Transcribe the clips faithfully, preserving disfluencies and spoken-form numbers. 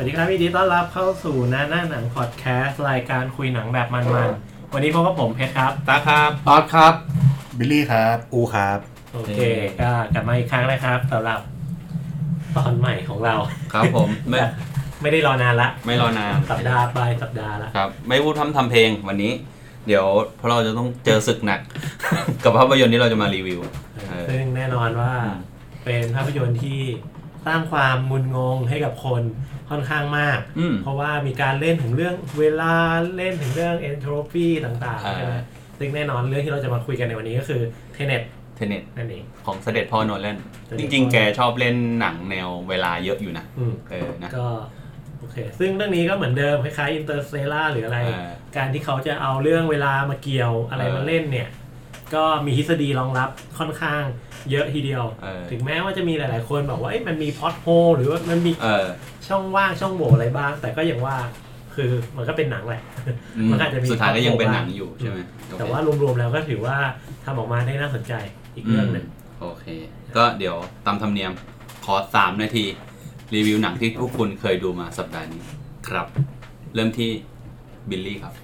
ดีครับยินดีต้อนรับเข้าสู่หน้าหน้าหนังพอดแคสต์รายการคุยหนังแบบมันๆวันนี้พบกับผมเพชรครับตาครับออสครับบิลลี่ครับอูครับโอเคก็กลับมาอีกครั้งนะครับสำหรับตอนใหม่ของเราครับผมไม่ไม่ได้รอนานละไม่รอนานสัปดาห์ไปสัปดาห์ละครับไม่พูดทำทำเพลงวันนี้เดี๋ยวเพราะเราจะต้องเจอศึกหนัก กับภาพยนตร์ที่เราจะมารีวิวซึ่งแน่นอนว่าเป็นภาพยนตร์ที่สร้างความมึนงงให้กับคนค่อนข้างมากเพราะว่ามีการเล่นถึงเรื่องเวลาเล่นถึงเรื่อง entropy ต่างๆใช่ไหมซึ่งแน่นอนเรื่องที่เราจะมาคุยกันในวันนี้ก็คือ Tenet Tenet นั่นเองของเสด็จพ่อโนแลนจริงๆแกชอบเล่นหนังแนวเวลาเยอะอยู่นะเออนะก็โอเคซึ่งเรื่องนี้ก็เหมือนเดิมคล้ายๆ Interstellar หรืออะไรการที่เขาจะเอาเรื่องเวลามาเกี่ยวอะไรมาเล่นเนี่ยก็มีทฤษฎีรองรับค่อนข้างเยอะทีเดียวถึงแม้ว่าจะมีหลายๆคนบอกว่ามันมีพล็อตโฮลหรือว่ามันมีช่องว่างช่องโหว่อะไรบ้างแต่ก็อย่างว่าคือมันก็เป็นหนังแหละมันอาจจะมีสุดท้ายก็ยังเป็นหนังอยู่ใช่ไหมแต่ว่ารวมๆแล้วก็ถือว่าทำออกมาได้น่าสนใจอีกเรื่องหนึ่งโอเคก็เดี๋ยวตามธรรมเนียมขอสามนาทีรีวิวหนังที่ทุกคนเคยดูมาสัปดาห์นี้ครับเริ่มที่บิลลี่ครับ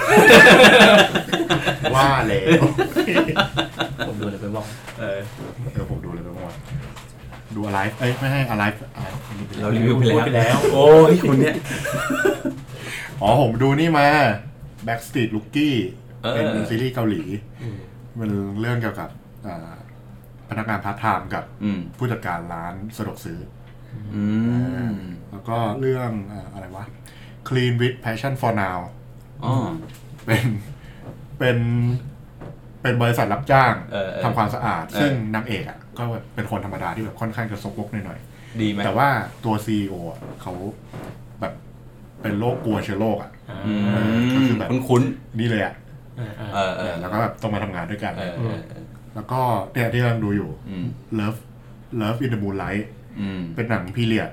ว่าแล้วผมดูเลยไปบอกเออเดี๋ยวผมดูเลยไปบอกดูอะไรเอ้ยไม่ให้อะไรเรารีวิวไปแล้วโอ้ยคุณเนี่ยอ๋อผมดูนี่มา Backstreet Rookie เป็นซีรีส์เกาหลีมันเรื่องเกี่ยวกับพนักงานพาร์ทไทม์กับผู้จัดการร้านสะดวกซื้อแล้วก็เรื่องอะไรวะ Clean with Passion for Now อ๋อเป็นเป็นเป็นบริษัทรับจ้างทำความสะอาดซึ่งนางเอกอ่ะก็เป็นคนธรรมดาที่แบบค่อนข้างจะซกมกหน่อยๆดีไหมแต่ว่าตัว ซี อี โอ อ่ะเขาแบบเป็นโรคกลัวเชื้อโรคอ่ะก็คือแบบคุ้นๆนี่เลยอ่ะแล้วก็แบบต้องมาทำงานด้วยกันแล้วก็เนี่ยที่กำลังดูอยู่ Love Love in the Moonlight เป็นหนังพีเรียด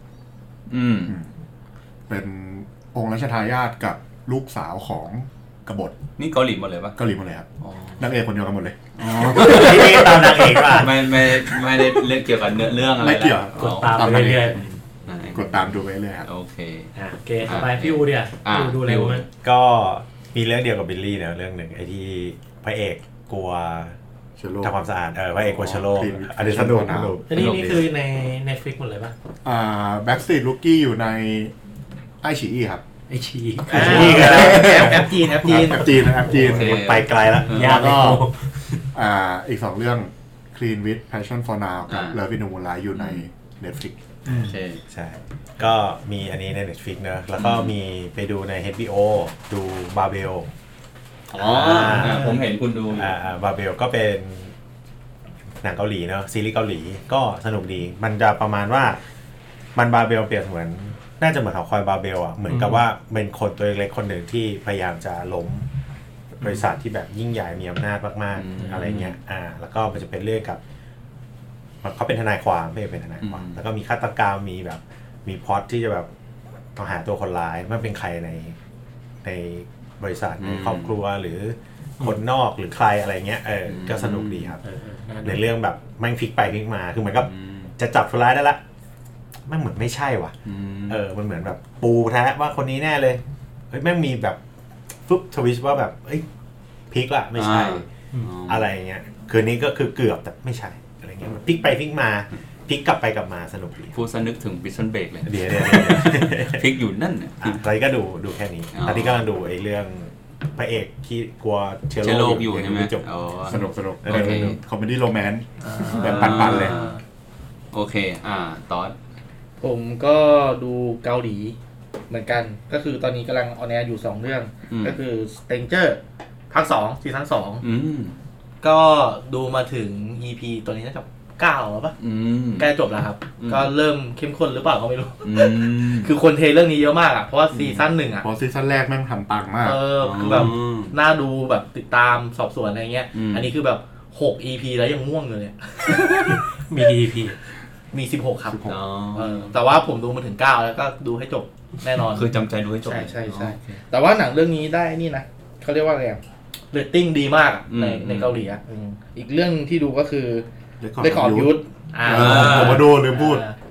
เป็นองค์รัชทายาทกับลูกสาวของกบฏนี่เกาหลีหมดเลยปะเกาหลีหมดเลยครับนางเอกคนเดียวกันหมดเลยที่นี่ตามนางเอกป่ะไม่ไม่ไม่ได้เรื่องเกี่ยวกับเนื้อเรื่องอะไรไม่เกี่ยวกดตามไปเรื่อยกดตามดูไปเรื่อยครับโอเคอ่ะโอเคต่อไปพี่อูเดียดูดูอะไรมั้ยก็มีเรื่องเดียวกับบิลลี่นะเรื่องหนึ่งไอ้ที่พระเอกกลัวทำความสะอาดเออพระเอกกลัวเชื้อโรคอันนี้สนุกนะอันนี้นี่คือใน Netflix หมดเลยป่ะอ่า Backstreet Rookie อยู่ในไอฉีอีครับไอฉีไอฉีก็ได้แอปจีนแอปจีนแอปจีนแอปจีนไปไกลแล้วยากก็อ่าอีกสองเรื่อง Clean with Passion for Now กับ Love in the Moonlight อยู่ใน Netflix ใช่ใช่ก็มีอันนี้ใน Netflix เนอะแล้วก็มีไปดูใน เอช บี โอ ดู Babel อ๋อผมเห็นคุณดูอ่า Babel ก็เป็นหนังเกาหลีเนอะซีรีส์เกาหลีก็สนุกดีมันจะประมาณว่ามัน Babel เปรียบเหมือนน่าจะเหมือนเขาคอยบาเบลอ่ะเหมือนกับว่าเป็นคนตัวเล็กๆคนหนึ่งที่พยายามจะล้มบริษัทที่แบบยิ่งใหญ่มีอำนาจมากๆอะไรเงี้ยอ่าแล้วก็มันจะเป็นเรื่องกับเขาเป็นทนายความไม่เป็นทนายความแล้วก็มีฆาตกรรมมีแบบมีพล็อตที่จะแบบต้องหาตัวคนร้ายไม่เป็นใครในในบริษัทในครอบครัวหรือคนนอกหรือใครอะไรเงี้ยเออก็สนุกดีครับในเรื่องแบบแม่งพลิกไปพลิกมาคือเหมือนกับจะจับคนร้ายได้ละมันเหมือนไม่ใช่ว่ะเออมันเหมือนแบบปูแท้ว่าคนนี้แน่เลยเฮ้ยแม่งมีแบบฟึบทวิสต์ว่าแบบเอ้ยพลิกละไม่ใช่อะไรเงี้ยคืนนี้ก็คือเกือบแต่ไม่ใช่อะไรเงี้ยมันพลิกไปพลิกมาพลิกกลับไปกลับมาสนุกดีพูดซะนึกถึง Prison Break เลยเดี๋ยวๆพลิกอยู่นั่นน่ะอะไรก็ดูดูแค่นี้ตอนนี้กำลังดูไอ้เรื่องพระเอกที่กลัวเชื้อโรคอยู่ใช่มั้ยอ๋อสนุกๆโอเคคอมเมดี้โรแมนต์แบบปั่นๆเลยโอเคอ่าตอนผมก็ดูเกาหลีเหมือนกันก็คือตอนนี้กำลังออนแอร์อยู่สองเรื่องก็คือ Stranger ภาคสองซีซั่นสองอืมก็ดูมาถึง อี พี ตัวนี้น่าจะเก้าแล้วป่ะอืมใกล้จบแล้วครับก็เริ่มเข้มข้นหรือเปล่าก็ไม่รู้คือคนเทเรื่องนี้เยอะมากอ่ะเพราะว่าซีซั่นหนึ่งอ่ะเพราะซีซั่นแรกแม่งทำปังมากเออคือแบบน่าดูแบบติดตามสอบสวนอะไรเงี้ยอันนี้คือแบบหก อี พี แล้วยังง่วงอยู่เนี่ยมี อี พีมีสิบหกครับอ๋อเออแต่ว่าผมดูมาถึงเก้าแล้วก็ดูให้จบแน่นอนคือจำใจดูให้จบใช่ๆๆแต่ว่าหนังเรื่องนี้ได้นี่นะเขาเรียกว่าอะไรอ่ะเรตติ้งดีมากในในเกาหลีอ่ะอีกเรื่องที่ดูก็คือ Record of Youth อ่าผมมาดูลืมพูด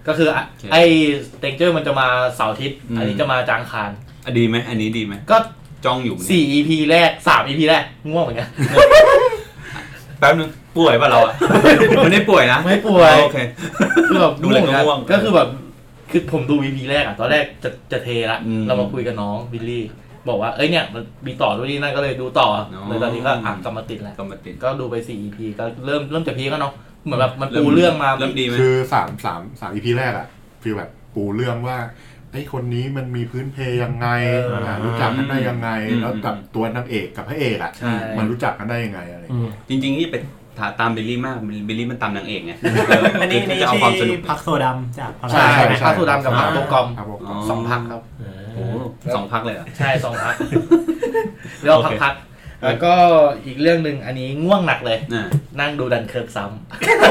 ก็คือไอ้สเตนเจอร์มันจะมาเสาร์อาทิตย์อันนี้จะมาจางคารอ่ะดีไหมอันนี้ดีไหมก็จ้องอยู่สี่ อี พี แรกสาม อี พี แรกง่วงเหมือนกันแป๊บนึงป่วยป่ะเราอ่ะไม่ได้ป่วยนะไม่ป่วยโอเคคือแบบดูเลยง่วงก็คือแบบคือผมดู อี พี แรกอ่ะตอนแรกจะจะเทละเรามาคุยกับน้องบิลลี่บอกว่าเอ้ยเนี่ยมันมีต่อด้วยนี่นั่นก็เลยดูต่อเลยตอนนี้ก็อ่ะกลับมาติดแล้วก็ดูไปสี่ อี พี ก็เริ่มเริ่มจะพีก็เนาะเหมือนแบบมันปูเรื่องมาเริ่มดีมั้ยคือสาม สาม สาม อี พี แรกอ่ะฟีลแบบปูเรื่องว่าไอ้คนนี้มันมีพื้นเพยังไงรู้จักกันได้ยังไงแล้วกับตัวนางเอกกับพระเอกอ่ะมันรู้จักกันได้ยังไงอะไรจริงๆนี่เป็นตามบิลลี่มากบิลลี่มันตามนางเอกไงอันนี้นี่จะที่พักโซดำจากใช่พักโซดำกับพักโปรกอมสองพักครับโอ้สองพักเลยเหรอใช่สองพักแล้วพักแล้วก็อีกเรื่องนึงอันนี้ง่วงหนักเลยนั่งดูดันเคิร์กซ้ำ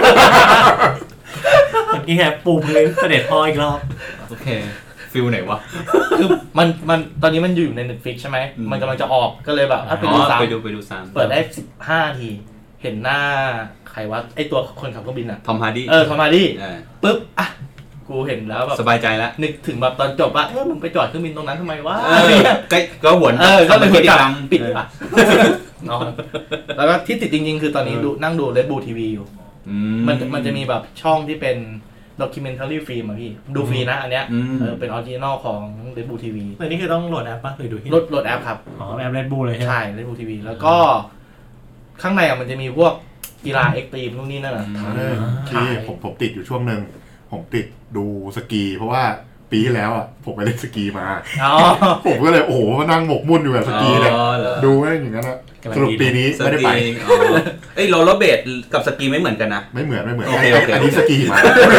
เมื่อกี้แค่ปูพื้นเสด็จพ่ออีกรอบโอเคฟิลไหนวะคือมันมันตอนนี้มันอยู่ใน Netflix ใช่ไหมมันกำลังจะออกก็เลยแบบไปดูซ้ำไปดูไปดูซ้ำเปิดได้สิบห้านาทีเห็นหน้าใครวะไอตัวคนขับเครื่องบินอะทอมฮาร์ดี้เออทอมฮาร์ดี้ปึ๊บอ่ะกูเห็นแล้วแบบสบายใจแล้วนึกถึงแบบตอนจบว่าเออมึงไปจอดเครื่องบินตรงนั้นทำไมวะก็ก็หวนเออก็เลยหวนกลับปิดอ่ะนอนแล้วก็ที่ติดจริงๆคือตอนนี้ดูนั่งดู Red Bull ที วี อยู่มันมันจะมีแบบช่องที่เป็นdocumentary film อ่ะพี่ดูฟรีนะอันเนี้ยเออเป็นออริจินอลของ Red Bull ที วีอันนี้คือต้องโหลดแอปป่ะหรือดูที่โหลดโหลดแอปครับอ๋อแอป Red Bull เลยใช่ใช่ Red Bull ที วี แล้วก็ข้างในอ่ะมันจะมีพวกกีฬาเอ็กตรีมนู่นนี่นั่นแหละที่ผมผมติดอยู่ช่วงนึงผมติดดูสกีเพราะว่าปีที่แล้วอ่ะผมไปเล่นสกีมาผมก็เลยโอ้โหมานั่งหมกมุ่นอยู่กับสกีเนี่ยดูแม่งอย่างนั้นนะสรุปปีนี้ไม่ได้ไปเอ้ยโรลเลอร์เบดกับสกีไม่เหมือนกันนะไม่เหมือนไม่เหมือนอันนี้สกีมา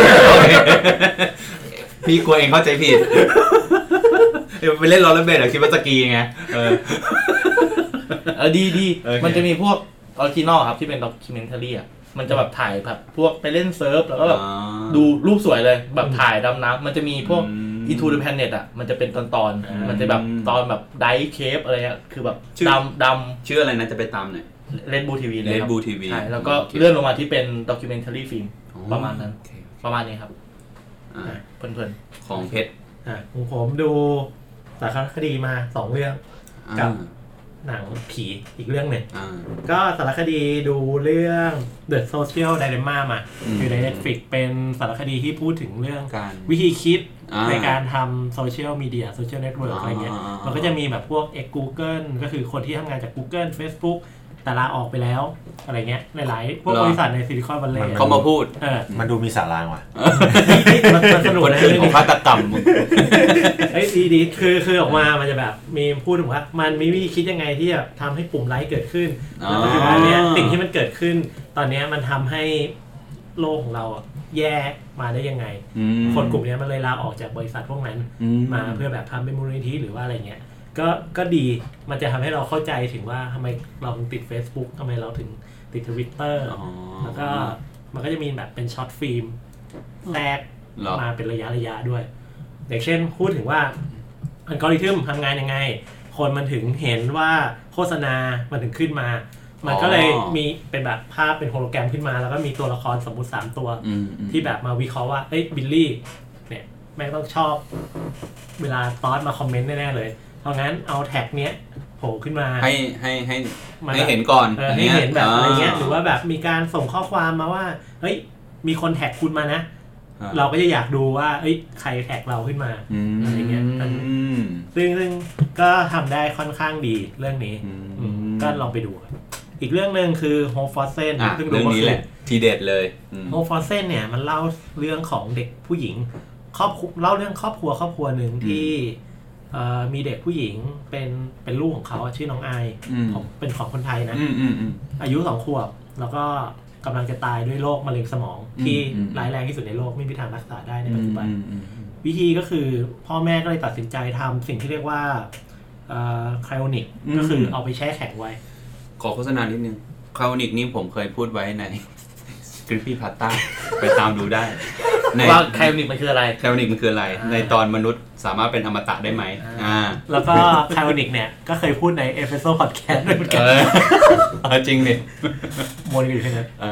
พี่กลัวเองเข้าใจผิดไปเล่นโรลเลอร์เบดแต่คิดว่าสกีไงเออเออดีดีมันจะมีพวกออริจินอลครับที่เป็นด็อกิเมนทารีอ่ะมันจะแบบถ่ายแบบพวกไปเล่นเซิร์ฟแล้วก็แบบดูรูปสวยเลยแบบถ่ายดำน้ำมันจะมีพวก Into the Planet อ่ะมันจะเป็นตอนตอนมันจะแบบตอนแบบไดฟ์เคฟอะไรเงี้ยคือแบบดำดำชื่ออะไรนะจะไปตามหน่อย Red Bull ที วี เลยครับ Red Bull ที วีใช่แล้วก็เลื่อนลงมาที่เป็นด็อกิเมนทารีฟิล์มประมาณนั้นประมาณนี้ครับเพลินๆของเพชรอ่ะผมดูสารคดีมาสองเรื่องกับหนังผีอีกเรื่องหนึ่งก็สารคดีดูเรื่อง The Social Dilemma มาอยู่ใน Netflix เป็นสารคดีที่พูดถึงเรื่องวิธีคิดในการทำโซเชียลมีเดียโซเชียลเน็ตเวิร์กอะไรเงี้ยมันก็จะมีแบบพวก ex Google ก็คือคนที่ทำงานจาก Google Facebook แต่ลาออกไปแล้วอะไรเงี้ยหลายๆพวกบริษัทในซิลิคอนวัลเลย์เขามาพูดเออมันดูมีสาระว่ะมันสนุกนะเรื่องของฆาตกรรมเอ้ยดีๆคือคือออกมามันจะแบบมีพูดถึงว่ามันมีวิธีคิดยังไงที่จะทำให้ปุ่มไลค์เกิดขึ้นแล้วปัจจุบันเนี้ยสิ่งที่มันเกิดขึ้นตอนนี้มันทำให้โลกของเราแย่มาได้ยังไงคนกลุ่มนี้มันเลยลาออกจากบริษัทพวกนั้นมาเพื่อแบบทำเป็นมูลนิธิหรือว่าอะไรเงี้ยก็ก็ดีมันจะทำให้เราเข้าใจถึงว่าทำไมเราถึงติด Facebook ทำไมเราถึงติด Twitter แล้วก็มันก็จะมีแบบเป็นช็อตฟิล์มแทรกมาเป็นระยะระยะด้วยอย่างเช่นพูดถึงว่าอัลกอริทึมทำงานยังไงคนมันถึงเห็นว่าโฆษณามันถึงขึ้นมามันก็เลยมีเป็นแบบภาพเป็นโฮโลแกรมขึ้นมาแล้วก็มีตัวละครสมมุติสามตัวที่แบบมาวิเคราะห์ว่าเอ้ยบิลลี่เนี่ยแม่งต้องชอบเวลาตอนมาคอมเมนต์แน่ๆเลยเพราะงั้นเอาแท็กเนี้ยโผล่ขึ้นมาให้ให้ให้ให้เห็นก่อนให้เห็นแบบอะไรเงี้ยหรือว่าแบบมีการส่งข้อความมาว่าเฮ้ยมีคนแท็กคุณมานะเราก็จะอยากดูว่าเอ้ยใครแท็กเราขึ้นมาอะไรเงี้ยซึ่งซึ่งก็ทำได้ค่อนข้างดีเรื่องนี้ก็ลองไปดูอีกเรื่องนึงคือโฮฟอสเซนซึ่งเรื่องนี้แหละทีเด็ดเลยโฮฟอสเซนเนี่ยมันเล่าเรื่องของเด็กผู้หญิงครอบเล่าเรื่องครอบครัวครอบครัวหนึ่งที่มีเด็กผู้หญิงเป็นเป็นลูกของเขาชื่อน้องไอเป็นของคนไทยนะอายุสองขวบแล้วก็กำลังจะตายด้วยโรคมะเร็งสมองที่ร้ายแรงที่สุดในโลกไม่มีทางรักษาได้ในปัจจุบันวิธีก็คือพ่อแม่ก็เลยตัดสินใจทำสิ่งที่เรียกว่าไคลโอนิกก็คือเอาไปแช่แข็งไว้ขอโฆษณานิดนึงไคลโอนิกนี่ผมเคยพูดไว้ในกริปปี้พาต้าไปตามดูได้ว่าไคลโอนิกมันคืออะไรไคลโอนิกมันคืออะไรในตอนมนุษย์สามารถเป็นอมตะได้ไหมอ่าแล้วก็ไคลโอนิกเนี่ยก็เคยพูดในเอพิโซดพอดแคสต์ด้วยเหมือนกันเออจริงดิโมนอยู่ที่นั่น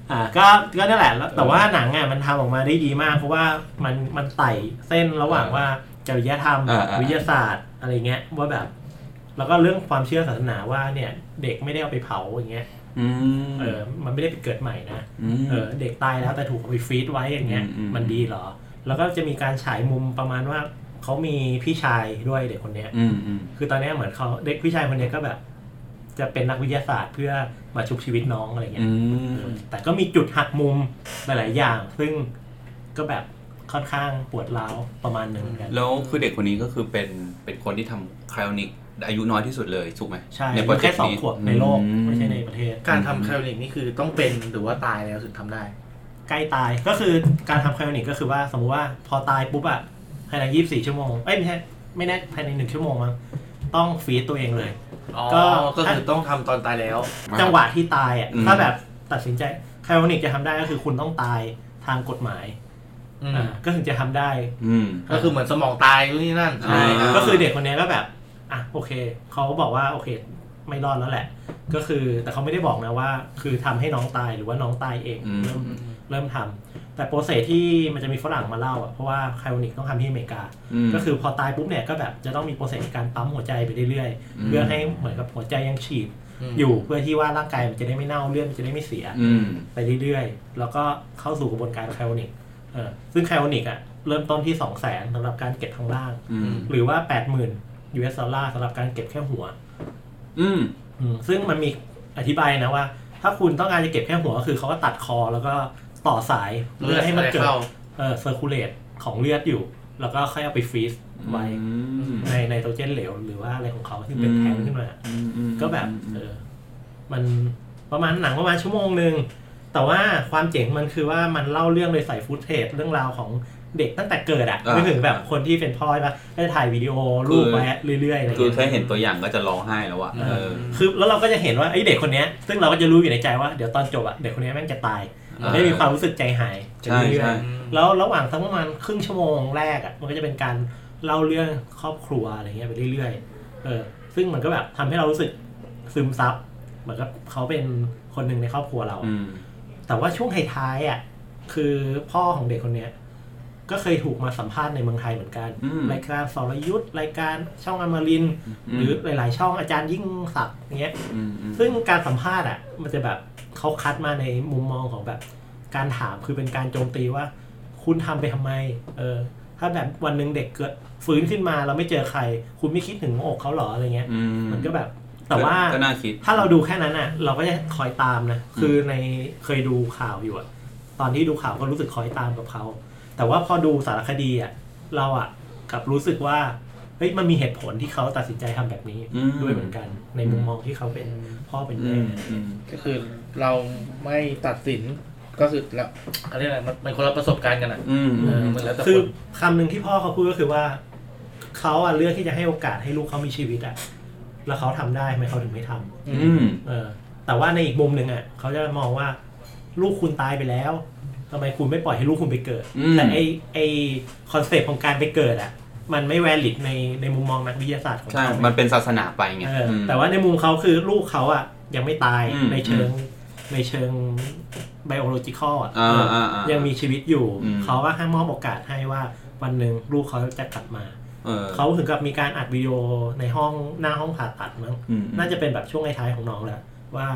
อ่าก็ก็นั่นแหละแต่ว่าหนังอ่ะมันทำออกมาได้ดีมากเพราะว่ามันมันไต่เส้นระหว่างว่าจริยธรรมวิทยาศาสตร์อะไรเงี้ยว่าแบบแล้วก็เรื่องความเชื่อศาสนาว่าเนี่ยเด็กไม่ได้เอาไปเผาอย่างเงี้ยเออมันไม่ได้ไปเกิดใหม่นะเออเด็กตายแล้วแต่ถูกเอาไปฟรีซไว้อย่างเงี้ยมันดีเหรอแล้วก็จะมีการฉายมุมประมาณว่าเขามีพี่ชายด้วยเด็กคนเนี้ยคือตอนนี้เหมือนเขาเด็กพี่ชายคนนี้ก็แบบจะเป็นนักวิทยาศาสตร์เพื่อมาชุบชีวิตน้องอะไรเงี้ยแต่ก็มีจุดหักมุมหลายๆอย่างซึ่งก็แบบค่อนข้างปวดร้าวประมาณนึงกันแล้วคือเด็กคนนี้ก็คือเป็นเป็นคนที่ทำไคลอนิกอายุน้อยที่สุดเลยถูกไหมใช่ในประเทศแค่สองขวบในโลกไม่ใช่ในประเทศการทำไคลอนิกนี่คือต้องเป็นหรือว่าตายแล้วถึงทำได้ใกล้ตายก็คือการทำไคลอนิกก็คือว่าสมมติว่าพอตายปุ๊บอะภายในยี่สิบสี่ชั่วโมงเอ้ยไม่ใช่ไม่แน่ภายในหนึ่งชั่วโมงมั้งต้องฟรีซตัวเองเลยก็ก็คือต้องทำตอนตายแล้วจังหวะที่ตายอ่ะถ้าแบบตัดสินใจไคลอนิกจะทำได้ก็คือคุณต้องตายทางกฎหมายอ่าก็ถึงจะทำได้ก็คือเหมือนสมองตายนี่นั่นใช่ก็คือเด็กคนนี้ก็แบบอ่ะโอเคเขาก็บอกว่าโอเคไม่รอดแล้วแหละก็คือแต่เขาไม่ได้บอกนะว่าคือทำให้น้องตายหรือว่าน้องตายเองเริ่มเริ่มทำแต่โปรเซสที่มันจะมีฝรั่งมาเล่าอ่ะเพราะว่าไคลอนิกต้องทำที่อเมริกาก็คือพอตายปุ๊บเนี่ยก็แบบจะต้องมีโปรเซสในการปั๊มหัวใจไปเรื่อยๆเพื่อให้เหมือนกับหัวใจยังฉีดอยู่เพื่อที่ว่าร่างกายมันจะได้ไม่เน่าเลือดมันจะได้ไม่เสียไปเรื่อยๆแล้วก็เข้าสู่กระบวนการไคลอนิกเออซึ่งไคลอนิกอ่ะเริ่มต้นที่ สองแสน สำหรับการเก็บข้างล่างหรือว่า แปดหมื่น ยู เอส ดอลลาร์สำหรับการเก็บแค่หัวอืมซึ่งมันมีอธิบายนะว่าถ้าคุณต้องการจะเก็บแค่หัวก็คือเขาก็ตัดคอแล้วก็ต่อสายเพื่อให้มันเกิดเอ่อเซอร์คูลเลตของเลือดอยู่แล้วก็ค่อยเอาไปฟรีซไว้ในไนโตรเจนเหลวหรือว่าอะไรของเขาที่เป็นแทงขึ้นมาก็แบบเออมันประมาณหนังประมาณชั่วโมงนึงแต่ว่าความเจ๋งมันคือว่ามันเล่าเรื่องโดยใส่ฟุตเทจเรื่องราวของเด็กตั้งแต่เกิดอ่ะไม่ถึงแบบคนที่เป็นพ่อป่ะก็จะถ่ายวิดีโอรูปไว้เรื่อยๆอะไรคือแค่เห็นตัวอย่างก็จะร้องไห้แล้วอ่ะคือแล้วเราก็จะเห็นว่าไอ้เด็กคนนี้ซึ่งเราก็จะรู้อยู่ในใจว่าเดี๋ยวตอนจบอ่ะเด็กคนนี้แม่งจะตายได้มีความรู้สึกใจหายใช่ใช่แล้วระหว่างทั้งประมาณครึ่งชั่วโมงแรกอ่ะมันก็จะเป็นการเล่าเรื่องครอบครัวอะไรเงี้ยไปเรื่อยๆเออซึ่งมันก็แบบทำให้เรารู้สึกซึมซับเหมือนกับเขาเป็นคนหนึ่งในครอบครัวเราแต่ว่าช่วงท้ายๆอ่ะคือพ่อของเด็กคนนี้ก็เคยถูกมาสัมภาษณ์ในเมืองไทยเหมือนกันรายการสรยุทธรายการช่องอมรินทร์หรือหลายๆช่องอาจารย์ยิ่งศักดิ์เงี้ยซึ่งการสัมภาษณ์อ่ะมันจะแบบเขาคัดมาในมุมมองของแบบการถามคือเป็นการโจมตีว่าคุณทำไปทำไมเออถ้าแบบวันนึงเด็กเกิดฟื้นขึ้นมาเราไม่เจอใครคุณไม่คิดถึงหัวอกเขาหรออะไรเงี้ยมันก็แบบแต่ว่าถ้าเราดูแค่นั้นอ่ะเราก็จะคอยตามนะคือในเคยดูข่าวอยู่อ่ะตอนที่ดูข่าวก็รู้สึกคอยตามกับเขาแต่ว่าพอดูสารคดีอ่ะเราอ่ะกลับรู้สึกว่าเฮ้ยมันมีเหตุผลที่เขาตัดสินใจทำแบบนี้ด้วยเหมือนกันในมุมมองที่เขาเป็นพ่อเป็นแม่ก็คือเราไม่ตัดสินก็คือแล้วอะไรอะไรมันคนละประสบการณ์กันอ่ะคือคำหนึ่งที่พ่อเขาพูดก็คือว่าเขาอ่ะเลือกที่จะให้โอกาสให้ลูกเขามีชีวิตอ่ะแล้วเขาทำได้ทำไมเขาถึงไม่ทำเออแต่ว่าในอีกมุมหนึ่งอ่ะเขาจะมองว่าลูกคุณตายไปแล้วทำไมคุณไม่ปล่อยให้ลูกคุณไปเกิดแต่ไอไอคอนเซปต์ของการไปเกิดอ่ะมันไม่แวลิดในในมุมมองนักวิทยาศาสตร์ของเขาใช่มันเป็นศาสนาไปไงแต่ว่าในมุมเขาคือลูกเขาอ่ะยังไม่ตายในเชิงในเชิงไบโอโลจิคอลอ่ะยังมีชีวิตอยู่เขาก็ให้มอบโอกาสให้ว่าวันหนึ่งลูกเขาจะกลับมาเขาถึงกับมีการอัดวิดีโอในห้องหน้าห้องผ่าตัดมั้งน่าจะเป็นแบบช่วงท้ายๆของน้องแหละว่า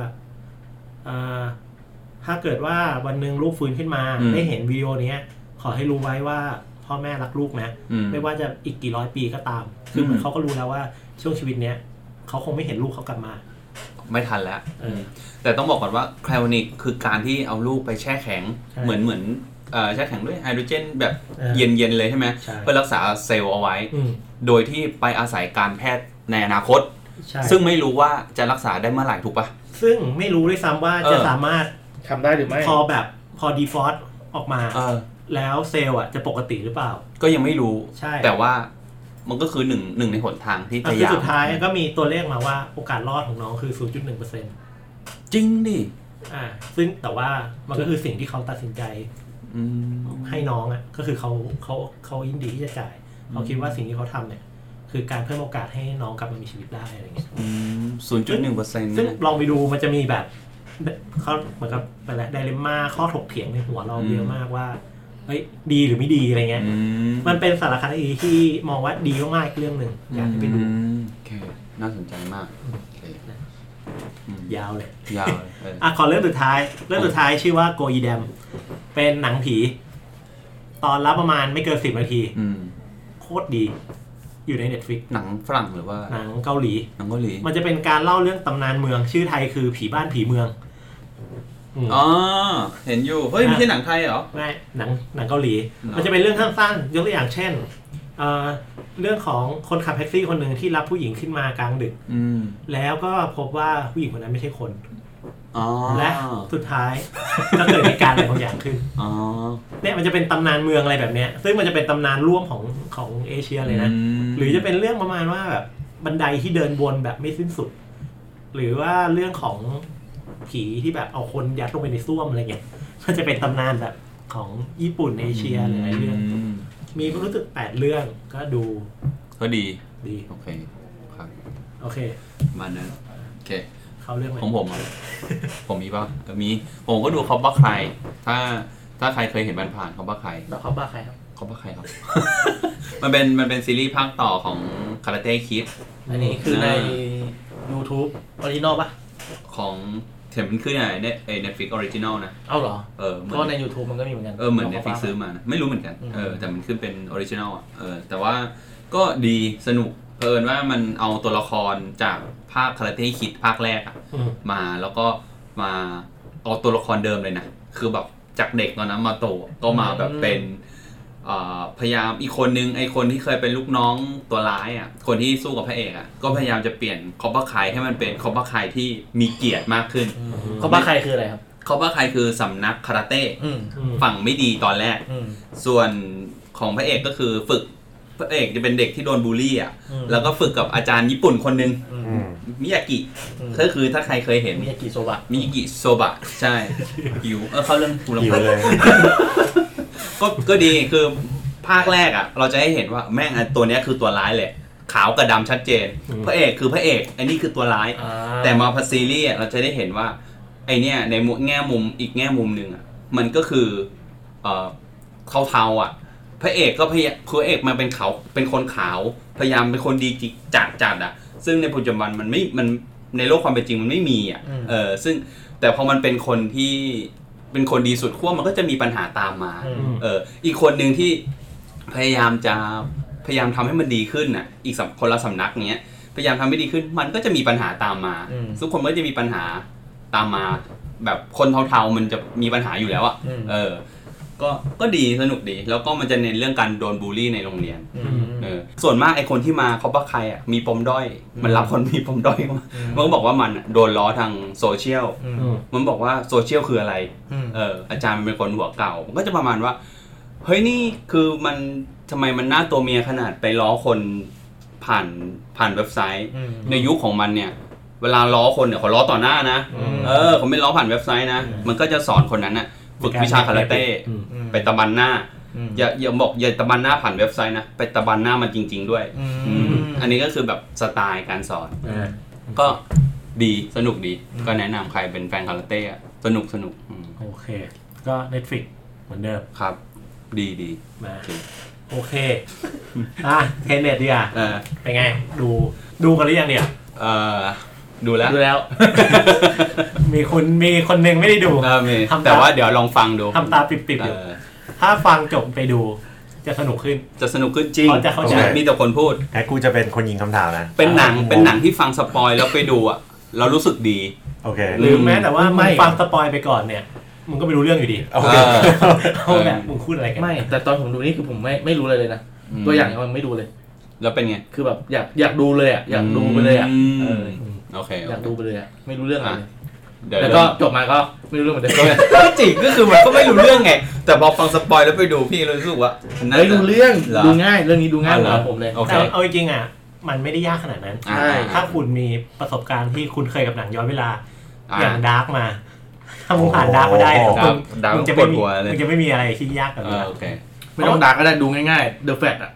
ถ้าเกิดว่าวันหนึ่งลูกฟื้นขึ้นมาได้เห็นวิดีโอนี้ขอให้รู้ไว้ว่าพ่อแม่รักลูกนะไม่ว่าจะอีกกี่ร้อยปีก็ตามคือเหมือนเขาก็รู้แล้วว่าช่วงชีวิตเนี้ยเขาคงไม่เห็นลูกเขากลับมาไม่ทันแล้วแต่ต้องบอกก่อนว่าไคลอนิกคือการที่เอาลูกไปแช่แข็งเหมือนเหมือนแช่แข็งด้วยไฮโดรเจนแบบเย็นๆเลยใช่ไหมเพื่อรักษาเซลล์เอาไว้โดยที่ไปอาศัยการแพทย์ในอนาคตซึ่งไม่รู้ว่าจะรักษาได้เมื่อไหร่ถูกปะซึ่งไม่รู้ด้วยซ้ำว่าจะสามารถทำได้หรือไม่พอแบบพอ default ออกมาแล้วเซลล์อ่ะจะปกติหรือเปล่าก็ยังไม่รู้แต่ว่ามันก็คือหนึ่งหนึ่งในหนทางที่จะยาวสุดท้ายก็มีตัวเลขมาว่าโอกาสรอดของน้องคือ ศูนย์จุดหนึ่งเปอร์เซ็นต์จริงดิอ่าซึ่งแต่ว่ามันก็คือสิ่งที่เขาตัดสินใจให้น้องอ่ะก็คือเขาเขาเขายินดีที่จะจ่ายเขาคิดว่าสิ่งที่เขาทำเนี่ยคือการเพิ่มโอกาสให้น้องกลับมามีชีวิตได้อะไรเงี้ยศูนย์จุดหนึ่งเปอร์เซ็นต์ซึ่งลองไปดูมันจะมีแบบเขาเหมือนกับอะไรไดเลมม่าข้อถกเถียงในหัวเราเยอะมากว่าเฮ้ยดีหรือไม่ดีอะไรเงี้ยมันเป็นสารคดีที่มองว่าดีมากๆเรื่องหนึ่งอยากให้ไปดูโอเคน่าสนใจมากยาวเลยยาวอ่ะขอเรื่องสุดท้ายเรื่องสุดท้ายชื่อว่าโกอีแดมเป็นหนังผีตอนละประมาณไม่เกินสิบนาทีโคตรดีอยู่ใน Netflix หนังฝรั่งหรือว่าหนังเกาหลีหนังเกาหลีมันจะเป็นการเล่าเรื่องตำนานเมืองชื่อไทยคือผีบ้านผีเมืองอ๋อเห็นอยู่เฮ้ยไม่ใช่หนังไทยเหรอไม่หนังหนังเกาหลีมันจะเป็นเรื่องสั้นๆยกตัวอย่างเช่นเรื่องของคนขับแท็กซี่คนหนึ่งที่รับผู้หญิงขึ้นมากลางดึกแล้วก็พบว่าผู้หญิงคนนั้นไม่ใช่คนและสุดท้ายก็เกิดเหตุการณ์อะไรบางอย่างขึ้นเนี่ยมันจะเป็นตำนานเมืองอะไรแบบเนี้ยซึ่งมันจะเป็นตำนานร่วมของของเอเชียเลยนะหรือจะเป็นเรื่องประมาณว่าแบบบันไดที่เดินวนแบบไม่สิ้นสุดหรือว่าเรื่องของผีที่แบบเอาคนยัดลงไปในส้วมอะไรเงี้ยมันจะเป็นตำนานแบบของญี่ปุ่นเอเชียหรืออะไรเรื่องมีรู้สึกแปดเรื่องก็ดูก็ดีดีโอเคครับโอเคมานั้นโอเคเขาเรื่องของผมผมมีป่ะก็มีผมก็ดูเขาบ้าใครถ้าถ้าใครเคยเห็นผ่านๆเขาบ้าใครเขาบ้าใครครับเขาบ้าใครครับมันเป็นมันเป็นซีรีส์ภาคต่อของคาราเต้คิดอันนี้คือใน YouTube ออริจินอลป่ะของเห็นมันขึ้นในเนี่ยไอ้ Netflix Original นะเอ้าเหรอเออก็ใน YouTube มันก็มีเหมือนกันเออเหมือน Netflix ซื้อมานะไม่รู้เหมือนกันเออแต่มันขึ้นเป็น Original อ่ะเออแต่ว่าก็ดีสนุกเพิ่นว่ามันเอาตัวละครจากภาคคาราเต้คิดภาคแรกอ่ะมาแล้วก็มาเอาตัวละครเดิมเลยนะคือแบบจากเด็กตอนนั้นมาโตก็มาแบบเป็นพยายามอีกคนนึงไอคนที่เคยเป็นลูกน้องตัวร้ายอ่ะคนที่สู้กับพระเอกอ่ะก็พยายามจะเปลี่ยนคอปเปอร์ไคให้มันเป็นคอปเปอร์ไคที่มีเกียรติมากขึ้นคอปเปอร์ไคคืออะไรครับคอปเปอร์ไคคือสำนักคาราเต้ฝั่งไม่ดีตอนแรกส่วนของพระเอกก็คือฝึกพระเอกจะเป็นเด็กที่โดนบูลลี่อ่ะแล้วก็ฝึกกับอาจารย์ญี่ปุ่นคนนึงมิยากิก็คือถ้าใครเคยเห็นมิยากิโซบะมิยากิโซบะใช่หิวเออเข้าเรื่องกูหิวเลยก็ก็ดีคือภาคแรกอ่ะเราจะให้เห็นว่าแม่งตัวนี้คือตัวร้ายเลยขาวกับดำชัดเจนพระเอกคือพระเอกไอ้นี่คือตัวร้ายแต่มาพาซีรีส์เราจะได้เห็นว่าไอเนี้ยในแง่มุมอีกแง่มุมนึงอ่ะมันก็คือเอ่อเทาๆอ่ะพระเอกก็พยายามพระเอกมันเป็นขาวเป็นคนขาวพยายามเป็นคนดีจัดจัดอ่ะซึ่งในปัจจุบันมันไม่มันในโลกความเป็นจริงมันไม่มีอ่ะเออซึ่งแต่พอมันเป็นคนที่เป็นคนดีสุดขั้วมันก็จะมีปัญหาตามมาเอออีกคนนึงที่พยายามจะพยายามทำให้มันดีขึ้นน่ะอีกคนละสำนักเนี้ยพยายามทำให้ดีขึ้นมันก็จะมีปัญหาตามมาทุกคนก็จะมีปัญหาตามมาแบบคนเทาๆมันจะมีปัญหาอยู่แล้วอ่ะเออก็ก็ดีสนุกดีแล้วก็มันจะเน้นเรื่องการโดนบูลลี่ในโรงเรียนเออส่วนมากไอ้คนที่มาเขาบ้าใครอ่ะมีปมด้อยมันรับคนมีปมด้อยมามันก็บอกว่ามันโดนล้อทางโซเชียลมันบอกว่าโซเชียลคืออะไรเอออาจารย์มันเป็นคนหัวเก่ามันก็จะประมาณว่าเฮ้ยนี่คือมันทำไมมันหน้าตัวเมียขนาดไปล้อคนผ่านผ่านเว็บไซต์ในยุคของมันเนี่ยเวลาล้อคนเนี่ยเขาล้อต่อหน้านะเออเขาไม่ล้อผ่านเว็บไซต์นะมันก็จะสอนคนนั้นน่ะฝึกวิชาคาราเต้ไปตะบันหน้าอย่าอย่าบอกอย่าตะบันหน้าผ่านเว็บไซต์นะไปตะบันหน้ามันจริงๆด้วยอันนี้ก็คือแบบสไตล์การสอนก็ดีสนุกดีก็แนะนำใครเป็นแฟนคาราเต้สนุกสนุกโอเคก็ Netflix เหมือนเดิมครับดีดีมาโอเคอ่ะเทนเน็ตดีอ่ะเป็นไงดูดูกันหรือยังเนี่ยเออดูแล้วดูแล้วมีคนมีคนนึงไม่ได้ดูแต่ว่าเดี๋ยวลองฟังดูทำตาปิบๆอยู่ถ้าฟังจบไปดูจะสนุกขึ้นจะสนุกขึ้นจริงจะเข้าใจมีแต่คนพูดไอ้กูจะเป็นคนยิงคำถามนะเป็นหนังเป็นหนังที่ฟังสปอยแล้วไปดูอ่ะเรารู้สึกดีโอเคหรือแม้แต่ว่ามึงฟังสปอยไปก่อนเนี่ยมึงก็ไม่รู้เรื่องอยู่ดีโอเคเอาแบบมึงพูดอะไรกันไม่แต่ตอนผมดูนี่คือผมไม่ไม่รู้เลยเลยนะตัวอย่างมันไม่ดูเลยแล้วเป็นไงคือแบบอยากอยากดูเลยอ่ะอยากดูไปเลยอ่ะเออโอเคอยากดูไปเลยอ่ะไม่รู้เรื่องอะไรแล้วก็จบมาก็ไม่รู้เรื่องเหมือนเดิมจริงก็คือมันก็ไม่รู้เรื่องไงแต่พอฟังสปอยแล้วไปดูพี่รู้สึกว่าไม่รู้เรื่องดูง่ายเรื่องนี้ดูง่ายสำหรับผมเลยแต่เอาจริงๆอ่ะมันไม่ได้ยากขนาดนั้นถ้าคุณมีประสบการณ์ที่คุณเคยกับหนังย้อนเวลาอย่างดาร์กมาถ้ามึงผ่านดาร์กมาได้มึงจะไม่มีมึงจะไม่มีอะไรที่ยากกับมันไม่ต้องดาร์กก็ได้ดูง่ายๆ The Flash อ่ะ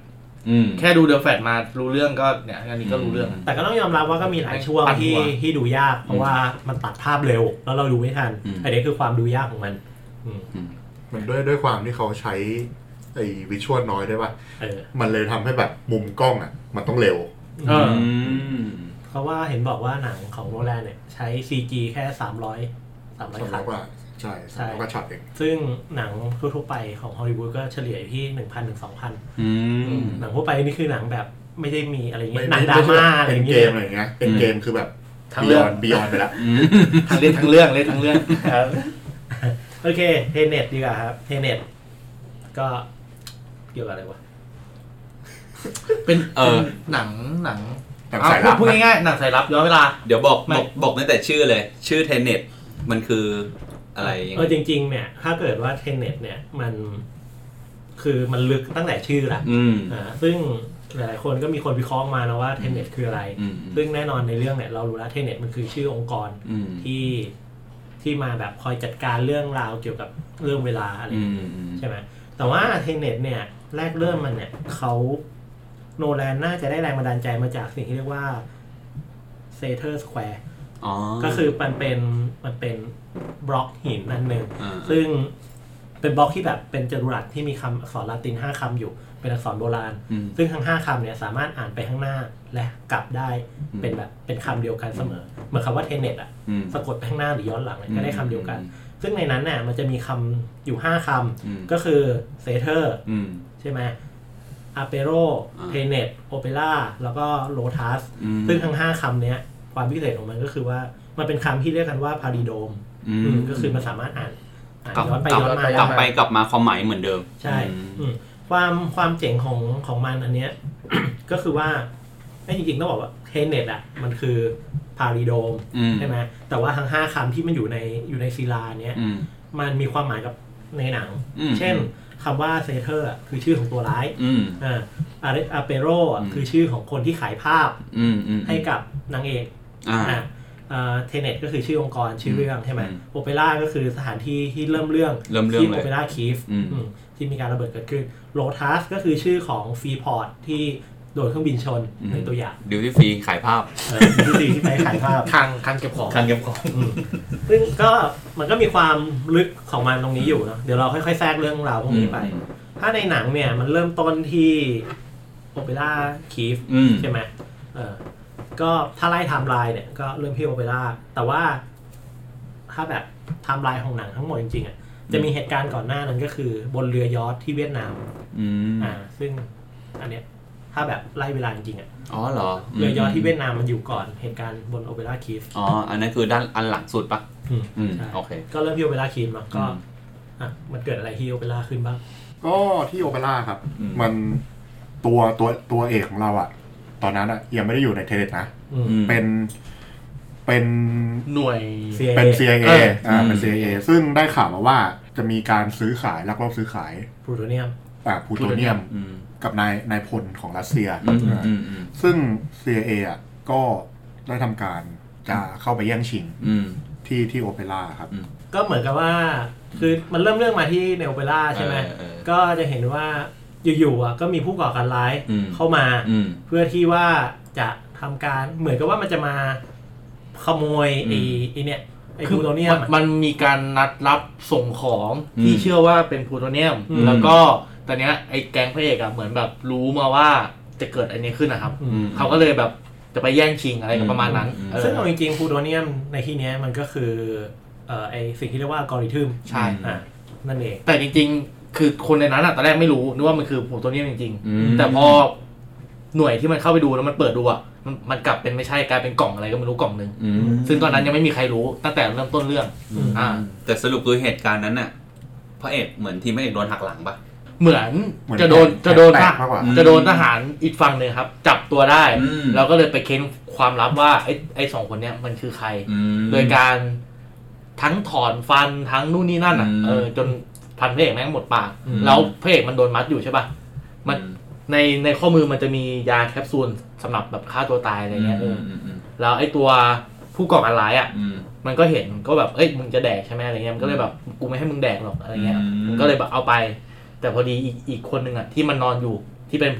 แค่ดูเดอะแฟลชมารู้เรื่องก็เนี่ยอันนี้ก็รู้เรื่องแต่ก็ต้องยอมรับว่าก็มีหลายช่วงที่ที่ดูยากเพราะว่ามันตัดภาพเร็วแล้วเราดูไม่ทันอันนี้คือความดูยากของมันมันด้วยด้วยความที่เขาใช้ไอ้วิชวลน้อยด้วยป่ะมันเลยทำให้แบบมุมกล้องอ่ะมันต้องเร็วเพราะว่าเห็นบอกว่าหนังของโนแลนเนี่ยใช้ ซี จี แค่สามร้อย สามร้อยคัทใช่ใช่แล้วก็ช็อตเองซึ่งหนังทั่วๆไปของฮอลลีวูดก็เฉลี่ยที่ หนึ่งพัน ถึง สองพัน อืมหนังทั่วไปนี่คือหนังแบบไม่ได้มีอะไรเงี้ยหนังดราม่าอะไรเงี้ยเป็นเกมอะไรเงี้ยเป็นเกมคือแบบทั้งเรื่องบียอนไปแล้วทั้งเล่นทั้งเรื่องเล่นทั้งเรื่องครับโอเคเทเน็ตดีกว่าครับเทเน็ตก็เกี่ยวกับอะไรวะเป็นเออหนังหนังพูดง่ายๆหนังสายลับย้อนเวลาเดี๋ยวบอกบอกบอกตั้งแต่ชื่อเลยชื่อเทเน็ตมันคืออะไรเออจริงๆเนี่ยถ้าเกิดว่าเทเน็ตเนี่ยมันคือมันลึกตั้งแต่ชื่อละอ่าซึ่งหลายๆคนก็มีคนวิเคราะห์มานะว่าเทเน็ตคืออะไรซึ่งแน่นอนในเรื่องเนี่ยเรารู้แล้วเทเน็ตมันคือชื่อองค์กรที่ที่มาแบบคอยจัดการเรื่องราวเกี่ยวกับเรื่องเวลาอะไรใช่ไหมแต่ว่าเทเน็ตเนี่ยแรกเริ่มมันเนี่ยเขาโนแลนน่าจะได้แรงบันดาลใจมาจากสิ่งที่เรียกว่าเซเทอร์สแควร์ก็คือมันเป็นมันเป็นบล็อกหินอันหนึ่งซึ่งเป็นบล็อกที่แบบเป็นจัตุรัสที่มีคำอักษรลาตินห้าคำอยู่เป็นอักษรโบราณซึ่งทั้งห้าคำเนี่ยสามารถอ่านไปข้างหน้าและกลับได้เป็นแบบเป็นคำเดียวกันเสมอเหมือนคำว่าเทเน็ตอ่ะสะกดไปข้างหน้าหรือย้อนหลังก็ได้คำเดียวกันซึ่งในนั้นเนี่ยมันจะมีคำอยู่ห้าคำก็คือเซเทอร์ใช่ไหมอาเปโรเทเน็ตโอเปร่าแล้วก็โลทัสซึ่งทั้งห้าคำเนี้ยความพิเศษของมันก็คือว่ามันเป็นคำที่เรียกกันว่าพาริโดมก็คือมันสามารถอ่านย้อนไปย้อนมากลับไปกลับมาความหมายเหมือนเดิมใช่ความความเจ๋งของของมันอันเนี้ย ก็คือว่าจริงๆต้องบอกว่าเทเน็ตอ่ะมันคือพาริโดมใช่ไหมแต่ว่าทั้งห้าคำที่มันอยู่ในอยู่ในศิลาเนี้ยมันมีความหมายกับในหนังเช่นคำว่าเซเทอร์คือชื่อของตัวร้ายอ่าอาเปโรคือชื่อของคนที่ขายภาพให้กับนางเอกอ่าเทเน็ตก็คือชื่อองค์กรชื่อเรื่องใช่ไหมโอเปร่าก็คือสถานที่ที่เริ่มเรื่องที่โอเปร่าคีฟที่มีการระเบิดเกิดขึ้นโลทัสก็คือชื่อของฟรีพอร์ตที่โดนเครื่องบินชนในตัวอย่างดิวตี้ฟรีขายภาพดิวตี้ที่ไปขายภาพทางทางเก็บของทางเก็บของซึ่งก็มันก็มีความลึกของมันตรงนี้อยู่เนาะเดี๋ยวเราค่อยๆแทรกเรื่องราวพวกนี้ไปถ้าในหนังเนี่ยมันเริ่มต้นที่โอเปร่าคีฟใช่ไหมเออก็ถ้าไล่ไทม์ไลน์เนี่ยก็เริ่มที่โอเปร่าแต่ว่าถ้าแบบไทม์ไลน์ของหนังทั้งหมดจริงๆอ่ะจะมีเหตุการณ์ก่อนหน้านั้นก็คือบนเรือยอชท์ที่เวียดนามอ่าซึ่งอันเนี้ยถ้าแบบไล่เวลาจริงๆอ่ะอ๋อเหรอเรือยอชท์ที่เวียดนามมันอยู่ก่อนเหตุการณ์บนโอเปร่าคีฟอ๋ออันนั้นคือด้านอันหลังสุดปะอืมอืมโอเคก็เริ่มที่โอเปร่าคีฟมาก็อ่ะมันเกิดอะไรที่โอเปร่าขึ้นบ้างก็ที่โอเปร่าครับมันตัวตัวตัวเอกของเราอ่ะตอนนั้นอ่ะยังไม่ได้อยู่ในเทเน็ตนะเป็นเป็นหน่วยเป็น ซี ไอ เอ อ่าเป็น ซี ไอ เอ ซึ่งได้ข่าวมาว่าจะมีการซื้อขายลักลอบซื้อขายพลูโทเนียมอ่าพลูโทเนียมกับนายนายพลของรัสเซียซึ่ง ซี ไอ เอ อ่ะก็ได้ทำการจะเข้าไปแย่งชิงที่ที่โอเปร่าครับก็เหมือนกับว่าคือมันเริ่มเรื่องมาที่ในโอเปร่าใช่ไหมก็จะเห็นว่าอยู่ๆอ่ะก็มีผู้ก่อการร้ายเข้ามาเพื่อที่ว่าจะทำการเหมือนกับว่ามันจะมาขโมยไอ้ไอ้เนี่ยไอ้พลูโทเนียมมันมีการนัดรับส่งของที่เชื่อว่าเป็นพลูโทเนียมแล้วก็ตอนเนี้ยไอ้แก๊งพระเอกอ่ะเหมือนแบบรู้มาว่าจะเกิดอันนี้ขึ้นนะครับเขาก็เลยแบบจะไปแย่งชิงอะไรกันประมาณนั้นซึ่งเอาจริงๆพลูโทเนียมในที่นี้มันก็คือเอ่อไอ้สิ่งที่เรียกว่าอัลกอริทึมใช่อ่ะนั่นเองแต่จริงๆคือคนในนั้นอ่ะตอนแรกไม่รู้นึกว่ามันคือพลูโทเนียมจริงๆแต่พอหน่วยที่มันเข้าไปดูแล้วมันเปิดดูอ่ะมันมันกลับเป็นไม่ใช่กลายเป็นกล่องอะไรก็ไม่รู้กล่องนึงซึ่งตอนนั้นยังไม่มีใครรู้ตั้งแต่เริ่มต้นเรื่องอ่าแต่สรุปคือเหตุการณ์นั้นน่ะพระเอกเหมือนทีมพระเอกโดนหักหลังปะเหมือนจะโดนจะโดนจะโดนทหารอีกฝั่งนึงครับจับตัวได้แล้วก็เลยไปเค้นความลับว่าไอ้ไอ้สองคนเนี้ยมันคือใครโดยการทั้งถอนฟันทั้งนู่นนี่นั่นอ่ะเออจนพันพระเอกแม่งหมดปากแล้วพระเอกมันโดนมัดอยู่ใช่ป่ะมันในในข้อมือมันจะมียาแคปซูลสำหรับแบบฆ่าตัวตายอะไรเงี้ยเออแล้วไอ้ตัวผู้ก่อการร้ายอ่ะมันก็เห็นก็แบบเอ้ยมึงจะแดกใช่ไหมอะไรเงี้ยมันก็เลยแบบกูไม่ให้มึงแดกหรอกอะไรเงี้ยมันก็เลยแบบเอาไปแต่พอดีอีกอีกคนนึงอ่ะที่มันนอนอยู่ที่เป็นผู้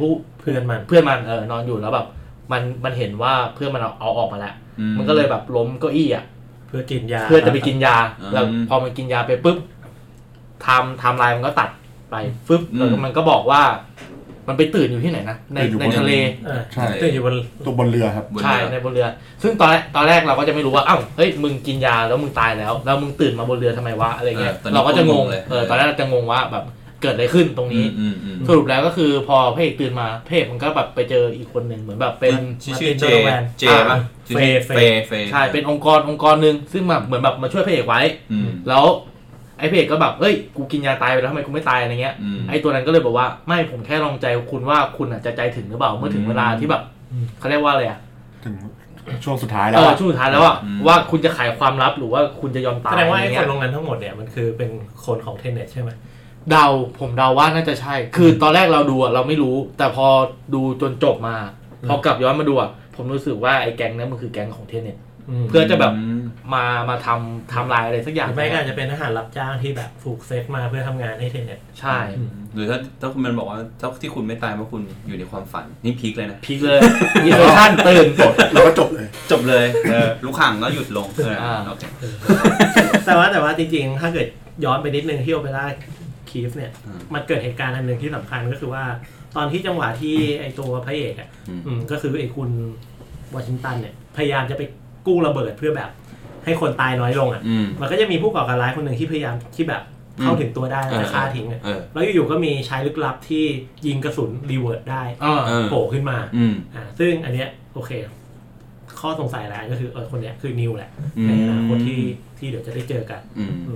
เพื่อนมันเพื่อนมันเออนอนอยู่แล้วแบบมันมันเห็นว่าเพื่อนมันเอาเอาออกมาแล้วมันก็เลยแบบล้มเก้าอี้อ่ะเพื่อกินยาเพื่อจะไปกินยาแล้วพอมันกินยาไปปุ๊บไทม์ไทม์ไลน์มันก็ตัดไปฟึบแล้วมันก็บอกว่ามันไปตื่นอยู่ที่ไหนนะในในทะเลใช่ตื่นอยู่บนตัวบนเรือครับใช่ในบนเรือซึ่งตอนแรกตอนแรกเราก็จะไม่รู้ว่าอ้าวเฮ้ยมึงกินยาแล้วมึงตายแล้วแล้วมึงตื่นมาบนเรือทำไมวะอะไรเงี้ยเราก็จะงงเออตอนแรกเราจะงงว่าแบบเกิดอะไรขึ้นตรงนี้สรุปแล้วก็คือพอพระเอกตื่นมาพระเอกมันก็แบบไปเจออีกคนหนึ่งเหมือนแบบเป็นชื่อเจเจป่ะเฟเฟใช่เป็นองค์กรองค์กรนึงซึ่งแบบเหมือนแบบมาช่วยพระเอกไว้แล้วไอ้พระเอกก็แบบเอ้ยกูกินยาตายไปแล้วทำไมกูไม่ตายอะไรเงี้ยไอ้ตัวนั้นก็เลยบอกว่าไม่ผมแค่ลองใจคุณว่าคุณจะใจถึงหรือเปล่าเมื่อถึงเวลาที่แบบเขาเรียกว่าอะไรอ่ะถึงช่วงสุดท้ายแล้วช่วงสุดท้ายแล้วอ่ะว่าคุณจะไขความลับหรือว่าคุณจะยอมตายแสดงว่าไอ้คนลงนั้นทั้งหมดเนี่ยมันคือเป็นคนของเทเน็ตใช่ไหมเดาผมเดาว่าน่าจะใช่คือตอนแรกเราดูอ่ะเราไม่รู้แต่พอดูจนจบมาพอกลับย้อนมาดูอ่ะผมรู้สึกว่าไอ้แก๊งนั้นมันคือแก๊งของเทเน็ตเพื่อจะแบบมามาทำทำลายอะไรสักอย่างไม่ก็อาจจะเป็นทหารรับจ้างที่แบบถูกเซตมาเพื่อทำงานให้เทเน็ตใช่หรือถ้าถ้าคุณมันบอกว่าถ้าที่คุณไม่ตายเพราะคุณอยู่ในความฝันนี่พีคเลยนะพีคเลยอีโซชั่นตื่นกดแล้วก็จบเลยจบเลยลูกข่างก็หยุดลงโอเคแต่ว่าแต่ว่าจริงๆถ้าเกิดย้อนไปนิดนึงที่โอเปร่าคีฟเนี่ยมันเกิดเหตุการณ์อันหนึ่งที่สำคัญก็คือว่าตอนที่จังหวะที่ไอตัวพระเอกอ่ะก็คือไอคุณวอชิงตันเนี่ยพยายามจะไปกู้ระเบิดเพื่อแบบให้คนตายน้อยลงอ่ะมันก็จะมีผู้ก่อการร้ายคนหนึ่งที่พยายามที่แบบเข้าถึงตัวได้แล้วจะฆ่าทิ้งอ่ะแล้วอยู่ๆก็มีชายลึกลับที่ยิงกระสุนรีเวิร์สได้โผล่ขึ้นมาอ่าซึ่งอันเนี้ยโอเคข้อสงสัยแล้วก็คือเออคนเนี้ยคือนิวแหละในอนาคตที่ที่เดี๋ยวจะได้เจอกัน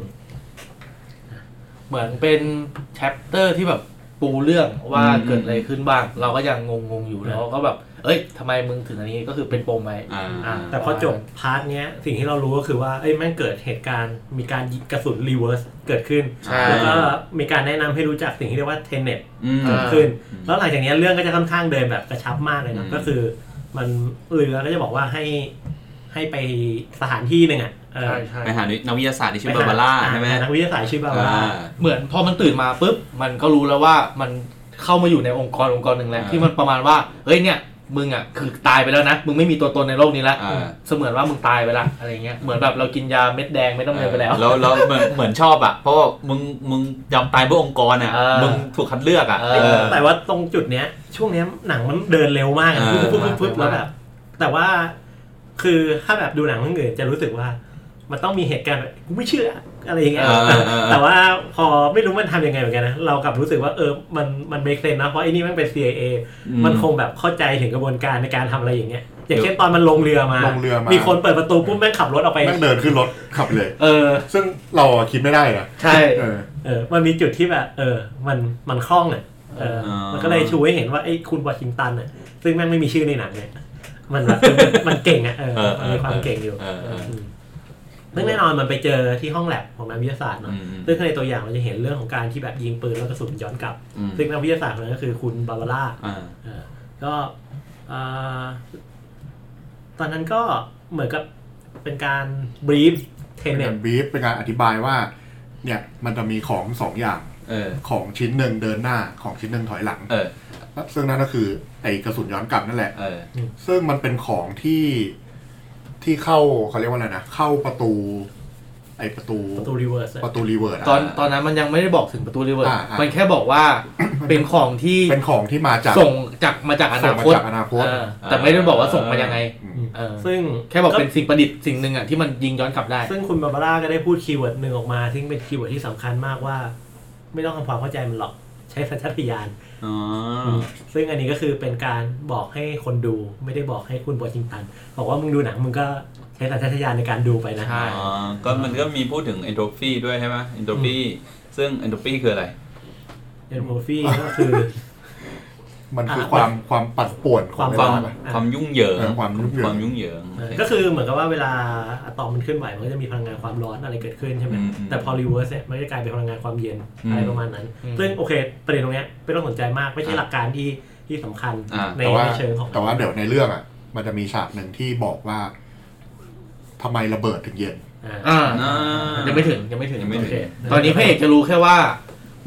เหมือนเป็นแชปเตอร์ที่แบบปูเรื่องว่าเกิดอะไรขึ้นบ้างเราก็ยังงงๆอยู่แล้วก็แบบเอ้ยทำไมมึงถึงอันนี้ก็คือเป็นปมไว้แต่พอจบพาร์ทเนี้ยสิ่งที่เรารู้ก็คือว่าเอ้ยแม่งเกิดเหตุการณ์มีการยิงกระสุนรีเวิร์สเกิดขึ้นแล้วก็มีการแนะนำให้รู้จักสิ่งที่เรียกว่าเทเน็ตเกิดขึ้นแล้วหลังจากนี้เรื่องก็จะค่อนข้างเดินแบบกระชับมากเลยนะก็คือมันเรือก็จะบอกว่าให้ให้ไปสถานที่นึงอ่ะไปหานักวิทยาศาสตร์ที่ชื่อบาบาร่าใช่ไหมนักวิทยาศาสตร์ชื่อบาบาร่าเหมือนพอมันตื่นมาปุ๊บมันก็รู้แล้วว่ามันเข้ามาอยู่ในองค์กรองค์กรหนึ่งแล้วที่มันประมาณว่าเฮ้ยเนี่ยมึงอ่ะคือตายไปแล้วนะมึงไม่มีตัวตนในโลกนี้แล้วเสมือนว่ามึงตายไปละอะไรเงี้ยเหมือนแบบเรากินยาเม็ดแดงไม่ต้องเดินไปแล้วแล้วแล้วเหมือนเหมือนชอบอ่ะเพราะว่ามึงมึงยอมตายเพื่อองค์กรอ่ะมึงถูกคัดเลือกอ่ะแต่ว่าตรงจุดเนี้ยช่วงเนี้ยหนังมันเดินเร็วมากปุ๊บปุ๊บปุ๊บแล้วแบบแต่ว่าคือถ้าแบบดูหนังเรื่องอื่นจะรู้สึกว่ามันต้องมีเหตุการณ์แบบกูไม่เชื่ออะไรอย่างเงี้ยแต่ว่าพอไม่รู้มันทำยังไงเหมือนกันนะเรากลับรู้สึกว่าเออมันมันเมคเซนส์นะเพราะไอ้นี่มันเป็น ซี ไอ เอ มันคงแบบเข้าใจถึงกระบวนการในการทำอะไรอย่างเงี้ยอย่างเช่นตอนมันลงเรือมามีคนเปิดประตูปุ๊บแม่งขับรถออกไปแม่งเดินขึ้นรถขับเลยเออซึ่งเราคิดไม่ได้นะใช่เออเออมันมีจุดที่แบบเออมันมันคล่องอ่ะเออมันก็เลยชูให้เห็นว่าไอ้คุณวอชิงตันอ่ะซึ่งแม่งไม่มีชื่อในหนังเนี่ยมันแบบมันเก่งอ่ะเออมันมีความเก่งอยู่ซึ่งแน่นอนมันไปเจอที่ห้องแลบของนักวิทยาศาสตร์เนาะซึ่งในตัวอย่างเราจะเห็นเรื่องของการที่แบบยิงปืนแล้วกระสุนย้อนกลับซึ่งนักวิทยาศาสตร์คนนั้นก็คือคุณบาบาร่าก็ตอนนั้นก็เหมือนกับเป็นการบรีฟเทนเน็ตบรีฟเป็นการอธิบายว่าเนี่ยมันจะมีของสองอย่างของชิ้นหนึ่งเดินหน้าของชิ้นหนึ่งถอยหลังซึ่งนั่นก็คือไอ้กระสุนย้อนกลับนั่นแหละซึ่งมันเป็นของที่ที่เข้าเขาเรียกว่าอะไรนะเข้าประตูไอประตูประตูรีเวิร์สประตูรีเวิร์สตอนตอนนั้นมันยังไม่ได้บอกถึงประตูรีเวิร์สมันแค่บอกว่าเป็นของที่เป็นของที่มาจากส่งจากมาจากอนาคตจากอนาคตแต่ไม่ได้บอกว่าส่งมายังไงซึ่งแค่บอกเป็นสิ่งประดิษฐ์สิ่งหนึ่งอ่ะที่มันยิงย้อนกลับได้ซึ่งคุณบาบาร่าก็ได้พูดคีย์เวิร์ดหนึ่งออกมาที่เป็นคีย์เวิร์ดที่สำคัญมากว่าไม่ต้องทำความเข้าใจมันหรอกใช้สัญชาตญาณซึ่งอันนี้ก็คือเป็นการบอกให้คนดูไม่ได้บอกให้คุณวอชิงตันบอกว่ามึงดูหนังมึงก็ใช้สัญชาตญาณในการดูไปนะอ๋อก็มันก็มีพูดถึงเอนโทรฟีด้วยใช่ไหมเอนโทรฟีซึ่งเอนโทรฟีคืออะไรเอนโทรฟีก็คือมันคือความความปั่นป่วนความความความยุ่งเหยิงความยุ่งเหยิงความยุ่งเหยิงก็คือเหมือนกับว่าเวลาอะตอมมันเคลื่อนไหวมันก็จะมีพลังงานความร้อนอะไรเกิดขึ้นใช่ไหมแต่พอรีเวิร์สเนี่ยมันจะกลายเป็นพลังงานความเย็นอะไรประมาณนั้นซึ่งโอเคประเด็นตรงนี้ไม่ต้องสนใจมากไม่ใช่หลักการที่ที่สำคัญในเชิงของแต่ว่าเดี๋ยวในเรื่องอ่ะมันจะมีฉากหนึ่งที่บอกว่าทำไมระเบิดถึงเย็นอ่ายังไม่ถึงยังไม่ถึงยังไม่ถึงตอนนี้พระเอกจะรู้แค่ว่า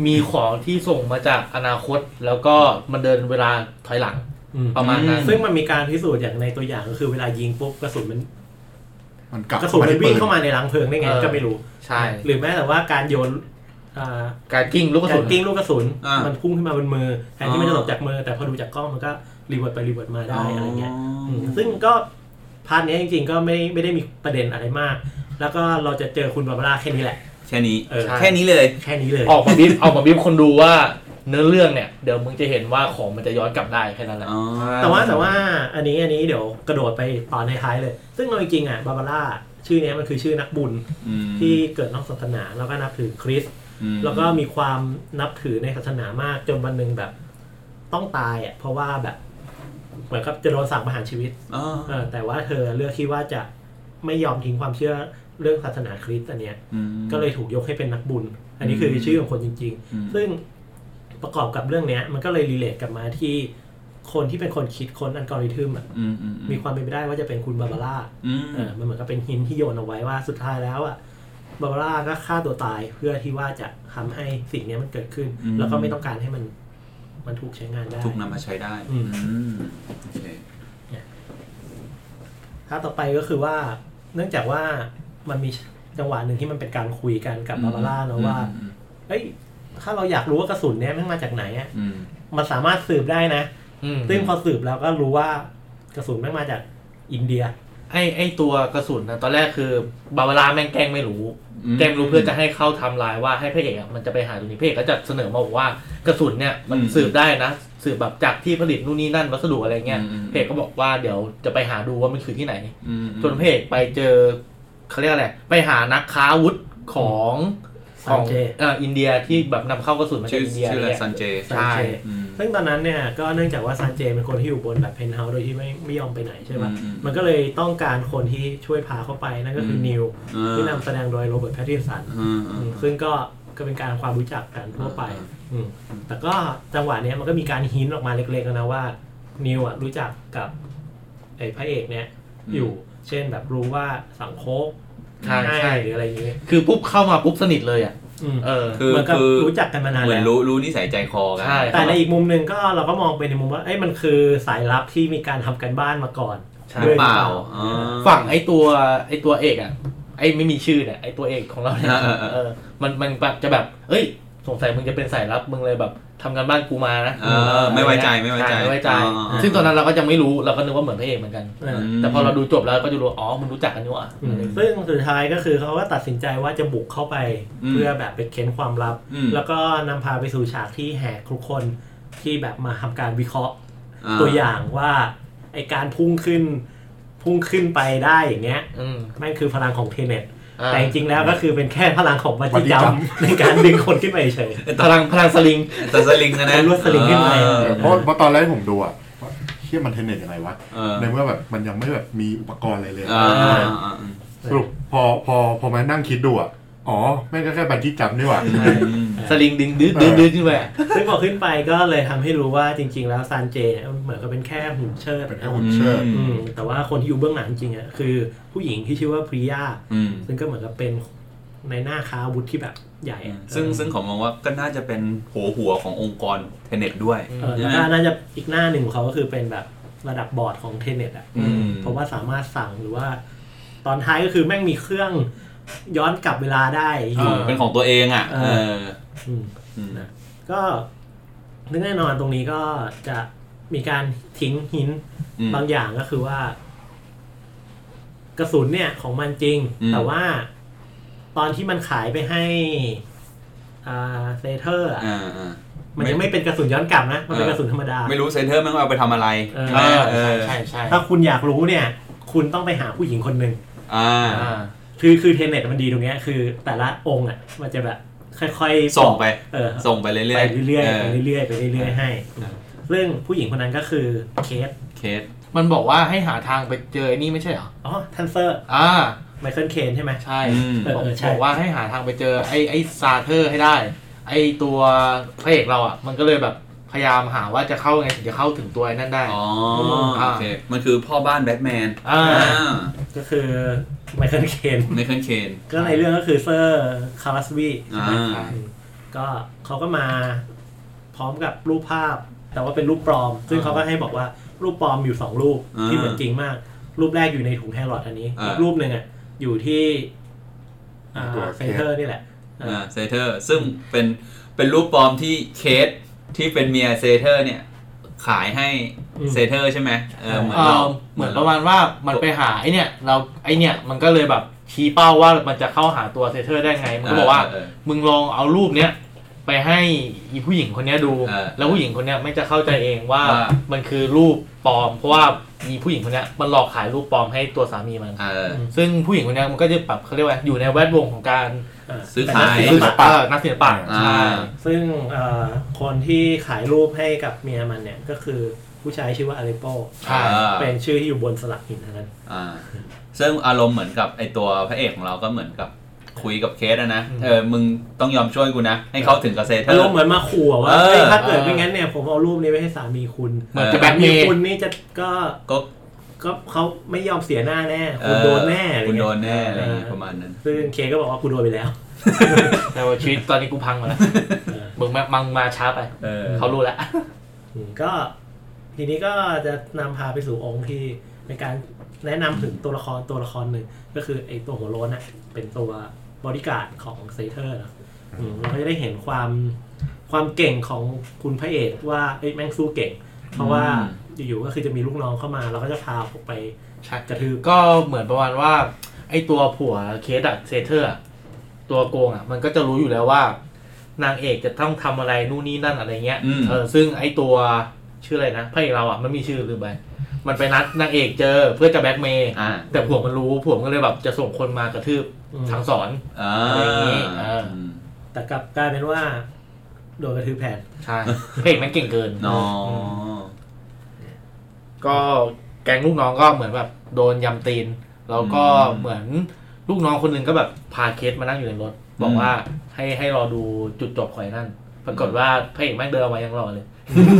มีของที่ส่งมาจากอนาคตแล้วก็มันเดินเวลาถอยหลังประมาณนั้นซึ่งมันมีการพิสูจน์อย่างในตัวอย่างก็คือเวลายิงปุ๊บกระสุนมันมันกลับกระสุนมันวิ่งเข้ามาในรังเพลิงได้ไงก็ไม่รู้ใช่หรือแม้แต่ว่าการโยนการกิ้งลูกกระสุนการกิ้งลูกกระสุนมันพุ่งขึ้นมาบนมือแทนที่มันจะตกจากมือแต่พอดูจากกล้องมันก็รีเวิร์สไปรีเวิร์สมาได้อะไรเงี้ยซึ่งก็พาร์ทนี้จริงๆก็ไม่ไม่ได้มีประเด็นอะไรมากแล้วก็เราจะเจอคุณบาบาร่าแค่นี้แหละแค่นี้แค่นี้เลยแค่นี้เลยออกมาบิ้มออกมาบิ้มคนดูว่าเนื้อเรื่องเนี่ยเดี๋ยวมึงจะเห็นว่าของมันจะย้อนกลับได้แค่นั้นแหละแต่ว่าแต่ว่าอันนี้อันนี้เดี๋ยวกระโดดไปตอนท้ายเลยซึ่งเราจริงๆอ่ะบาบาร่าชื่อนี้มันคือชื่อนักบุญที่เกิดนอกศาสนาแล้วก็นับถือคริสต์แล้วก็มีความนับถือในศาสนามากจนวันนึงแบบต้องตายอ่ะเพราะว่าแบบเหมือนกับจะโดนสั่งประหารชีวิตเออแต่ว่าเธอเลือกที่ว่าจะไม่ยอมทิ้งความเชื่อเรื่องศาสนาคริสต์อันเนี้ยก็เลยถูกยกให้เป็นนักบุญอันนี้คือชื่อของคนจริงๆซึ่งประกอบกับเรื่องนี้มันก็เลยรีเลทกลับมาที่คนที่เป็นคนคิดค้นอัลกอริทึมอ่ะมีความเป็นไปได้ว่าจะเป็นคุณบาบาร่าเออมันเหมือนกับเป็นหินที่โยนเอาไว้ว่าสุดท้ายแล้วอ่ะบาบาร่าก็ฆ่าตัวตายเพื่อที่ว่าจะทำให้สิ่งนี้มันเกิดขึ้นแล้วก็ไม่ต้องการให้มันมันถูกใช้งานได้ถูกนำมาใช้ได้โอเคถ้าต่อไปก็คือว่าเนื่องจากว่ามันมีจังหวะหนึ่งที่มันเป็นการคุยกันกับบาบาร่าเนาะว่าเฮ้ยถ้าเราอยากรู้ว่ากระสุนเนี้ยมันมาจากไหนอ่ะมันสามารถสืบได้นะซึ่งพอสืบแล้วก็รู้ว่ากระสุนไม่มาจากอินเดียไอ้ไอ้ตัวกระสุนนะตอนแรกคือบาบาร่าแม่งแกล้งไม่รู้แกล้งรู้เพื่อจะให้เข้าทำลายว่าให้พระเอกอ่ะมันจะไปหาตรงนี้พระเอกก็จะเสนอมาบอกว่ากระสุนเนี่ยมันสืบได้นะสืบแบบจากที่ผลิตนู่นนี่นั่นวัสดุอะไรเงี้ยพระเอกก็บอกว่าเดี๋ยวจะไปหาดูว่ามันคือที่ไหนจนพระเอกไปเจอเขาเรียกอะไรไปหานักค้าอาวุธของของอ่าอินเดียที่แบบนำเข้ากระสุนมาจากอินเดียเนี่ยซันเจใช่ซึ่งตอนนั้นเนี่ยก็เนื่องจากว่าซันเจเป็นคนที่อยู่บนแบบเพนท์เฮาส์โดยที่ไม่ไม่ยอมไปไหนใช่ป่ะมันก็เลยต้องการคนที่ช่วยพาเข้าไปนั่นก็คือนิวที่นำแสดงโดยโรเบิร์ตแพตตินสันซึ่งก็ก็เป็นการความรู้จักกันทั่วไปแต่ก็จังหวะนี้มันก็มีการฮินต์ออกมาเล็กๆนะว่านิวอ่ะรู้จักกับไอ้พระเอกเนี่ยอยู่เช่นแบบรู้ว่าสังโคกใช่ใช่หรืออะไรอย่างเงี้ยคือปุ๊บเข้ามาปุ๊บสนิทเลยอ่ะเออคือคือรู้จักกันมานานแล้วเหมือนรู้รู้นิสัยใจคอกันแต่ในอีกมุมนึงก็เราก็มองไปในมุมว่าเอ้ยมันคือสายลับที่มีการทำกันบ้านมาก่อนหรือเปล่าฝั่งไอ้ตัวไอ้ตัวเอกอ่ะไอ้ไม่มีชื่อเนี่ยไอ้ตัวเอกของเราเนี่ยเออมันมันแบบจะแบบเอ้ยสงสัยมึงจะเป็นสายลับมึงเลยแบบทำกันบ้านกูมานะไม่ไว้ใจไม่ไว้ใจไม่ไว้ใจซึ่งตอนนั้นเราก็ยังไม่รู้เราก็นึกว่าเหมือนพระเอกเหมือนกันแต่พอเราดูจบแล้วก็จะรู้อ๋อมันรู้จักกันนี่หว่าซึ่งสุดท้ายก็คือเขาก็ตัดสินใจว่าจะบุกเข้าไปเพื่อแบบไปเค้นความลับแล้วก็นำพาไปสู่ฉากที่แหกทุกคนที่แบบมาทำการวิเคราะห์ตัวอย่างว่าไอการพุ่งขึ้นพุ่งขึ้นไปได้อย่างเงี้ยนั่นคือพลังของเทเน็ตแต่จริงๆแล้วก็คือเป็นแค่พลังของบัจิจัมในการดึงคนขึ้นไปเฉยพลังพลังสลิงแต่สลิงนะลวดสลิงขึ้นไปเพราะเพราะตอนแรกผมดูอ่ะเชี่ยมันเทนเน็ตยังไงวะในเมื่อแบบมันยังไม่แบบมีอุปกรณ์อะไรเลยสรุปพอพอพอมานั่งคิดดูอ่ะอ๋อแม่งก็แค่บัจิจัมนี่หว่าสลิงดึงดื้อดื้อดื้อขึ้นไปซึ่งพอขึ้นไปก็เลยทำให้รู้ว่าจริงๆแล้วซานเจเนี่ยเหมือนกับเป็นแค่หุ่นเชิดเป็นแค่หุ่นเชิดแต่ว่าคนที่อยู่เบื้องหลังจริงอ่ะคือผู้หญิงที่ชื่อว่าพริยาซึ่งก็เหมือนกับเป็นในหน้าค้าอาวุธที่แบบใหญ่ซึ่งซึ่งผมมองว่าก็น่าจะเป็นหัวหัวขององค์กรเทเน็ตด้วยแล้วน่าจะอีกหน้าหนึ่งของเขาก็คือเป็นแบบระดับบอร์ดของเทเน็ตอ่ะเพราะว่าสามารถสั่งหรือว่าตอนท้ายก็คือแม่งมีเครื่องย้อนกลับเวลาได้เป็นของตัวเองอ่ะเออก็แน่นอนตรงนี้ก็จะมีการทิ้งหินบางอย่างก็คือว่ากระสุนเนี่ยของมันจริงแต่ว่าตอนที่มันขายไปให้อ่าเซเทอร์อ่ะมันยังไม่เป็นกระสุนย้อนกลับนะมันเป็นกระสุนธรรมดาไม่รู้เซเทอร์มันเอาไปทำอะไรใช่ใช่ถ้าคุณอยากรู้เนี่ยคุณต้องไปหาผู้หญิงคนหนึ่งคือคือเทเน็ตมันดีตรงเนี้ยคือแต่ละองค์อ่ะมันจะแบบค่อยๆส่งไปเออส่งไปเรื่อยๆไปเรื่อยๆไปเรื่อยๆไปเรื่อยๆให้ซึ่งผู้หญิงคนนั้นก็คือเคทเคทมันบอกว่าให้หาทางไปเจอไอ้นี่ไม่ใช่เหรออ๋อทันเซอร์อ่าไมเคิลเคนใช่ไหมใช่บอกว่าให้หาทางไปเจอไอ้ไอ้ซาเทอร์ให้ได้ไอ้ตัวพระเอกเราอ่ะมันก็เลยแบบพยายามหาว่าจะเข้าไงถึงจะเข้าถึงตัวนั่นได้อ๋อโอเคมันคือพ่อบ้านแบทแมนอ่าก็คือไมเคิลเคนไมเคิลเคนก็ในเรื่องก็คือเซอร์คาร์ลัสวีใช่ไหมก็เขาก็มาพร้อมกับรูปภาพแต่ว่าเป็นรูปปลอมซึ่งเขาก็ให้บอกว่ารูปปลอมอยู่สองรูปที่เหมือนจริงมากรูปแรกอยู่ในถุงแฮร์รอดอันนี้อีกรูปหนึ่งอ่ะอยู่ที่เซเทอร์นี่แหละอ่าเซเทอร์ซึ่งเป็นเป็นรูปปลอมที่เคสที่เป็นเมียเซเทอร์เนี่ยขายให้เซเทอร์ใช่ไหมเออเหมือนเราเหมือนประมาณว่ามันไปหาไอเนี่ยเราไอเนี่ยมันก็เลยแบบชี้เป้าว่ามันจะเข้าหาตัวเซเทอร์ได้ไงมันก็บอกว่ามึงลองเอารูปเนี้ยไปให้อีผู้หญิงคนนี้ดูแล้วผู้หญิงคนนี้ไม่จะเข้าใจเองว่ามันคือรูปปลอมเพราะว่ามีผู้หญิงคนนี้มันหลอกขายรูปปลอมให้ตัวสามีมันซึ่งผู้หญิงคนนี้มันก็จะแบบเขาเรียกว่าอยู่ในแวดวงของการซื้อขายศิลปะนักศิลปะใช่ซึ่งคนที่ขายรูปให้กับเมียมันเนี่ยก็คือผู้ชายชื่อว่าอเลโปเป็นชื่อที่อยู่บนสลักหินนั้นซึ่งอารมณ์เหมือนกับไอตัวพระเอกของเราก็เหมือนกับคุยกับเคสนะเออมึงต้องยอมช่วยกูนะให้เขาถึงกับเซเทอร์อารมณ์เหมือนมาขู่ว่าถ้าเกิดไม่งั้นเนี่ยผมเอารูปนี้ไปให้สามีคุณเหมือนจะแบบมีคุณนี่จะก็ก็ก็เขาไม่ยอมเสียหน้าแน่คุณโดนแน่คุณโดนแน่อะไรประมาณนั้นซึ่งเคก็บอกว่ากูโดนไปแล้วแต่ว่าชีวิตตอนนี้กูพังหมดแล้วมึงมามังมาช้าไปเขารู้แล้วก็ทีนี้ก็จะนำพาไปสู่องค์ที่ในการแนะนำถึงตัวละครตัวละครหนึ่งก็คือไอ้ตัวหัวโล้นน่ะเป็นตัวบอดี้การ์ดของเซเทอร์นะเราก็จะได้เห็นความความเก่งของคุณพระเอกว่าเอ้ยแม่งสู้เก่งเพราะว่าอยู่ๆก็คือจะมีลูกน้องเข้ามาเราก็จะพาออกไปกระทืบก็เหมือนประมาณว่าไอ้ตัวผัวเคสอะเซเทอร์ตัวโกงอะมันก็จะรู้อยู่แล้วว่านางเอกจะต้องทำอะไรนู่นนี่นั่นอะไรเงี้ยเออซึ่งไอ้ตัวชื่ออะไรนะพระเอกเราอะมันมีชื่อหรือไปมันไปนัดนางเอกเจอเพื่อจะแบล็กเมย์แต่ผัวมันรู้ผัวมันก็เลยแบบจะส่งคนมากระทืบสั่งสอนอะไรอย่างนี้แต่กลับกลายเป็นว่าโดนกระทืบแผ่นใช่เพลงมันเก่งเกินก็แก๊งลูกน้องก็เหมือนแบบโดนยำตีนแล้วก็เหมือนลูกน้องคนนึงก็แบบพาเคสมานั่งอยู่ในรถบอกว่าให้ให้รอดูจุดจบของนั่นปรากฏว่าพระเอกแม่งเดินมายังรอเลย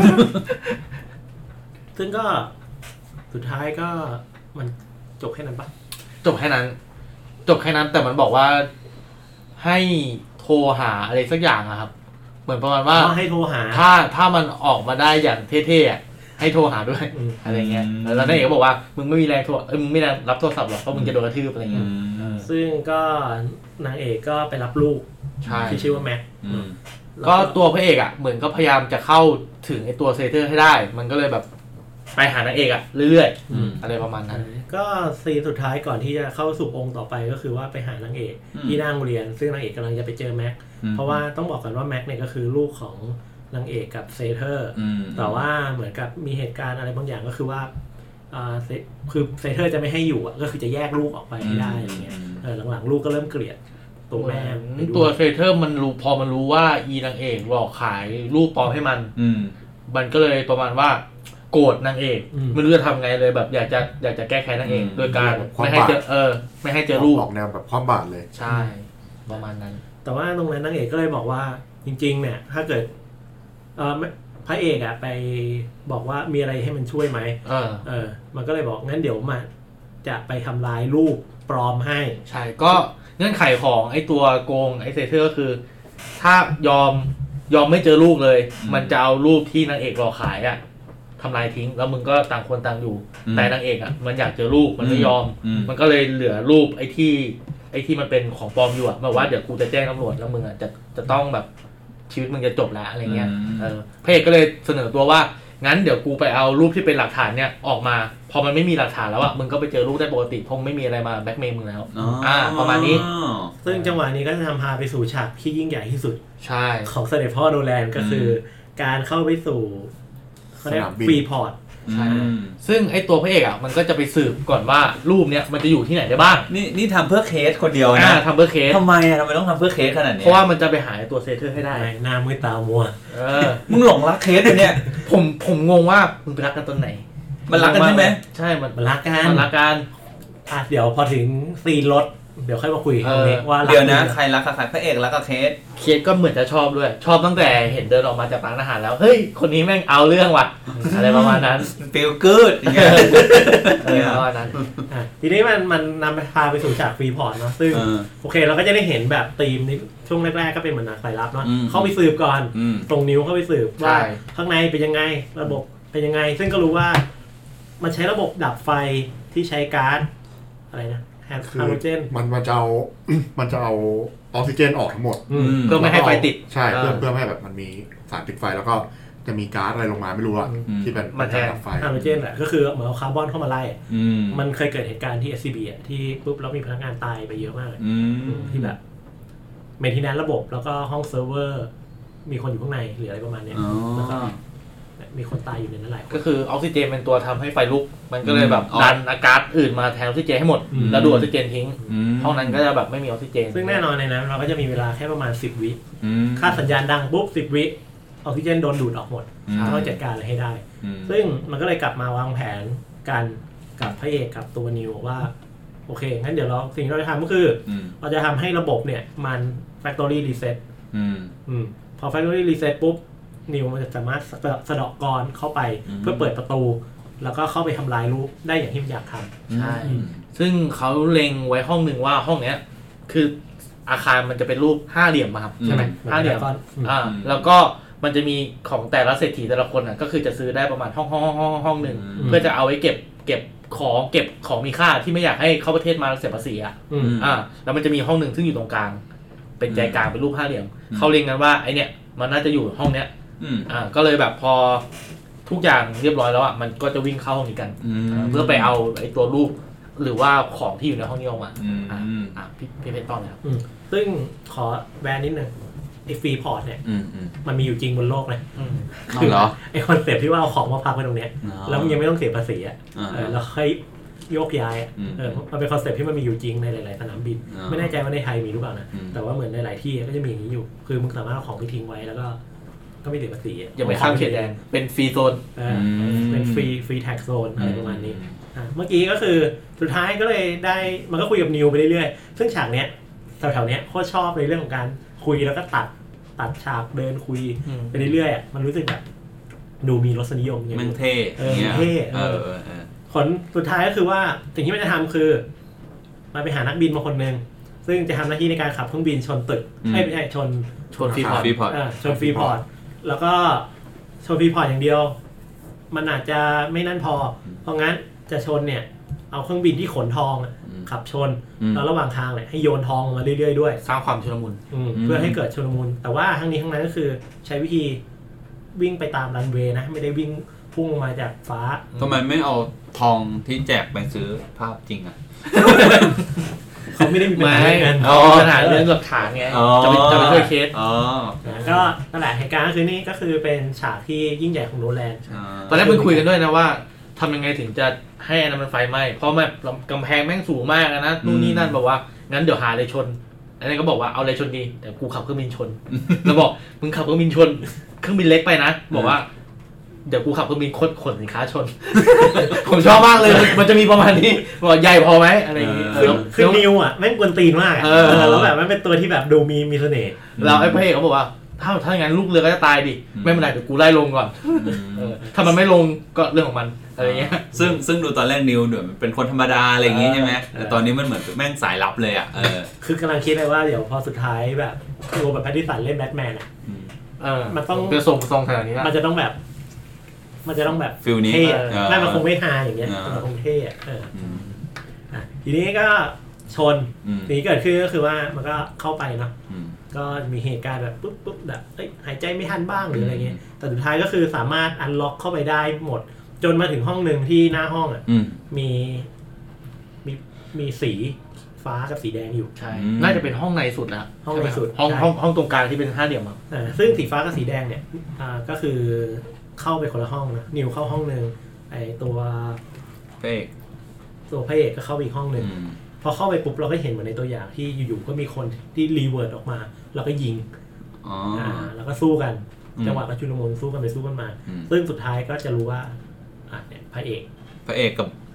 ซึ่งก็สุดท้ายก็มันจบแค่นั้นปะจบแค่นั้นจบแค่นั้นแต่มันบอกว่าให้โทรหาอะไรสักอย่างอะครับเหมือนประมาณว่าให้โทรหาถ้าถ้ามันออกมาได้อย่างเท่ๆให้โทรหาด้วยอะไรเงี้ยแล้วนางเอกก็บอกว่ามึงไม่มีแรงโทรเอ้ยมึงไม่ได้รับโทรศัพท์หรอกเพราะมึงจะโดนกระทืบอะไรเงี้ยซึ่งก็นางเอกก็ไปรับลูกที่ชื่อว่าแม็กก็ตัวพระเอกอะเหมือนก็พยายามจะเข้าถึงไอ้ตัวเซเทอร์ให้ได้มันก็เลยแบบไปหานางเอกอะเรื่อยๆอะไรประมาณนั้นก็ซีนสุดท้ายก่อนที่จะเข้าสู่องค์ต่อไปก็คือว่าไปหานางเอกที่นั่งเรียนซึ่งนางเอกกำลังจะไปเจอแม็กเพราะว่าต้องบอกกันว่าแม็กเนี่ยก็คือลูกของนางเอกกับเซเทอร์แต่ว่าเหมือนกับมีเหตุการณ์อะไรบางอย่างก็คือว่าคือเซเทอร์จะไม่ให้อยู่ก็คือจะแยกลูกออกไปให้ได้อะไรเงี้ยหลังๆลูกก็เริ่มเกลียดตัวแม่ตัวเซเทอร์มันรู้พอมันรู้ว่าอีนางเอกหลอกขายลูกปลอมให้มันมันก็เลยประมาณว่าโกรธนางเอกไม่รู้จะทำไงเลยแบบอยากจะอยากจะแก้แค้นนางเอกโดยการไม่ให้เจอเออไม่ให้เจอลูกออกแนวแบบความบาดเลยใช่ประมาณนั้นแต่ว่าตรงนั้นนางเอกก็เลยบอกว่าจริงๆเนี่ยถ้าเกิดเออพระเอกอะไปบอกว่ามีอะไรให้มันช่วยไหมเออเออมันก็เลยบอกงั้นเดี๋ยวมาจะไปทำลายลูกปลอมให้ใช่ก็เงื่อนไขของไอ้ตัวโกงไอ้เซเทอร์ก็คือถ้ายอมยอมไม่เจอลูกเลยมันจะเอารูปที่นางเอกหลอกขายอะทำลายทิ้งแล้วมึงก็ต่างคนต่างอยู่แต่นางเอกอ่ะมันอยากเจอลูกมันไม่ยอมมันก็เลยเหลือรูปไอ้ที่ไอ้ที่มันเป็นของปลอมอยู่อ่ะมาว่าเดี๋ยวกูจะแจ้งตำรวจแล้วมึงอ่ะจะจะต้องแบบชีวิตมึงจะจบแล้วอะไรเงี้ยเออพระเอกก็เลยเสนอตัวว่างั้นเดี๋ยวกูไปเอารูปที่เป็นหลักฐานเนี่ยออกมาพอมันไม่มีหลักฐานแล้วอ่ะมึงก็ไปเจอรูปได้ปกติคงไม่มีอะไรมาแบล็กเมย์มึงแล้วอ่าประมาณนี้ซึ่งจังหวะนี้ก็จะทำพาไปสู่ฉากที่ยิ่งใหญ่ที่สุดใช่ของเสด็จพ่อโนแลนก็คือการเข้าไปสู่เขาเรียกฟรีพอร์ตใช่ซึ่งไอ้ตัวพระเอกอ่ะมันก็จะไปสืบก่อนว่ารูปเนี้ยมันจะอยู่ที่ไหนได้บ้างนี่นี่ทำเพื่อเคสคนเดียวนะทำเพื่อเคสทำไมอ่ะทำไมต้องทำเพื่อเคสขนาดนี้เพราะว่ามันจะไปหาตัวเซเทอร์ให้ได้หน้ามือตามัวเออมึงหลงรักเคสเนี่ยผมผมงงว่ามึงไปรักกันตอนไหนมันรักกันใช่ไหมใช่มันมันรักกันมันรักกันอ่ะเดี๋ยวพอถึงซีนรถเดี๋ยวค่อยมาคุยตรงนี้ว่าเดี๋ยวนะใครรักกับใครพระเอกรักกับเคสเคสก็เหมือนจะชอบด้วยชอบตั้งแต่เห็นเดินออกมาจากร้านอาหารแล้วเฮ้ยคนนี้แม่งเอาเรื่องว่ะอะไรประมาณนั้น feel good อย่างเงี้ยประมาณนั้นทีนี้มันมันนำไปพาไปสู่ฉากฟรีพอร์ตเนาะซึ่งโอเคเราก็จะได้เห็นแบบธีมนี้ช่วงแรกๆก็เป็นเหมือนหนังสายลับเนาะเข้าไปสืบก่อนตรงนิ้วเข้าไปสืบว่าข้างในเป็นยังไงระบบเป็นยังไงซึ่งก็รู้ว่ามันใช้ระบบดับไฟที่ใช้ก๊าซอะไรนะไฮโดรเจนมันมันจะเอามันจะเอาออกซิเจนออกทั้งหมดเพื่อไม่ให้ไฟติดใช่เพื่อเพื่อให้แบบมันมีสารติดไฟแล้วก็จะมีก๊าซอะไรลงมาไม่รู้อะที่เป็นมันดับไฟไฮโดรเจนแหละก็คือเหมือนเอาคาร์บอนเข้ามาไล่มันเคยเกิดเหตุการณ์ที่ เอส ซี บี อ่ะที่ปุ๊บแล้วมีพนักงานตายไปเยอะมากที่แบบเมนเทนแนนซ์ระบบแล้วก็ห้องเซิร์ฟเวอร์มีคนอยู่ข้างในหรืออะไรประมาณนี้แล้วก็มีคนตายอยู่ในนั้นหลายคนก็คือออกซิเจนเป็นตัวทำให้ไฟลุกมันก็เลยแบบดันอากาศอื่นมาแทนออกซิเจนให้หมดแล้วดูดออกซิเจนทิ้งห้องนั้นก็จะแบบไม่มีออกซิเจนซึ่งแน่นอนในนั้นเราก็จะมีเวลาแค่ประมาณสิบวิค่าสัญญาณดังปุ๊บสิบวิออกซิเจนโดนดูดออกหมดต้องจัดการอะไรให้ได้ซึ่งมันก็เลยกลับมาวางแผนกันกับพระเอกกับตัวนิวว่าโอเคงั้นเดี๋ยวเราสิ่งที่เราจะทำก็คือเราจะทำให้ระบบเนี่ยมัน factory reset พอ factory reset ปุ๊บนิวมันจะสามารถสะเดาะกรเข้าไปเพื่อเปิดประตูแล้วก็เข้าไปทำลายรูปได้อย่างที่มันอยากทำใช่ซึ่งเขาเล็งไว้ห้องหนึ่งว่าห้องเนี้ยคืออาคารมันจะเป็นรูปห้าเหลี่ยมมาครับใช่ไหมห้าเหลี่ยมอ่าแล้วก็มันจะมีของแต่ละเศรษฐีแต่ละคนอ่ะก็คือจะซื้อได้ประมาณห้องห้องห้องห้องหนึ่งเพื่อจะเอาไว้เก็บเก็บของเก็บของมีค่าที่ไม่อยากให้เข้าประเทศมาเสียภาษีอ่ะอ่าแล้วมันจะมีห้องหนึ่งซึ่งอยู่ตรงกลางเป็นใจกลางเป็นรูปห้าเหลี่ยมเขาเล็งกันว่าไอเนี้ยมันน่าจะอยู่ห้องเนี้ยอ่าก็เลยแบบพอทุกอย่างเรียบร้อยแล้วอ่ะมันก็จะวิ่งเข้าห้องนี้กันเพื่อไปเอาไอ้ตัวรูปหรือว่าของที่อยู่ในห้องนี้ออกมาอ่าอ่าพี่พี่เพชรต้อนแล้วซึ่งขอแบนนิดนึงไอ้ฟรีพอร์ตเนี่ยมันมีอยู่จริงบนโลกเลยคือเหรอไอ้คอนเซ็ปต์ที่ว่าเอาของมาพักไว้ตรงเนี้ยแล้วมันยังไม่ต้องเสียภาษีอ่ะแล้วค่อยโยกย้ายเออมันเป็นคอนเซ็ปต์ที่มันมีอยู่จริงในหลายๆสนามบินไม่แน่ใจว่าในไทยมีหรือเปล่านะแต่ว่าเหมือนในหลายที่ก็จะมีอย่างนี้อยู่คือมึงสามารถเอาของไปทิ้งไว้แล้วก็ก็ไม่เสียภาษีอย่าไปข้ามเขตแดนเป็นฟรีโซนเป็นฟรีฟรีแท็กโซนอะไรประมาณนี้เมื่อกี้ก็คือสุดท้ายก็เลยได้มันก็คุยกับนิวไปเรื่อยๆซึ่งฉากเนี้ยแถวๆเนี้ยโคตรชอบในเรื่องของการคุยแล้วก็ตัดตัดฉากเดินคุยไปเรื่อยๆอ่ะมันรู้สึกแบบดูมีรสนิยมอย่างมันเท่เออเท่เออผลสุดท้ายก็คือว่าสิ่งที่มันจะทำคือมันไปหานักบินมาคนนึงซึ่งจะทำหน้าที่ในการขับเครื่องบินชนตึกไม่ใช่ชนชนฟรีพอร์ตชนฟรีพอร์ตแล้วก็ชนฟรีพอร์ตอย่างเดียวมันอาจจะไม่นั่นพอเพราะงั้นจะชนเนี่ยเอาเครื่องบินที่ขนทองขับชนแล้วระหว่างทางเนี่ยให้โยนทองมาเรื่อยๆด้วยสร้างความชุลมุนเพื่อให้เกิดชุลมุนแต่ว่าทั้งนี้ทั้งนั้นก็คือใช้วิธีวิ่งไปตามรันเวย์นะไม่ได้วิ่งพุ่งมาจากฟ้าทำไมไม่เอาทองที่แจกไปซื้อภาพจริงอ่ะเขาไม่ได้มีปัญหาเงินปัญหาเรื่องหลักฐานไงจะไปจะไปช่วยเคสก็นั่นแหละเหตุการณ์คือนี่ก็คือเป็นฉากที่ยิ่งใหญ่ของโนแลนตอนแรกเพิ่งคุยกันด้วยนะว่าทำยังไงถึงจะให้อันนั้นมันไฟไหม้เพราะแบบกำแพงแม่งสูงมากนะนู่นนี่นั่นบอกว่างั้นเดี๋ยวหาอะไรชนอันนี้ก็บอกว่าเอาอะไรชนดีแต่กูขับเครื่องบินชนแล้วบอกมึงขับเครื่องบินชนเครื่องบินเล็กไปนะบอกว่าเดี๋ยวกูขับเครื่องบินขนขนสินค้าชนผมชอบมากเลยมันจะมีประมาณนี้บอกใหญ่พอไหมอะไรอย่างงี้คือนิวอ่ะแม่งกวนตีนมากแล้วแบบมันเป็นตัวที่แบบดูมีมีเสน่ห์เราไอ้พระเอกเขาบอกว่าถ้าถ้าอย่างนั้นลูกเรือก็จะตายดิไม่เป็นไรเดี๋ยวกูไล่ลงก่อนถ้ามันไม่ลงก็เรื่องของมันอะไรเงี้ยซึ่งซึ่งดูตอนแรกนิวเนี่ยมันเป็นคนธรรมดาอะไรอย่างงี้ใช่ไหมแต่ตอนนี้มันเหมือนแม่งสายลับเลยอ่ะเออคือกำลังคิดเลยว่าเดี๋ยวพอสุดท้ายแบบโรเบิร์ต แพตตินสันเล่นแบทแมนอ่ะมันต้องเป็นทรงทรงขนาดนี้มันจะต้องแบบมันจะต้องแบบฟิลนี้น่ามันคงไม่ฮาอย่างเงี้ยมันคงเท่อ่ะทีนี้ก็ชนทีนี้เกิดขึ้นก็คือว่ามันก็เข้าไปเนาะก็มีเหตุการณ์แบบปุ๊บปุ๊บแบบเอ้ยหายใจไม่ทันบ้างหรืออะไรเงี้ยแต่สุดท้ายก็คือสามารถอันล็อกเข้าไปได้หมดจนมาถึงห้องหนึ่งที่หน้าห้องอ่ะมีมีมีสีฟ้ากับสีแดงอยู่ใช่น่าจะเป็นห้องในสุดแล้วห้องในสุดห้องห้องห้องตรงกลางที่เป็นห้าเหลี่ยมอ่ะซึ่งสีฟ้ากับสีแดงเนี่ยอ่าก็คือเข้าไปคนละห้องนะนิวเข้าห้องนึงไอตัวพระเอกตัวพระเอกก็เข้าไปอีกห้องนึงพอเข้าไปปุ๊บเราก็เห็นเหมือนในตัวอย่างที่อยู่ๆก็มีคนที่รีเวิร์ดออกมาแล้วก็ยิงอ๋อแล้วก็สู้กันจังหวะกระชุลมุนสู้กันไปสู้กันมาซึ่งสุดท้ายก็จะรู้ว่าอ่ะเนี่ยพระเอกพระเอกกับ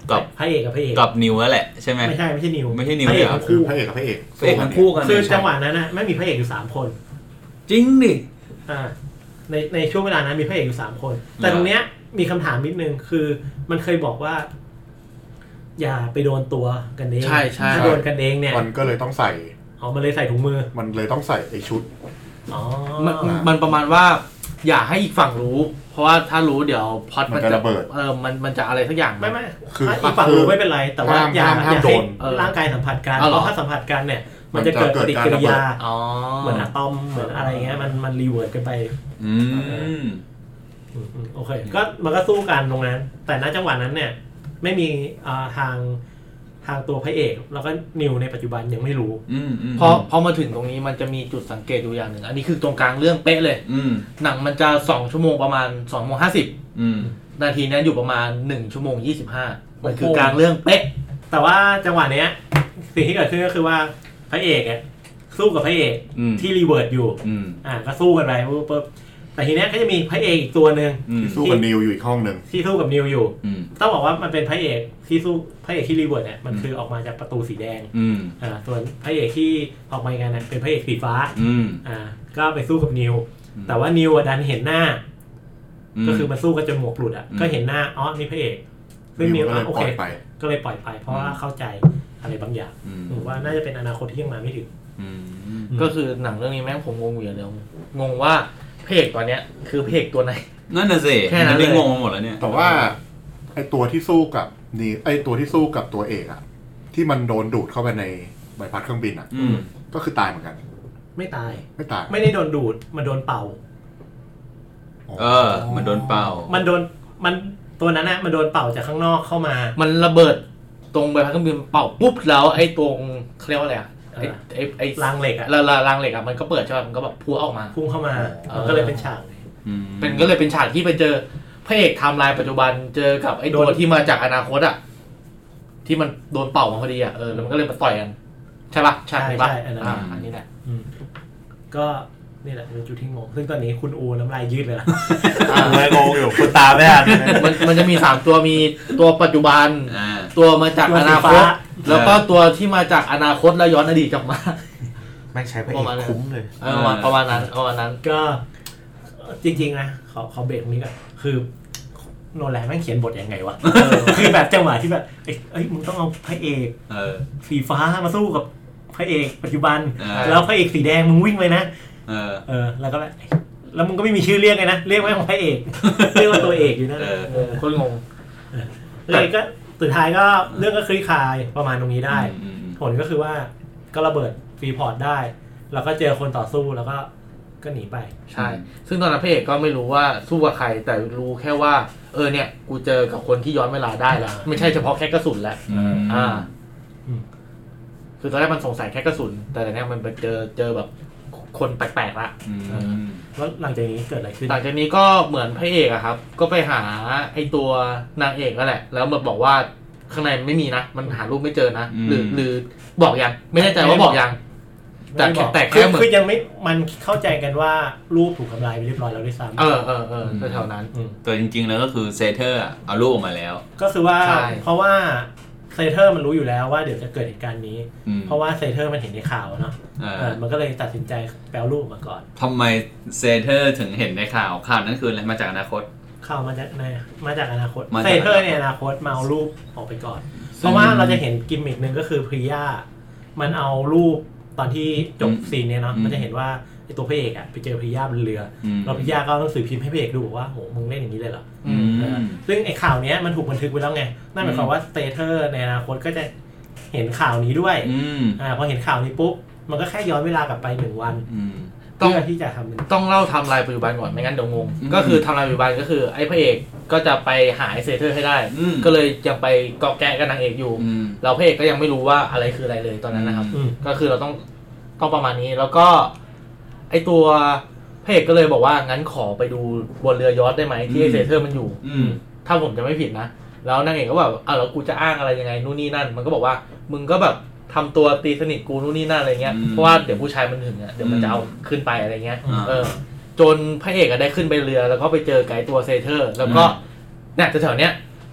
กับพระเอกกับพระเอกกับนิวนั่นแหละใช่ไหมไม่ใช่ไม่ใช่นิวไม่ใช่นิวพระเอกคือพระเอกกับพระเอกพระเอกทั้งคู่กันคือจังหวะนั้นนะไม่มีพระเอกอยู่สามคนจริงดิอ่าในในช่วงเวลานั้นมีพระเอกอยู่สามคนแต่ตรงเนี้ยมีคำถามนิดนึงคือมันเคยบอกว่าอย่าไปโดนตัวกันเองใช่ใช่ถ้าโดนกันเองเนี่ยมันก็เลยต้องใส่อ๋อมันเลยใส่ถุงมือมันเลยต้องใส่ไอ้ชุดอ๋อมันมันประมาณว่าอย่าให้อีกฝั่งรู้เพราะว่าถ้ารู้เดี๋ยวพอดมันจะระเบิดเออมันมันจะอะไรสักอย่างไม่ไม่คืออีกฝั่งรู้ไม่เป็นไรแต่ว่าอย่าอย่าให้ร่างกายสัมผัสกันเพราะถ้าสัมผัสกันเนี่ยมันจะเกิดปฏิกิริยาเหมือนอะตอมเหมือนอะไรเงี้ยมันมันรีเวิร์สกันไปอืมโอเคก็มันก็สู้กันตรงนั้นแต่ณจังหวะนั้นเนี่ยไม่มีทางทางตัวพระเอกแล้วก็นิวในปัจจุบันยังไม่รู้พอพอมาถึงตรงนี้มันจะมีจุดสังเกตอยู่อย่างหนึ่งอันนี้คือตรงกลางเรื่องเป๊ะเลยหนังมันจะสองชั่วโมงประมาณสองชั่วโมงห้าสิบนาทีนั้นอยู่ประมาณหนึ่งชั่วโมงยี่สิบห้ามันคือกลางเรื่องเป๊ะแต่ว่าจังหวะเนี้ยสิ่งที่เกิดขึ้นก็คือว่าพระเอกอ่ะสู้กับพระเอกที่รีเวิร์สอยู่อ่าก็สู้กันไปปุ๊บแต่ทีนี้ก็จะมีพระเอกอีกตัวหนึ่งที่สู้กับนิวอยู่อีกห้องหนึ่งที่สู้กับนิวอยู่ต้องบอกว่ามันเป็นพระเอกที่สู้พระเอกที่รีเวิร์สเนี่ยมันคือออกมาจากประตูสีแดงอ่าส่วนพระเอกที่ออกมาอีกเนี่ยเป็นพระเอกสีฟ้าอ่าก็ไปสู้กับนิวแต่ว่านิวดันเห็นหน้าก็คือมันสู้กันจนหมวกหลุดอ่ะก็เห็นหน้าอ๋อนี่พระเอกซึ่งนิวโอเคก็เลยปล่อยไปเพราะว่าเข้าใจอะไรบางอย่างหรือว่าน่าจะเป็นอนาคตที่ยังมาไม่ถึงก็คือหนังเรื่องนี้แม่งผมงงอยู่อย่างเดียวงงว่าพระเอกตัวเนี้ยคือพระเอกตัวไหนนั่นน่ะสิแค่นั้นเลยงงมาหมดแล้วเนี่ยแต่ว่าไอตัวที่สู้กับนี่ไอตัวที่สู้กับตัวเอกอะที่มันโดนดูดเข้าไปในใบพัดเครื่องบินอะก็คือตายเหมือนกันไม่ตายไม่ตายไม่ได้โดนดูดมันโดนเป่าเออมันโดนเป่ามันโดนมันตัวนั้นนะมันโดนเป่าจากข้างนอกเข้ามามันระเบิดตรงใบพัดเครื่องบินเป่าปุ๊บแล้วไอ้ตรงเขาเรียกว่าอะไรอะไอ้ไอ้ไอ้รางเหล็กอะรางเหล็กอะมันก็เปิดใช่ป่ะมันก็แบบพุ่งออกมาพุ่งเข้ามาก็เลยเป็นฉากเป็นก็เลยเป็นฉากที่ไปเจอพระเอกไทม์ไลน์ปัจจุบันเจอกับไอ้ตัวที่มาจากอนาคตอะที่มันโดนเป่ามาพอดีอะเออแล้วมันก็เลยมาต่อยกันใช่ป่ะใช่ป่ะอ่าอันนี้แหละก็นี่แหละเป็นจุดที่งงซึ่งตอนนี้คุณอูน้ำลายยืดเลยเลยงงอยู่คุณตาไม่ทันมันมันจะมีสามตัวมีตัวปัจจุบันตัวมาจากอนาคตแล้วก็ตัวที่มาจากอนาคตแล้วย้อนอดีตกลับมาไม่ใช่พระเอกคุ้มเลยเออประมาณนั้นประมาณนั้นก็จริงๆนะขอขอเบรกนี้ก่อนคือโนแลนแม่งเขียนบทยังไงวะคือแบบจังหวะที่แบบเอ้ยมึงต้องเอาพระเอกสีฟ้ามาสู้กับพระเอกปัจจุบันแล้วพระเอกสีแดงมึงวิ่งเลยนะเออเออแล้วก็แบบแล้วมึงก็ไม่มีชื่อเรียกไงนะเรียกว่าพระเอกเรียกว่าตัวเอกอยู่นั่นคนงงเลยก็สุดท้ายก็เรื่องก็คลี่คลายประมาณตรงนี้ได้ผลก็คือว่าก็ระเบิดฟรีพอร์ตได้แล้วก็เจอคนต่อสู้แล้วก็ก็หนีไปใช่ซึ่งตอนนั้นพระเอกก็ไม่รู้ว่าสู้กับใครแต่รู้แค่ว่าเออเนี่ยกูเจอกับคนที่ย้อนเวลาได้แล้วไม่ใช่เฉพาะแค่กระสุนแล้วอ่าคือตอนแรกมันสงสัยแค่กระสุนแต่ตอนนี้มันไปเจอเจอแบบคนแปลกๆละแล้วหลังจากนี้เกิดอะไรขึ้นหลังจากนี้ก็เหมือนพระเอกอะครับก็ไปหาไอตัวนางเอกนั่นแหละแล้วมันบอกว่าข้างในไม่มีนะมันหารูปไม่เจอนะหรือหรือบอกยังไม่แน่ใจว่าบอกยังแต่แต่แค่เหมือนคือยังไม่มันเข้าใจกันว่ารูปถูกทำลายไปเรียบร้อยแล้วด้วยซ้ำเออเออเออแถวนั้นแต่จริงๆแล้วก็คือเซเทอร์เอารูปออกมาแล้วก็คือว่าเพราะว่าเซเทอร์มันรู้อยู่แล้วว่าเดี๋ยวจะเกิดเหตุการณ์นี้เพราะว่าเซเทอร์มันเห็นในข่าวเนาะมันก็เลยตัดสินใจแปลรูปมาก่อนทำไมเซเทอร์ถึงเห็นในข่าวข่าวนั้นคืออะไรมาจากอนาคตข่าวมาจากในมาจากอนาคตเซเทอร์ในอนาคตมาเอารูปออกไปก่อนเพราะว่าเราจะเห็นกิมมิคนึงก็คือพริยามันเอารูปตอนที่จบซีนเนี่ยเนาะมันจะเห็นว่าไอตัวพระเอกอ่ะไปเจอพริยาบนเรือแล้วพริยาก็หนังสือพิมพ์ให้พระเอกดูบอกว่าโหมึงเล่นอย่างนี้เลยเหรอซึ่งไอข่าวเนี้ยมันถูกบันทึกไว้แล้วไงนั่นหมายความว่าสเตเทอร์ในอนาคตก็จะเห็นข่าวนี้ด้วยอ่าพอเห็นข่าวนี้ปุ๊บมันก็แค่ย้อนเวลากลับไปหนึ่งวันเพื่อที่จะทำต้องเล่าไทม์ไลน์ปัจจุบันก่อนไม่งั้นเดี๋ยวงงก็คือไทม์ไลน์ปัจจุบันก็คือไอ้พระเอกก็จะไปหาไอ้เซเทอร์ให้ได้ก็เลยยังไปเกาะแกะกับนางเอกอยู่เราพระเอกก็ยังไม่รู้ว่าอะไรคืออะไรเลยตอนนั้นนะครับก็คือเราต้องต้องประมาณนี้แล้วก็ไอ้ตัวพระเอกก็เลยบอกว่างั้นขอไปดูบนเรือยอชต์ได้ไหมที่ไอ้เซเทอร์มันอยู่ถ้าผมจะไม่ผิดนะแล้วนางเอกก็แบบอ่ะแล้วกูจะอ้างอะไรยังไงนู่นนี่นั่นมันก็บอกว่ามึงก็แบบทำตัวตีสนิทกูนู่นนี่นั่นอะไรเงี้ยเพราะว่าเดี๋ยวผู้ชายมันถึงอ่ะเดี๋ยวมันจะเอาขึ้นไปอะไรเงี้ยเออจนพระเอกได้ขึ้นไปเรือแล้วก็ไปเจอไกด์ตัวเซเทอร์แล้วก็เนี่ยแถวๆเนี้ย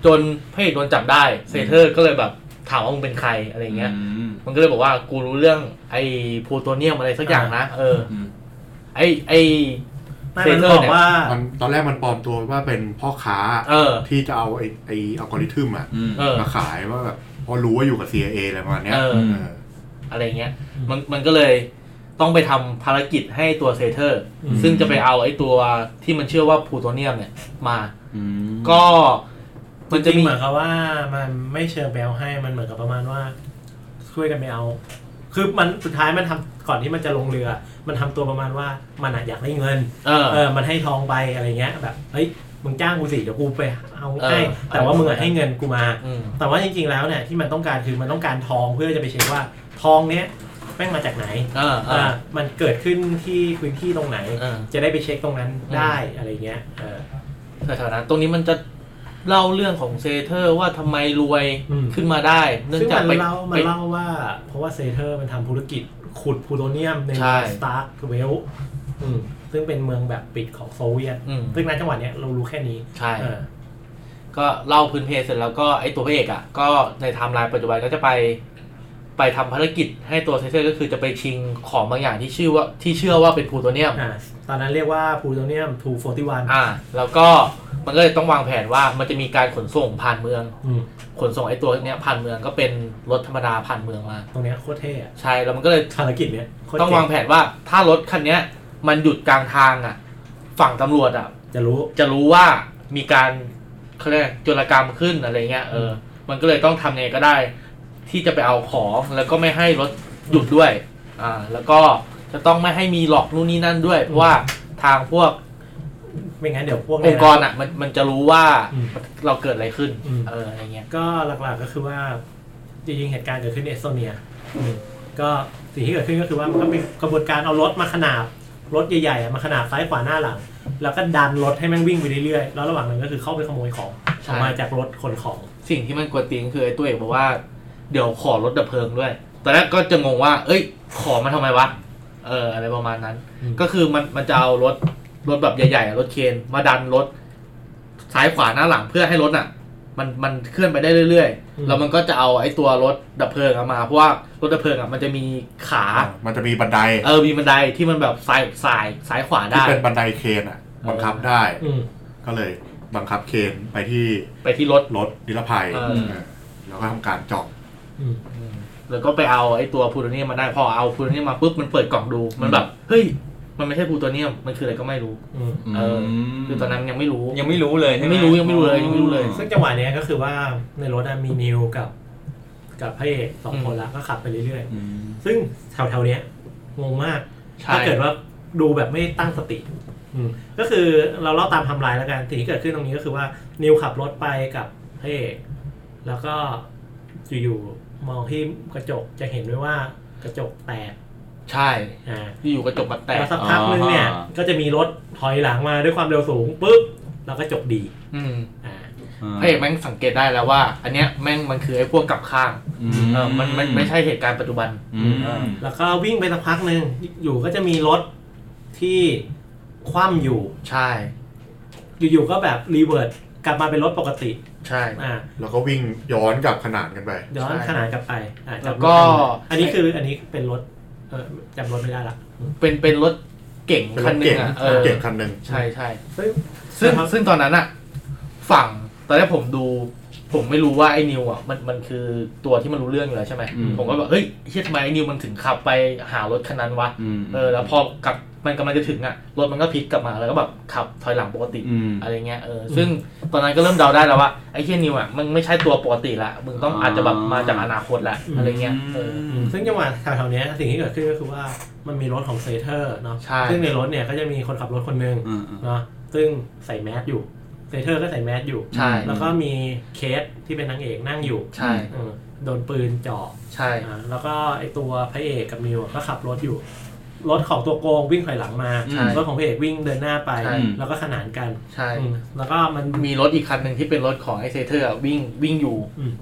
จนพระเอกโดนจับได้เซเทอร์ก็เลยแบบถามว่ามึงเป็นใครอะไรเงี้ยมันก็เลยบอกว่ากูรู้เรื่องไอ้พลูโตเนียมอะไรสักอย่างนะเออไอ้ไอ้เซเทอร์บอกว่าตอนแรกมันปลอมตัวว่าเป็นพ่อค้าที่จะเอาไอ้ไอ้อัลกอริทึมอ่ะมาขายว่าแบบพอรู้ว่าอยู่กับ ซี ไอ เอ อะไรประมาณเนี้ยอะไรเงี้ยมันมันก็เลยต้องไปทำภารกิจให้ตัวเซเทอร์ซึ่งจะไปเอาไอ้ตัวที่มันเชื่อว่าพลูโตเนียมเนี่ยมาก็มันจะเหมือนกับว่ามันไม่เชิงไปเอาให้มันเหมือนกับประมาณว่าช่วยกันไปเอาคือมันสุดท้ายมันทำก่อนที่มันจะลงเรือมันทำตัวประมาณว่ามันอยากได้เงินเออเออมันให้ทองไปอะไรเงี้ยแบบเฮ้ยมึงจ้างกูสิเดี๋ยวกูไปเอาให้แต่ว่ามึงให้เงินกูมาแต่ว่าจริงๆแล้วเนี่ยที่มันต้องการคือมันต้องการทองเพื่อจะไปเช็คว่าทองเนี้ยแม่งมาจากไหนอ่ามันเกิดขึ้นที่พื้นที่ตรงไหนจะได้ไปเช็คตรงนั้นได้อะไรเงี้ยเออแถวๆนั้นตรงนี้มันจะเล่าเรื่องของเซเทอร์ว่าทำไมรวยขึ้นมาได้เนื่องจากมันเล่ามันเล่าว่าเพราะว่าเซเทอร์มันทำธุรกิจขุดพลูโตเนียมในสตาร์คเวลซึ่งเป็นเมืองแบบปิดของโซเวียตซึ่งในจังหวัดเนี้ยเรารู้แค่นี้ใช่ก็เล่าพื้นเพเสร็จแล้วก็ไอตัวพระเอกอ่ะก็ในไทม์ไลน์ปัจจุบันก็จะไปไปทำภารกิจให้ตัวเซเทอร์ก็คือจะไปชิงของบางอย่างที่ชื่อว่าที่เชื่อว่าเป็นพลูโตเนียมตอนนั้นเรียกว่าพลูโตเนียมสองร้อยสี่สิบเอ็ดอ่าแล้วก็มันก็เลยต้องวางแผนว่ามันจะมีการขนส่งผ่านเมืองขนส่งไอ้ตัวเนี้ยผ่านเมืองก็เป็นรถธรรมดาผ่านเมืองมาตรงเนี้ยโคตรเท่อะใช่แล้วมันก็เลยภารกิจเนี้ยต้องวางแผนว่าถ้ารถคันเนี้ยมันหยุดกลางทางอ่ะฝั่งตำรวจอ่ะจะรู้จะรู้ว่ามีการเขาเรียกโจรกรรมขึ้นอะไรเงี้ยเออมันก็เลยต้องทำไงก็ได้ที่จะไปเอาของแล้วก็ไม่ให้รถหยุดด้วยอ่าแล้วก็จะต้องไม่ให้มีหลอกนู่นนี่นั่นด้วยเพราะว่าทางพวกไม่งั้นเดี๋ยวพวกองค์กรอ่ะมันมันจะรู้ว่าเราเกิดอะไรขึ้นเอออะไรเงี้ยก็หลักๆก็คือว่าจริงๆเหตุการณ์เกิดขึ้นในเอสโตเนียก็สิ่งที่เกิดขึ้นก็คือว่ามันก็มีกระบวนการเอารถมาขนาบรถใหญ่ๆมาขนาบซ้ายขวาหน้าหลังแล้วก็ดันรถให้มันวิ่งไปเรื่อยๆแล้วระหว่างนั้นก็คือเข้าไปขโมยของออกมาจากรถขนของสิ่งที่มันกวนตีนคือไอ้ตัวเอกบอกว่าเดี๋ยวขอรถดับเพลิงด้วยตอนแรกก็จะงงว่าเอ้ยขอมาทำไมวะเอออะไรประมาณนั้นก็คือมันมันจะเอารถรถแบบใหญ่ๆรถเคนมาดันรถซ้ายขวาหน้าหลังเพื่อให้รถอ่ะมันมันเคลื่อนไปได้เรื่อยๆแล้วมันก็จะเอาไอ้ตัวรถดับเพลิงมาเพราะว่ารถดับเพลิงอ่ะมันจะมีขามันจะมีบันไดเออมีบันไดที่มันแบบซ้ายซ้ายซ้ายขวาได้ที่เป็นบันไดเคนอ่ะบังคับได้ก็เลยบังคับเคนไปที่ไปที่รถรถนิรภัยแล้วก็ทำการเจาะแล้วก็ไปเอาไอ้ตัวพลูโตเนียมมาได้พอเอาพลูโตเนียมมาปุ๊บมันเปิดกล่องดูมันแบบเฮ้ยมันไม่ใช่พลูโตเนียมมันคืออะไรก็ไม่รู้เออคือตอนนั้นยังไม่รู้ยังไม่รู้เลยยังไม่รู้ยังไม่รู้เลยยังไม่รู้เลยซึ่งจังหวะนี้ก็คือว่าในรถมีนิวกับกับพระเอกสองคนละก็ขับไปเรื่อยๆซึ่งแถวๆนี้งงมากถ้าเกิดว่าดูแบบไม่ตั้งสติก็คือเราเล่าตามไทม์ไลน์แล้วกันสิ่งที่เกิดขึ้นตรงนี้ก็คือว่านิวขับรถไปกับพระเอกแล้วก็อยู่ๆมองที่กระจกจะเห็นด้วยว่ากระจกแตกใช่อ่าที่อยู่กระจกแตกแล้วสักพักนึงเนี่ยก็จะมีรถถอยหลังมาด้วยความเร็วสูงปุ๊บแล้วก็จกดีอืมอ่าพระเอกแม่งสังเกตได้แล้วว่าอันเนี้ยแม่งมันคือไอ้พวกกลับข้างเออมันมันไม่ใช่เหตุการณ์ปัจจุบันแล้วก็วิ่งไปสักพักนึงอยู่ก็จะมีรถที่คว่ำอยู่ใช่อยู่ๆก็แบบรีเวิร์สกลับมาเป็นรถปกติใช่อ่าแล้วก็วิ่งย้อนกลับขนานกันไปย้อนขนานกลับไปอ่าแล้วก็อันนี้คืออันนี้เป็นรถเออจำรถไม่ได้ละเป็นเป็นรถเก่งคันนึงอ่ะเออเก่งคันนึงใช่ใช่ซึ่งซึ่งตอนนั้นอ่ะฝั่งตอนแรกผมดูผมไม่รู้ว่าไอ้นิวอ่ะมันมันคือตัวที่มันรู้เรื่องอยู่แล้วใช่ไหมผมก็แบบเฮ้ยเฮ้ยทำไมไอ้นิวมันถึงขับไปหารถคันนั้นวะเออแล้วพอกลับมันกำลังจะถึงอ่ะรถมันก็พลิกกลับมาแล้วก็แบบขับถอยหลังปกติอะไรเงี้ยเออซึ่งตอนนั้นก็เริ่มเดาได้แล้วว่าไอ้เฮียนิวอ่ะมันไม่ใช่ตัวปกติละมึงต้องอาจจะแบบมาจากอนาคตละอะไรเงี้ยเออซึ่งจังหวะแถวๆนี้สิ่งที่เกิดขึ้นก็คือว่ามันมีรถของเซเทอร์เนาะซึ่งในรถเนี่ยก็จะมีคนขับรถคนนึงเนาะซึ่งใส่แมสอยู่เซเทอร์ก็ใส่แมสอยู่แล้วก็มีเคสที่เป็นนางเอกนั่งอยู่ใช่โดนปืนจ่อใช่แล้วก็ไอตัวพระเอกกับนิวก็ขับรถอยู่รถของตัวโกงวิ่งถอยหลังมารถของพระเอกวิ่งเดินหน้าไปแล้วก็ขนานกันใช่แล้วก็มันมีรถอีกคันหนึ่งที่เป็นรถของไอเซเทอร์วิ่งวิ่งอยู่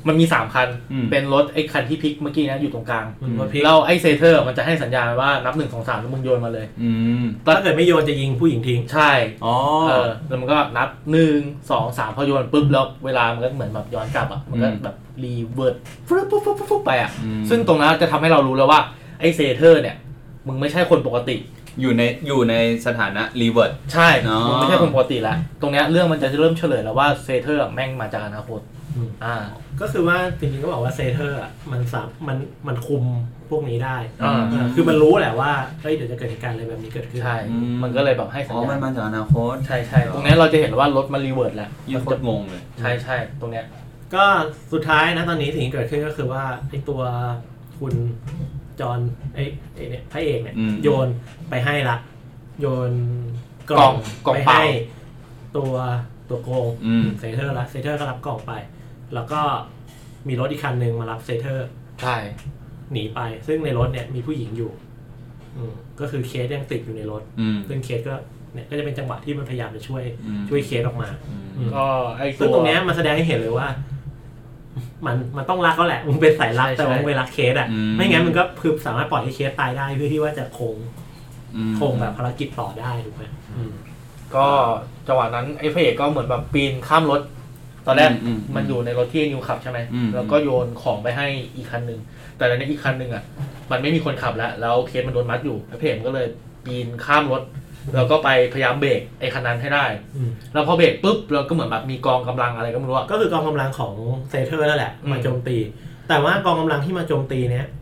มันมีสามคันเป็นรถไอ้คันที่พลิกเมื่อกี้นะอยู่ตรงกลางแล้วไอ้เซเทอร์มันจะให้สัญญาณว่านับหนึ่งสองสามแล้วมึงโยนมาเลยถ้าเกิดไม่โยนจะยิงผู้หญิงทิ้งใช่อ๋อเออแล้วมันก็นับหนึ่งสองสามพอโยนปุ๊บแล้วเวลามันก็เหมือนแบบย้อนกลับอ่ะมันก็แบบรีเวิร์ดปุ๊บปุ๊บปุ๊บปุ๊บไปอ่ะซึ่งตรงนั้นจะทำให้เรารู้แล้วว่าไอ้เซเทอร์เนี่ยมึงไม่ใช่คนปกติอยู่ในอยู่ในสถานะรีเวิร์ดใช่มึงไม่ใช่คนปกติแล้วตรงเนี้ยเรื่องมันจะเริ่มเฉลยแล้วว่าเซเทอร์แม่งมาจากอนาคตอ่าก็คือว่าจริงๆก็บอกว่าเซเทอร์อ่ะมันสามมันมันคุมพวกนี้ได้อ่าคือมันรู้แหละว่าเฮ้ยเดี๋ยวจะเกิดเหตุการณ์อะไรแบบนี้เกิดขึ้นใช่มันก็เลยแบบให้สัญญาณอ๋อมันมาจากอนาคตใช่ใช่ตรงนี้เราจะเห็นว่ารถมันรีเวิร์ดแล้วยิ่งโคตรงงเลยใช่ใช่ตรงเนี้ยก็สุดท้ายนะตอนนี้สิ่งที่เกิดขึ้นก็คือว่าไอ้ตัวคุณจอห์นไอ้ไอ้เนี่ยพระเอกเนี่ยโยนไปให้ละโยนกล่องไปให้ตัวตัวโกงเซเทอร์ละเซเทอร์ก็รับกล่องไปแล้วก็มีรถอีกคันหนึ่งมารับเซเทอร์ใช่หนีไปซึ่งในรถเนี่ยมีผู้หญิงอยู่ก็คือเคสยังติดอยู่ในรถซึ่งเคสก็เนี่ยก็จะเป็นจังหวะที่มันพยายามจะช่วยช่วยเคสออกมาก็ไอ้ซึ่งตรงนี้มันแสดงให้เห็นเลยว่ามันมันต้องรักเขาแหละมึงเป็นสายรักแต่ว่ามึงไปรักเคสอ่ะไม่งั้นมึงก็คือสามารถปล่อยให้เคสตายได้เพื่อที่ว่าจะคงคงแบบภารกิจต่อได้ถูกไหมก็จังหวะนั้นไอ้พระเอกก็เหมือนแบบปีนข้ามรถตอนแรกมันอยู่ในรถที่นิวขับใช่ไหมแล้วก็โยนของไปให้อีกคันหนึ่งแต่ในนี้อีกคันหนึ่งอ่ะมันไม่มีคนขับแล้วแล้วเคสมันโดนมัดอยู่ไอ้พระเอกก็เลยปีนข้ามรถแล้วก็ไปพยายามเบรกไอ้คันนั้นให้ได้แล้วพอเบรกปุ๊บเราก็เหมือนแบบมีกองกำลังอะไรก็ไม่รู้ก็คือกองกำลังของเซเทอร์นั่นแหละมาโจมตีแต่ว่ากองกำลังที่มาโจมตีเนี้ย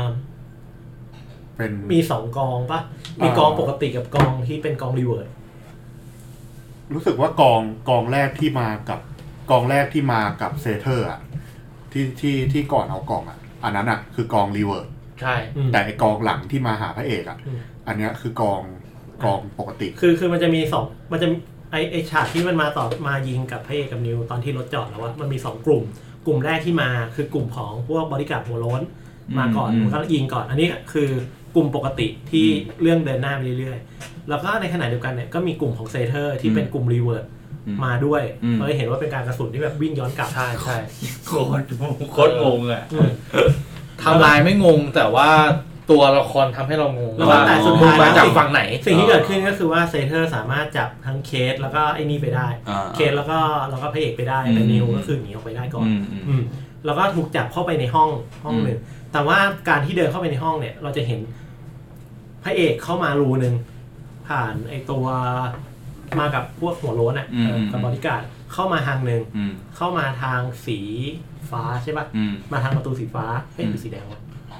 เป็นมีสองกองปะมีกองปกติกับกองที่เป็นกองรีเวิร์ดรู้สึกว่ากองกองแรกที่มากับกองแรกที่มากับเซเทอร์อ่ะที่ที่ที่ก่อนเอากล่องอ่ะอันนั้นอ่ะคือกองรีเวิร์ดใช่แต่ไอกองหลังที่มาหาพระเอกอ่ะอันนี้คือกองกองปกติคือคือมันจะมีสองมันจะไอไอฉากที่มันมาต่อมายิงกับพระเอกกับนิวตอนที่รถจอดแล้วว่ามันมีสองกลุ่มกลุ่มแรกที่มาคือกลุ่มของพวกบริการหัวโล้นมาก่อนมันก็ยิงก่อนอันนี้คือกลุ่มปกติที่เรื่องเดินหน้าไปเรื่อยๆแล้วก็ในขณะเดียวกันเนี่ยก็มีกลุ่มของเซเทอร์ที่เป็นกลุ่มรีเวิร์ดมาด้วยเราเห็นว่าเป็นการกระสุนที่แบบวิ่งย้อนกลับใช่ใช่โคตรโคตรงงอ่ะทำลายไม่งงแต่ว่าตัวละครทำให้เรางงว่าแต่สุดท้ายมาจากฝั่งไหนสิ่งที่เกิดขึ้นก็คือว่าเซเทอร์สามารถจับทั้งเคสแล้วก็ไอ้นี่ไปได้เคสแล้วก็แล้วก็พระเอกไปได้แต่นิวก็คือหนีออกไปได้ก่อนแล้วก็ถูกจับเข้าไปในห้องห้องหนึ่งแต่ว่าการที่เดินเข้าไปในห้องเนี่ยเราจะเห็นพระเอกเข้ามารูนึงผ่านไอ้ตัวมากับพวกหัวโล้นอ่ะกับบอดี้การ์ดเข้ามาทางนึงเข้ามาทางสีฟ้าใช่ป่ะมาทางประตูสีฟ้าเฮ้ยหรือสีแดงวะ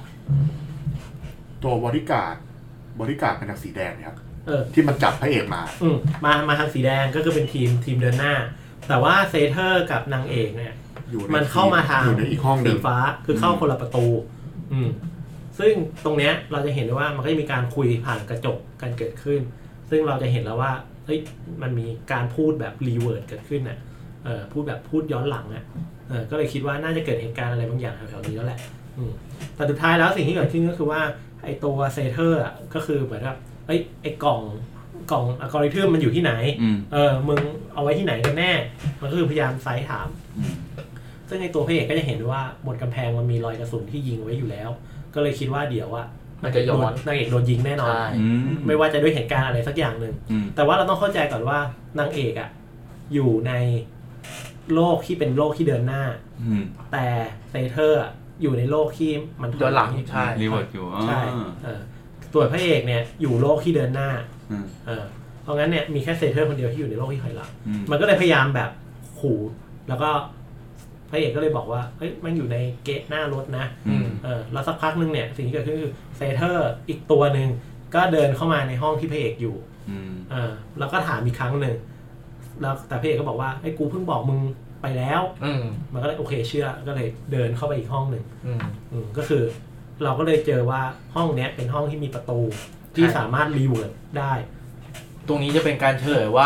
ตัวบอดี้การ์ดบอดี้การ์ดเป็นทางสีแดงครับที่มันจับพระเอกมาอืมมามาทางสีแดงก็คือเป็นทีมทีมเดินหน้าแต่ว่าเซเทอร์กับนางเอกเนี่ยมันเข้ามาทางสีฟ้าคือเข้าคนละประตูอืมซึ่งตรงเนี้ยเราจะเห็นได้ว่ามันก็จะมีการคุยผ่านกระจกกันเกิดขึ้นซึ่งเราจะเห็นแล้วว่าเฮ้ยมันมีการพูดแบบรีเวิร์ดเกิดขึ้นน่ะเออพูดแบบพูดย้อนหลังอ่ะเออก็เลยคิดว่าน่าจะเกิดเหตุการณ์อะไรบางอย่างแถวๆนี้แล้วแหละอืมแต่สุดท้ายแล้วสิ่งที่เกิดขึ้นก็คือว่าไอตัวเซเทอร์อ่ะก็คือเหมือนกับไอ้ไอกล่องกล่องอัลกอริทึมมันอยู่ที่ไหนเออมึงเอาไว้ที่ไหนกันแน่มันก็คือพยายามไซส์ถามซึ่งในตัวพระเอกก็จะเห็นว่าบนกำแพงมันมีรอยกระสุนที่ยิงไว้อยู่แล้วก็เลยคิดว่าเดี๋ยวว่ามันจะย้อนนางเอกโดนยิงแน่นอนไม่ว่าจะด้วยเหตุการณ์อะไรสักอย่างหนึ่งแต่ว่าเราต้องเข้าใจก่อนว่านางเอกอ่ะอยู่ในโลกที่เป็นโลกที่เดินหน้าแต่เซเทอร์อยู่ในโลกที่มันย้อนหลังใช่รีเวิร์ดอยู่ใช่ตัวพระเอกเนี่ยอยู่โลกที่เดินหน้าเออเพราะงั้นเนี่ยมีแค่เซเทอร์คนเดียวที่อยู่ในโลกที่ถอยหลังมันก็เลยพยายามแบบขู่แล้วก็พระเอกก็เลยบอกว่าเฮ้ยมันอยู่ในเกตหน้ารถนะเออแล้วสักพักนึงเนี่ยสิ่งที่เกิดขึ้นคือเซเทอร์อีกตัวนึงก็เดินเข้ามาในห้องที่พระเอกอยู่เออแล้วก็ถามอีกครั้งนึงแล้วแต่พระเอกก็บอกว่าไอ้กูเพิ่งบอกมึงไปแล้วมันก็เลยโอเคเชื่อก็เลยเดินเข้าไปอีกห้องนึงก็คือเราก็เลยเจอว่าห้องเนี้ยเป็นห้องที่มีประตูที่สามารถรีเวิร์ดได้ตรงนี้จะเป็นการเฉลยว่า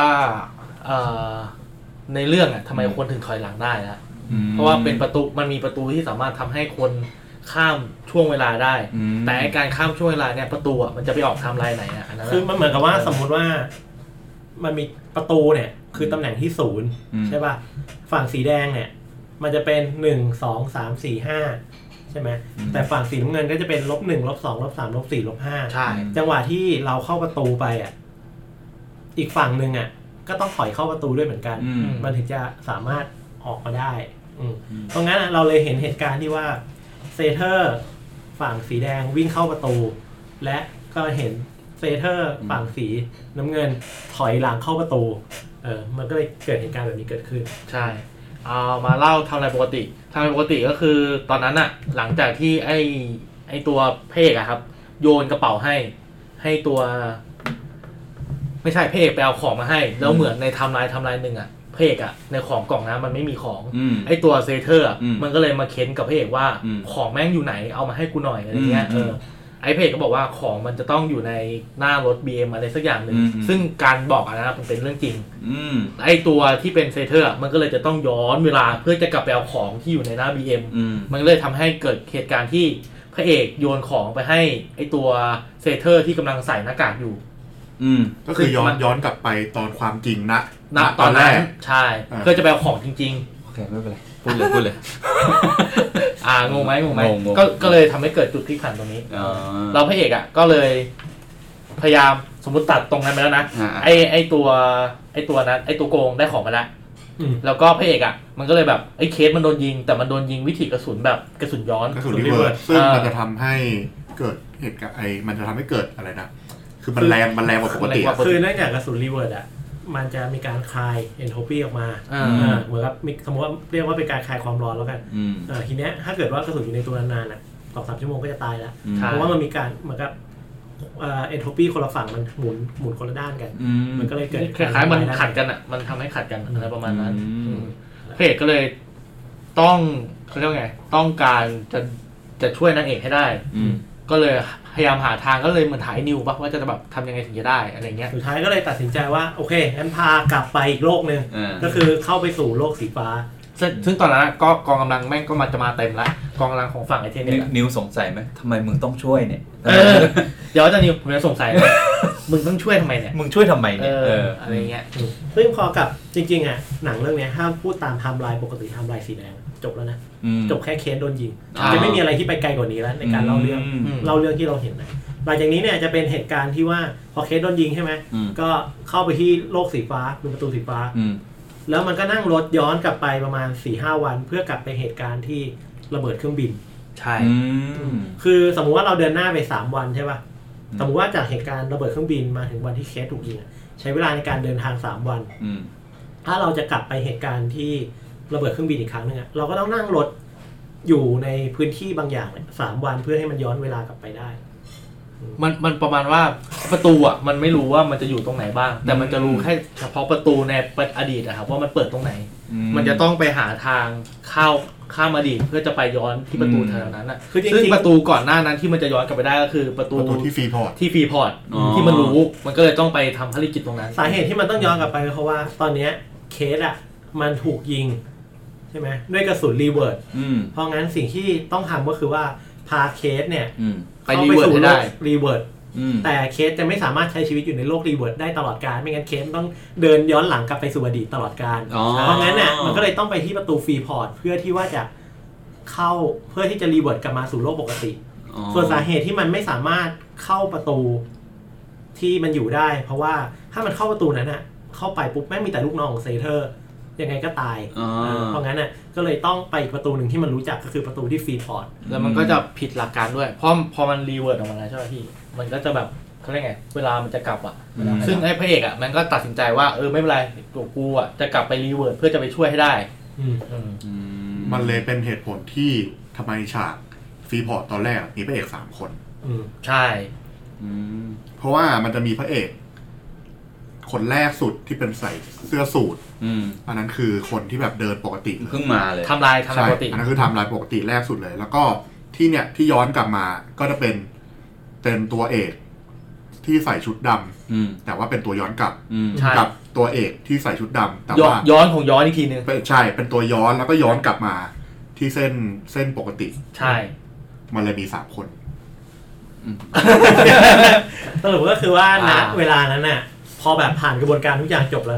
ในเรื่องอ่ะทำไมคนถึงถอยหลังได้แล้วเพราะว่าเป็นประตูมันมีประตูที่สามารถทำให้คนข้ามช่วงเวลาได้แต่การข้ามช่วงเวลาเนี่ยประตูอ่ะมันจะไปออกไทม์ไลน์ไหนอ่ะคือมันเหมือนกับว่าสมมติว่ามันมีประตูเนี่ยคือตำแหน่งที่ศูนย์ใช่ป่ะฝั่งสีแดงเนี่ยมันจะเป็นหนึ่ง สอง สาม สี่ ห้าใช่ไหมแต่ฝั่งสีน้ำเงินก็จะเป็นลบหนึ่งลบสองลบสามลบสี่ลบห้าใช่จังหวะที่เราเข้าประตูไปอ่ะอีกฝั่งนึงอ่ะก็ต้องถอยเข้าประตูด้วยเหมือนกันมันถึงจะสามารถออกมาได้เพราะงั้นเราเลยเห็นเหตุการณ์ที่ว่าเซเทอร์ฝั่งสีแดงวิ่งเข้าประตูและก็เห็นเซเทอร์ฝั่งสีน้ำเงินถอยหลังเข้าประตูเออมันก็เลยเกิดเหตุการณ์แบบนี้เกิดขึ้นใช่เอามาเล่าทำอะไรปกติทำอะไรปกติก็คือตอนนั้นอะหลังจากที่ไอไอตัวเพกอะครับโยนกระเป๋าให้ให้ตัวไม่ใช่เพกไปเอาของมาให้แล้วเหมือนในไทม์ไลน์ไทม์ไลน์หนึ่งอะเพกอะในของกล่องน้ำมันไม่มีของไอตัวเซเทอร์มันก็เลยมาเค้นกับเพกว่าของแม่งอยู่ไหนเอามาให้กูหน่อยอะไรเงี้ยเออไอเพจก็บอกว่าของมันจะต้องอยู่ในหน้ารถ บี เอ็ม อะไรสักอย่างหนึ่งซึ่งการบอกอันนั้นมันเป็นเรื่องจริงไอตัวที่เป็นเซเทอร์มันก็เลยจะต้องย้อนเวลาเพื่อจะกลับไปเอาของที่อยู่ในหน้า บี เอ็ม มันเลยทำให้เกิดเหตุการณ์ที่พระเอกโยนของไปให้ไอตัวเซเทอร์ที่กำลังใส่หน้ากากอยู่ก็คือย้อนย้อนกลับไปตอนความจริงนะณตอนแรกใช่เพื่อจะไปเอาของจริงๆโอเคไม่เป็นไรพูดเลยพูดเลยอ่างงไหมงงไหมก็ก็เลยทำให้เกิดจุดพลิกผันตรงนี้เราพระเอกอ่ะก็เลยพยายามสมมติตัดตรงนั้นไปแล้วนะไอไอตัวไอตัวนั้นไอตัวโกงได้ของมาแล้วแล้วก็พระเอกอ่ะมันก็เลยแบบไอเคสมันโดนยิงแต่มันโดนยิงวิถีกระสุนแบบกระสุนย้อนกระสุนรีเวิร์สซึ่งมันจะทำให้เกิดเหตุการณ์ไอมันจะทำให้เกิดอะไรนะคือมันแรงมันแรงกว่าปกติคือเนื่องจากกระสุนรีเวิร์สอ่ะมันจะมีการคลายเอนโทรปีออกมาเหมือนกับสมมติว่าเรียกว่าเป็นการคลายความร้อนแล้วกันทีเนี้ยถ้าเกิดว่ากระสุนอยู่ในตัวนานๆอ่ะสองสามชั่วโมงก็จะตายแล้วเพราะว่ามันมีการเหมือนกับเอนโทรปีคนละฝั่งมันหมุนหมุนคนละด้านกันมันก็เลยเกิดคล้ายๆมันขัดกันอ่ะมันทำให้ขัดกันอะไรประมาณนั้นพระเอกก็เลยต้องเขาเรียกว่าไงต้องการจะจะช่วยนางเอกให้ได้ก็เลยพยายามหาทางก็เลยเหมือนถ่ายนิวป่ะว่าจะแบบทำยังไงถึงจะได้อะไรเงี้ยสุดท้ายก็เลยตัดสินใจว่าโอเคงั้นพากลับไปอีกโลกนึงก็คือเข้าไปสู่โลกสีฟ้าซึ่งตอนนั้นก็กองกำลังแม่งก็มาจะมาเต็มละกองกำลังของฝั่งไอเทนเนี่ยนิวสงสัยไหมทำไมมึงต้องช่วยเนี่ยเดี๋ยวจะนิวผมจะสงสัยมึงต้องช่วยทำไมเนี่ยมึงช่วยทำไมเนี่ยอะไรเงี้ยซึ่งพอกับจริงๆอ่ะหนังเรื่องนี้ห้ามพูดตามไทม์ไลน์ปกติไทม์ไลน์สีแดงจบแล้วนะจบแค่เคสโดนยิงจะไม่มีอะไรที่ไปไกลกว่านี้แล้วในการเล่าเรื่องเล่าเรื่องที่เราเห็นนะหลังจากนี้เนี่ยจะเป็นเหตุการณ์ที่ว่าพอเคสโดนยิงใช่ไหมก็เข้าไปที่โลกสีฟ้าดูประตูสีฟ้าแล้วมันก็นั่งรถย้อนกลับไปประมาณ สี่ห้า วันเพื่อกลับไปเหตุการณ์ที่ระเบิดเครื่องบินใช่คือสมมุติว่าเราเดินหน้าไปสามวันใช่ป่ะสมมุติว่าจากเหตุการณ์ระเบิดเครื่องบินมาถึงวันที่เคสถูกยิงใช้เวลาในการเดินทางสามวันถ้าเราจะกลับไปเหตุการณ์ที่ระเบิดเครื่องบินอีกครั้งนึงเราก็ต้องนั่งรถอยู่ในพื้นที่บางอย่างเนี่ยสามวันเพื่อให้มันย้อนเวลากลับไปได้มันมันประมาณว่าประตูอ่ะมันไม่รู้ว่ามันจะอยู่ตรงไหนบ้างแต่มันจะรู้แค่เฉพาะประตูในอดีตอะครับว่ามันเปิดตรงไหนมันจะต้องไปหาทางเข้าข้ามอดีตเพื่อจะไปย้อนที่ประตูแถวนั้นอ่ะซึ่งประตูก่อนหน้านั้นที่มันจะย้อนกลับไปได้ก็คือประตูที่ฟรีพอร์ตที่ฟรีพอร์ตที่มันรู้มันก็เลยต้องไปทำภารกิจตรงนั้นสาเหตุที่มันต้องย้อนกลับไปเพราะว่าตอนนี้เคสอ่ะมันถูกยิงใช่ไหมด้วยกระสุนรีเวิร์สเพราะงั้นสิ่งที่ต้องทำก็คือว่าพาเคสเนี่ยไปรีเวิร์สได้รีเวิร์สแต่เคสจะไม่สามารถใช้ชีวิตอยู่ในโลกรีเวิร์สได้ตลอดกาลไม่งั้นเคสต้องเดินย้อนหลังกลับไปสู่อดีตตลอดกาลเพราะงั้นเนี่ยมันก็เลยต้องไปที่ประตูฟรีพอร์ตเพื่อที่ว่าจะเข้าเพื่อที่จะรีเวิร์สกลับมาสู่โลกปกติส่วนสาเหตุที่มันไม่สามารถเข้าประตูที่มันอยู่ได้เพราะว่าถ้ามันเข้าประตูนั้นน่ะเข้าไปปุ๊บแม่งมีแต่ลูกน้องของเซเทอร์ยังไงก็ตายเพราะงั้นน่ะก็เลยต้องไปอีกประตูหนึ่งที่มันรู้จักก็คือประตูที่ฟรีพอร์ตแล้วมันก็จะผิดหลักการด้วยเพราะพอมันรีเวิร์สออกมาแล้วใช่ไหมพี่มันก็จะแบบเขาเรียกไงเวลามันจะกลับอ่ะซึ่งไอ้พระเอกอ่ะมันก็ตัดสินใจว่าเออไม่เป็นไรตัวกูอ่ะจะกลับไปรีเวิร์สเพื่อจะไปช่วยให้ได้มันเลยเป็นเหตุผลที่ทำไมฉากฟรีพอร์ตตอนแรกมีพระเอกสามคนใช่เพราะว่ามันจะมีพระเอกคนแรกสุดที่เป็นใส่เสื้อสูทอันนั้นคือคนที่แบบเดินปกติเพิ่งมาเลยทำลายทำลายปกติอันนั้นคือทำลายปกติแรกสุดเลยแล้วก็ที่เนี่ยที่ย้อนกลับมาก็จะเป็นเป็นตัวเอกที่ใส่ชุดดำแต่ว่าเป็นตัวย้อนกลับกับตัวเอกที่ใส่ชุดดำแต่ว่าย้อนของย้อนอีกทีนึงใช่เป็นตัวย้อนแล้วก็ย้อนกลับมาที่เส้นเส้นปกติใช่มันเลยมีสามคนสรุปก็คือว่าณเวลานั้นน่ะพอแบบผ่านกระบวนการทุกอย่างจบแล้วนะ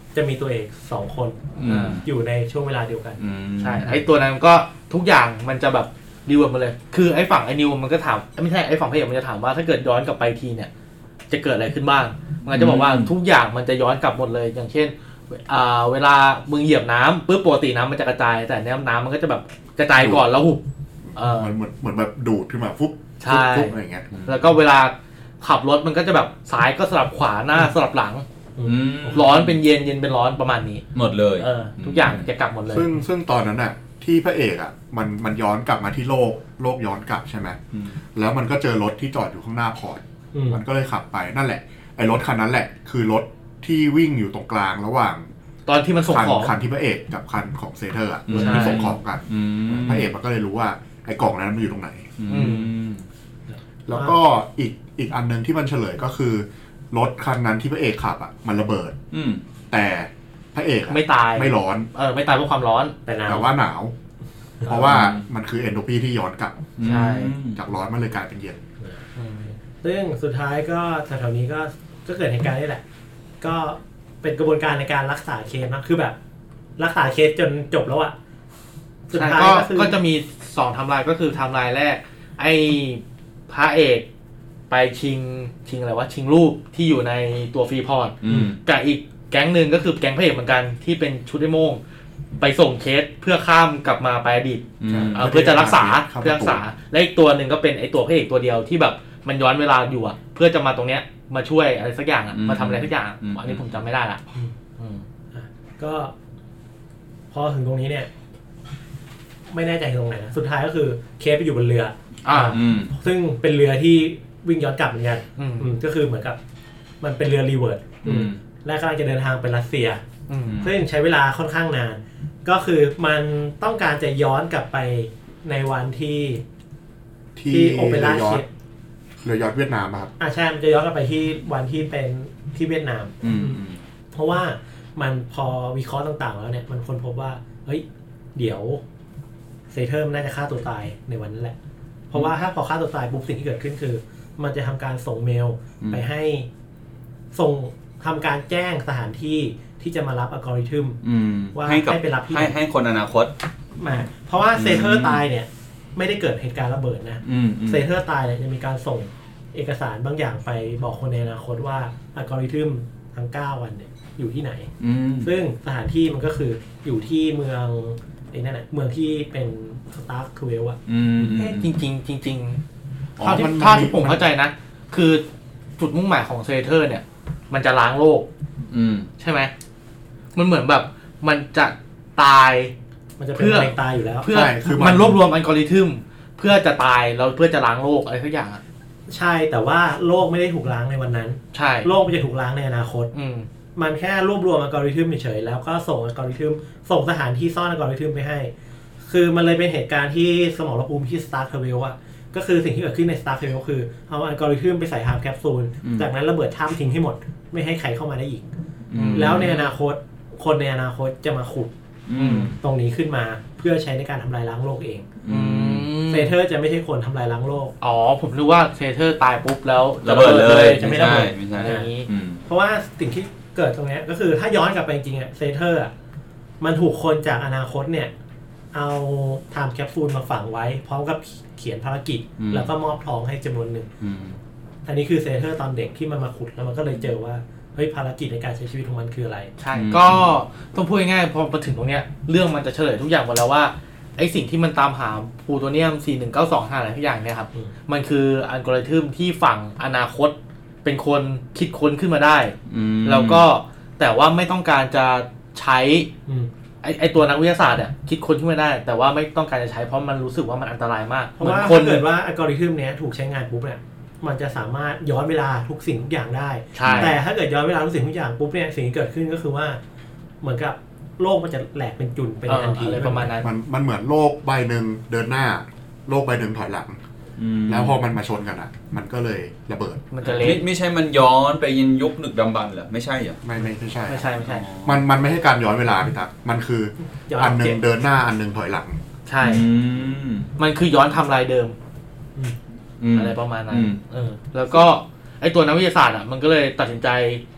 จะมีตัวเอกสองคนอยู่ในช่วงเวลาเดียวกันใช่ไอ้ตัวนั้นก็ทุกอย่างมันจะแบบรีเวิร์สมาเลยคือไอ้ฝั่งไอ้นิวมันก็ถามไม่ใช่ไอ้ฝั่งพระเอกมันจะถามว่าถ้าเกิดย้อนกลับไปทีเนี่ยจะเกิดอะไรขึ้นบ้างมันจะบอกว่าทุกอย่างมันจะย้อนกลับหมดเลยอย่างเช่นอ่าเวลามึงเหยียบน้ำปุ๊บปกติน้ำมันจะกระจายแต่เนี้ยน้ำมันก็จะแบบกระจายก่อนแล้วหุบเออเหมือนเหมือนแบบดูดขึ้นมาปุ๊บปุ๊บอะไรอย่างเงี้ยแล้วก็เวลาขับรถมันก็จะแบบซ้ายก็สลับขวาหน้าสลับหลังร้อนเป็นเย็นเย็นเป็นร้อนประมาณนี้หมดเลยเออทุกอย่างจะกลับหมดเลยซึ่งซึ่งตอนนั้นน่ะที่พระเอกอ่ะมันมันย้อนกลับมาที่โลกโลกย้อนกลับใช่ไหมแล้วมันก็เจอรถที่จอดอยู่ข้างหน้าพอร์ตมันก็เลยขับไปนั่นแหละไอ้รถคันนั้นแหละคือรถที่วิ่งอยู่ตรงกลางระหว่างตอนที่มันส่งของคันที่พระเอกกับคันของเซเทอร์อ่ะที่ส่งของกันพระเอกมันก็เลยรู้ว่าไอ้กล่องนั้นมันอยู่ตรงไหนแล้วก็อีกอีกอันนึงที่มันเฉลยก็คือรถคันนั้นที่พระเอกขับอ่ะมันระเบิดแต่พระเอกไม่ตายไม่ร้อนเออไม่ตายเพราะความร้อนแต่แต่ว่าหนาวเพราะว่ามันคือเอนโทรปีที่ย้อนกลับใช่จากร้อนมันเลยกลายเป็นเย็นซึ่งสุดท้ายก็แถวๆนี้ก็ก็เกิดเหตุการณ์นี่แหละก็เป็นกระบวนการในการรักษาเคสนะคือแบบรักษาเคสจนจบแล้วอะสุดท้ายก็ก็จะมีสองไทม์ไลน์ก็คือไทม์ไลน์แรกไอ้พระเอกไปชิงชิงอะไรวะชิงรูปที่อยู่ในตัวฟรีพอร์ตกับอีกแก๊งหนึ่งก็คือแก๊งพระเอกเหมือนกันที่เป็นชุดไอ้โม่งไปส่งเคสเพื่อข้ามกลับมาไปอดีตเพื่อจะรักษาเพื่อรักษาและอีกตัวหนึ่งก็เป็นไอ้ตัวพระเอกตัวเดียวที่แบบมันย้อนเวลาอยู่อ่ะเพื่อจะมาตรงเนี้ยมาช่วยอะไรสักอย่างอ่ะมาทำอะไรสักอย่างอันนี้ผมจำไม่ได้ละก็พอถึงตรงนี้เนี่ยไม่แน่ใจตรงไหนนะสุดท้ายก็คือเคสไปอยู่บนเรืออ่าซึ่งเป็นเรือที่วิ่งย้อนกลับเหมือนกันก็คือเหมือนกับมันเป็นเรือรีเวิร์สและกำลังจะเดินทางไปรัสเซียซึ่งใช้เวลาค่อนข้างนานก็คือมันต้องการจะย้อนกลับไปในวันที่ที่โอเปร่าเชฟเรือยอชต์เวียดนามครับอ่าใช่มันจะย้อนกลับไปที่วันที่เป็นที่เวียดนามเพราะว่ามันพอวิเคราะห์ต่างๆแล้วเนี่ยมันค้นพบว่าเฮ้ยเดี๋ยวเซเทอร์น่าจะฆ่าตัวตายในวันนั้นแหละเพราะว่าถ้าพอฆ่าตัวตายปุ๊บสิ่งที่เกิดขึ้นคือมันจะทำการส่งเมลไปให้ส่งทำการแจ้งสถานที่ที่จะมารับอัลกอริทึมว่าให้ไปรับที่ให้ให้คนอนาคตมาเพราะว่าเซเทอร์ตายเนี่ยไม่ได้เกิดเหตุการณ์ระเบิดนะเซเทอร์ตายเนี่ยจะมีการส่งเอกสารบางอย่างไปบอกคนในอนาคตว่าอัลกอริทึมทั้งเก้าวันเนี่ยอยู่ที่ไหนซึ่งสถานที่มันก็คืออยู่ที่เมืองไอ้นั่นแหละเมืองที่เป็นสตาร์คทูเวลอ่ะจริงจริงจริงๆถ้าที่ถ้าที่ผมเข้าใจนะคือจุดมุ่งหมายของเซเทอร์เนี่ยมันจะล้างโลกใช่ไหมมันเหมือนแบบมันจะตายมันจะเป็นมะเร็งตายอยู่แล้วเพื่อมันรวบรวมอัลกอริทึมเพื่อจะตายแล้วเพื่อจะล้างโลกอะไรทุกอย่างใช่แต่ว่าโลกไม่ได้ถูกล้างในวันนั้นใช่โลกมันจะถูกล้างในอนาคตมันแค่รวบรวมอัลกอริทึมเฉยๆแล้วก็ส่งอัลกอริทึมส่งสถานที่ซ่อนอัลกอริทึมไปให้คือมันเลยเป็นเหตุการณ์ที่สมรภูมิที่สตาร์คเวลอะก็คือสิ่งที่เกิดขึ้นใน Star Trail คือเอาอัลกอริทึมไปใส่ไทม์แคปซูลจากนั้นระเบิดถ้ำทิ้งให้หมดไม่ให้ใครเข้ามาได้อีกแล้วในอนาคตคนในอนาคตจะมาขุดตรงนี้ขึ้นมาเพื่อใช้ในการทำลายล้างโลกเองเซเทอร์จะไม่ใช่คนทำลายล้างโลกอ๋อผมรู้ว่าเซเทอร์ตายปุ๊บแล้วระเบิดเลยจะไม่ระเบิดอย่างนี้เพราะว่าสิ่งที่เกิดตรงนี้ก็คือถ้าย้อนกลับไปจริงๆอะเซเทอร์อะมันถูกคนจากอนาคตเนี่ยเอาไทม์แคปซูลมาฝังไว้พร้อมกับเขียนภารกิจแล้วก็มอบทองให้จำนวนหนึ่งอันนี้คือเซเทอร์ตอนเด็กที่มันมาขุดแล้วมันก็เลยเจอว่าเฮ้ยภารกิจในการใช้ชีวิตของมันคืออะไรใช่ก็ต้องพูดง่ายๆพอมาถึงตรงเนี้ยเรื่องมันจะเฉลยทุกอย่างหมดแล้วว่าไอ้สิ่งที่มันตามหาพลูโตเนียมสี่หนึ่งเก้าสองห้าอะไรทุกอย่างเนี่ยครับมันคืออัลกอริทึมที่ฝั่งอนาคตเป็นคนคิดค้นขึ้นมาได้แล้วก็แต่ว่าไม่ต้องการจะใช้ไอไอตัวนักวิทยาศาสตร์เนี่ยคิดค้นขึ้นมาได้แต่ว่าไม่ต้องการจะใช้เพราะมันรู้สึกว่ามันอันตรายมากเพราะว่าถ้าเกิดว่าอัลกอริทึมเนี้ยถูกใช้งานปุ๊บเนี่ยมันจะสามารถย้อนเวลาทุกสิ่งทุกอย่างได้แต่ถ้าเกิดย้อนเวลาทุกสิ่งทุกอย่างปุ๊บเนี่ยสิ่งที่เกิดขึ้นก็คือว่าเหมือนกับโลกมันจะแหลกเป็นจุดไปในทันทีอะไรประมาณนั้นมันมันเหมือนโลกใบหนึ่งเดินหน้าโลกใบหนึ่งถอยหลังแล้วพอมันมาชนกันอ่ะมันก็เลยระเบิดมันจะเละไม่ใช่มันย้อนไปยินยุคดึกดำบรรพ์เหรอไม่ใช่เหรอไม่ไม่ใช่ไม่ใช่ไม่ใช่มันมันไม่ใช่การย้อนเวลาพี่ตั๊กมันคืออันนึงเดินหน้าอันนึงถอยหลังใช่มันคือย้อนทำลายเดิมอะไรประมาณนั้นเออแล้วก็ไอตัวนักวิทยาศาสตร์อ่ะมันก็เลยตัดสินใจ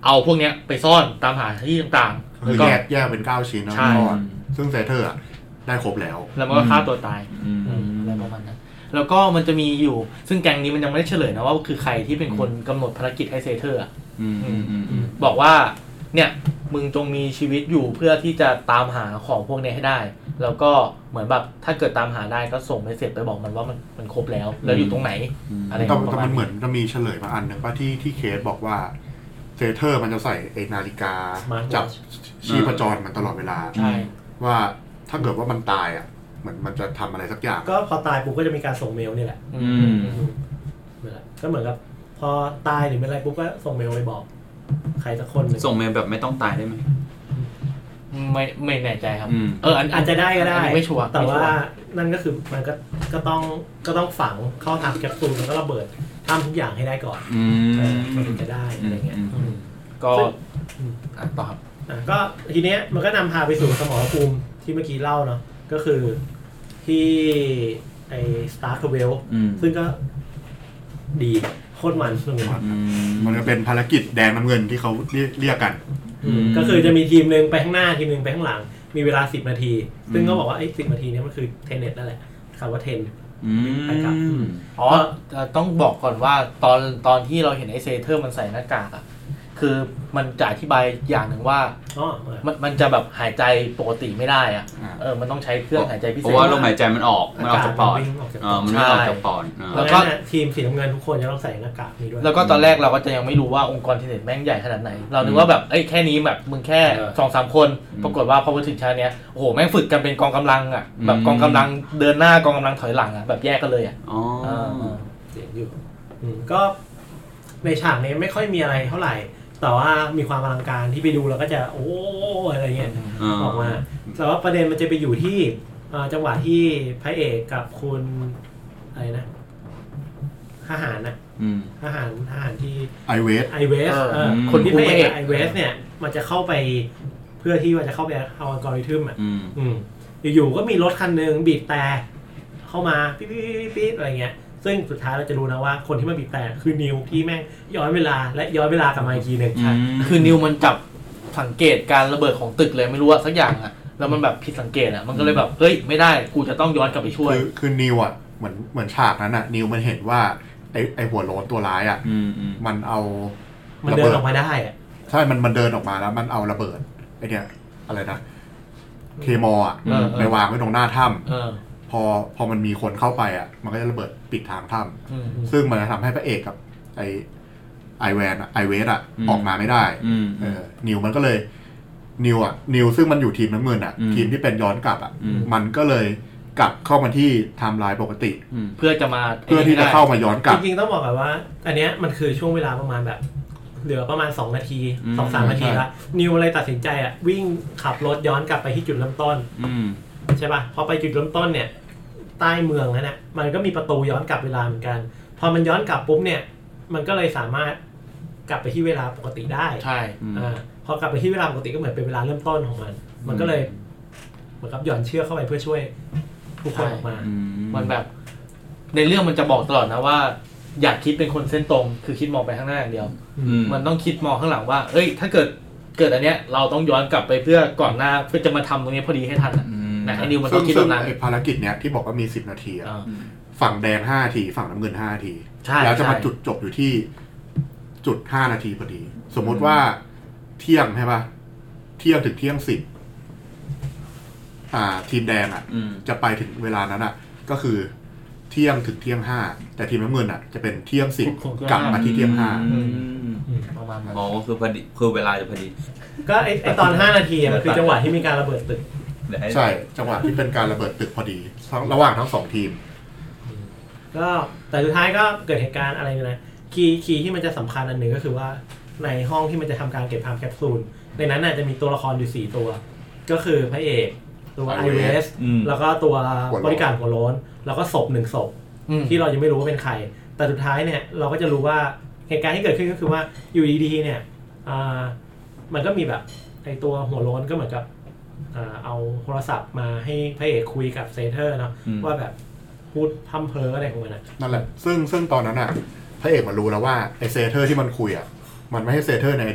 เอาพวกเนี้ยไปซ่อนตามหาที่ต่างๆคือแยกแยกเป็นเก้าชิ้นนะซ่อนซึ่งเซเทอร์ได้ครบแล้วแล้วมันก็ฆ่าตัวตายอะไรประมาณนั้นแล้วก็มันจะมีอยู่ซึ่งแก๊งนี้มันยังไม่ได้เฉลยนะว่าคือใครที่เป็นคนกำหนดภารกิจให้เซเทอร์อ่ะบอกว่าเนี่ยมึงจงมีชีวิตอยู่เพื่อที่จะตามหาของพวกนี้ให้ได้แล้วก็เหมือนแบบถ้าเกิดตามหาได้ก็ส่งเมสเสจไปบอกมันว่ามันมันครบแล้วแล้วอยู่ตรงไหนอะไรประมาณนี้แต่มันเหมือนจะมีเฉลยมาอันหนึ่งป่ะที่ที่เคสบอกว่าเซเทอร์มันจะใส่ไอ้นาฬิกาจับชีพจรมันตลอดเวลาว่าถ้าเกิดว่ามันตายอ่ะเหมือนมันจะทำอะไรสักอย่างก็พอตายปุ๊บก็จะมีการส่งเมลนี่แหละก็เหมือนกับพอตายหรือเป็นอะไรปุ๊บก็ส่งเมลไปบอกใครสักคนส่งเมลแบบไม่ต้องตายได้ไหมไม่ไม่แน่ใจครับเอออาจจะได้ก็ได้ไม่ชัวร์แต่ว่านั่นก็คือมันก็ก็ต้องก็ต้องฝังเข้าทำแคปซูลแล้วก็ระเบิดทำทุกอย่างให้ได้ก่อนมันถึงจะได้อะไรเงี้ยก็ต่อครับก็ทีเนี้ยมันก็นำพาไปสู่สมรภูมิที่เมื่อกี้เล่าเนาะก็คือที่ไอ้สตาร์คเวลซึ่งก็ดีโคตรมันสนุกมันจะเป็นภารกิจแดงน้ำเงินที่เขาเรียกกันก็คือจะมีทีมนึงไปข้างหน้าทีมนึงไปข้างหลังมีเวลาสิบนาทีซึ่งก็บอกว่าไอ้สิบนาทีนี้มันคือเทนเน็ตนั่นแหละคำว่าเทนไปกลับอ๋อต้องบอกก่อนว่าตอนตอนที่เราเห็นไอ้เซเทอร์มันใส่หน้ากากอ่ะคือมันจะอธิบายอย่างหนึ่งว่ามันมันจะแบบหายใจปกติไม่ได้อ่ะเออมันต้องใช้เครื่องหายใจพิเศษเพราะว่าลมหายใจมันออกมันออกจากปอดอ๋อมันไม่ออกจากปอดแล้วก็ทีมสีน้ำเงินทุกคนจะต้องใส่หน้ากากนี้ด้วยแล้วก็ตอนแรกเราก็จะยังไม่รู้ว่าองค์กรเทนเน็ตแม่งใหญ่ขนาดไหนเราคิดว่าแบบเอ้ยแค่นี้แบบมึงแค่ สองสาม คนปรากฏว่าพอมาถึงชั้นเนี้ยโอ้โหแม่งฝึกกันเป็นกองกำลังอ่ะแบบกองกำลังเดินหน้ากองกำลังถอยหลังอ่ะแบบแยกกันเลยอ่ะอ๋อเสียงอยู่ก็ในฉากนี้ไม่ค่อยมีอะไรเท่าไหร่แต่ว่ามีความอลังการที่ไปดูแล้วก็จะโอ้อะไรเงี้ยออกมาแต่ว่าประเด็นมันจะไปอยู่ที่จังหวะที่พระเอกกับคุณอะไรนะทหารนะทหารทหารที่ไอเวสไอเวสคนที่พระเอกไอเวสเนี่ยมันจะเข้าไปเพื่อที่ว่าจะเข้าไปเอาอัลกอริทึมอ่ะอยู่ๆก็มีรถคันนึงบีบแต่เข้ามาปิ๊ดๆๆอะไรเงี้ยซึ่งสุดท้ายเราจะรู้นะว่าคนที่มาบีบแต่คือนิวที่แม่งย้อนเวลาและย้อนเวลากลับมาอีกทีนึงคือนิวมันจับสังเกตการระเบิดของตึกเลยไม่รู้ว่าสักอย่างอ่ะแล้วมันแบบผิดสังเกตอ่ะมันก็เลยแบบเฮ้ยไม่ได้กูจะต้องย้อนกลับไปช่วยคือคือนิวอ่ะเหมือนเหมือนฉากนั้นอ่ะนิวมันเห็นว่าไอไอหัวโล้นตัวร้ายอ่ะมันเอามันเดินออกมาได้อ่ะใช่มันมันเดินออกมาแล้วมันเอาระเบิดไอเนี้ยอะไรนะเคมอลอ่ะไปวางไว้ตรงหน้าถ้ำพอพอมันมีคนเข้าไปอ่ะมันก็จะระเบิดปิดทางถ้ำซึ่งมันจะทำให้พระเอกกับไอไอแวนไอเวสอ่ะออกมาไม่ได้เออนิวมันก็เลยนิวอ่ะนิวซึ่งมันอยู่ทีมน้ำเงินอ่ะทีมที่เป็นย้อนกลับอ่ะมันก็เลยกลับเข้ามาที่ไทม์ไลน์ปกติเพื่อจะมาเพื่อที่จะเข้ามาย้อนกลับจริงๆต้องบอกก่อนว่าอันเนี้ยมันคือช่วงเวลาประมาณแบบเหลือประมาณสองนาที สองถึงสาม นาทีละนิวเลยตัดสินใจอ่ะวิ่งขับรถย้อนกลับไปที่จุดเริ่มต้นใช่ป่ะพอไปจุดเริ่มต้นเนี่ยใต้เมืองนั่นแหละมันก็มีประตูย้อนกลับเวลาเหมือนกันพอมันย้อนกลับปุ๊บเนี่ยมันก็เลยสามารถกลับไปที่เวลาปกติได้ใช่อ่าพอกลับไปที่เวลาปกติก็เหมือนเป็นเวลาเริ่มต้นของมันมันก็เลยเหมือนกับหย่อนเชือกเข้าไปเพื่อช่วยผู้คนออกมามันแบบในเรื่องมันจะบอกตลอดนะว่าอยากคิดเป็นคนเส้นตรงคือคิดมองไปข้างหน้าอย่างเดียวมันต้องคิดมองข้างหลังว่าเอ้ยถ้าเกิดเกิดอันเนี้ยเราต้องย้อนกลับไปเพื่อก่อนหน้าเพื่อจะมาทำตรงนี้พอดีให้ทันอ่ะนะไอ้นิวมันต้องคิดแบบนั้นไอ้ภารกิจเนี้ยที่บอกว่ามีสิบนาทีอ่ะฝั่งแดงห้านาทีฝั่งน้ำเงินห้านาทีแล้วจะมาจุดจบอยู่ที่จุดห้านาทีพอดีสมมุติว่าเที่ยงใช่ป่ะเที่ยงถึงเที่ยงสิบอ่าทีมแดงอ่ะจะไปถึงเวลานั้นอ่ะก็คือเที่ยงถึงเที่ยงห้าแต่ทีมน้ำเงินอ่ะจะเป็นเที่ยงสิบกลับมาที่เที่ยงห้าประมาณนั้นอ๋อคือพอดีคือเวลาจะพอดีก็ไอไอตอนห้านาทีมันคือจังหวะที่มีการระเบิดตึกใช่จังหวะที่เป็นการระเบิดตึกพอดีระหว่างทั้งสองทีมก็แต่สุดท้ายก็เกิดเหตุการณ์อะไรนะคีย์คีย์ที่มันจะสำคัญอันหนึ่งก็คือว่าในห้องที่มันจะทำการเก็บไทม์แคปซูลในนั้นน่ะจะมีตัวละครอยู่สี่ตัวก็คือพระเอกตัวไอเวสแล้วก็ตัวบริการหัวโล้นแล้วก็ศพหนึ่งศพที่เรายังไม่รู้ว่าเป็นใครแต่สุดท้ายเนี่ยเราก็จะรู้ว่าเหตุการณ์ที่เกิดขึ้นก็คือว่าอยู่ดีๆเนี่ยมันก็มีแบบไอตัวหัวโล้นก็เหมือนกับเอาโทรศัพท์มาให้พระเอกคุยกับเซเทอร์เนาะว่าแบบพูดพั่มเพ้ออะไรของมันนั่นแหละซึ่งซึ่งตอนนั้นอ่ะพระเอกมันรู้แล้วว่าไอเซเทอร์ที่มันคุยอ่ะมันไม่ใช่เซเทอร์ในอดีต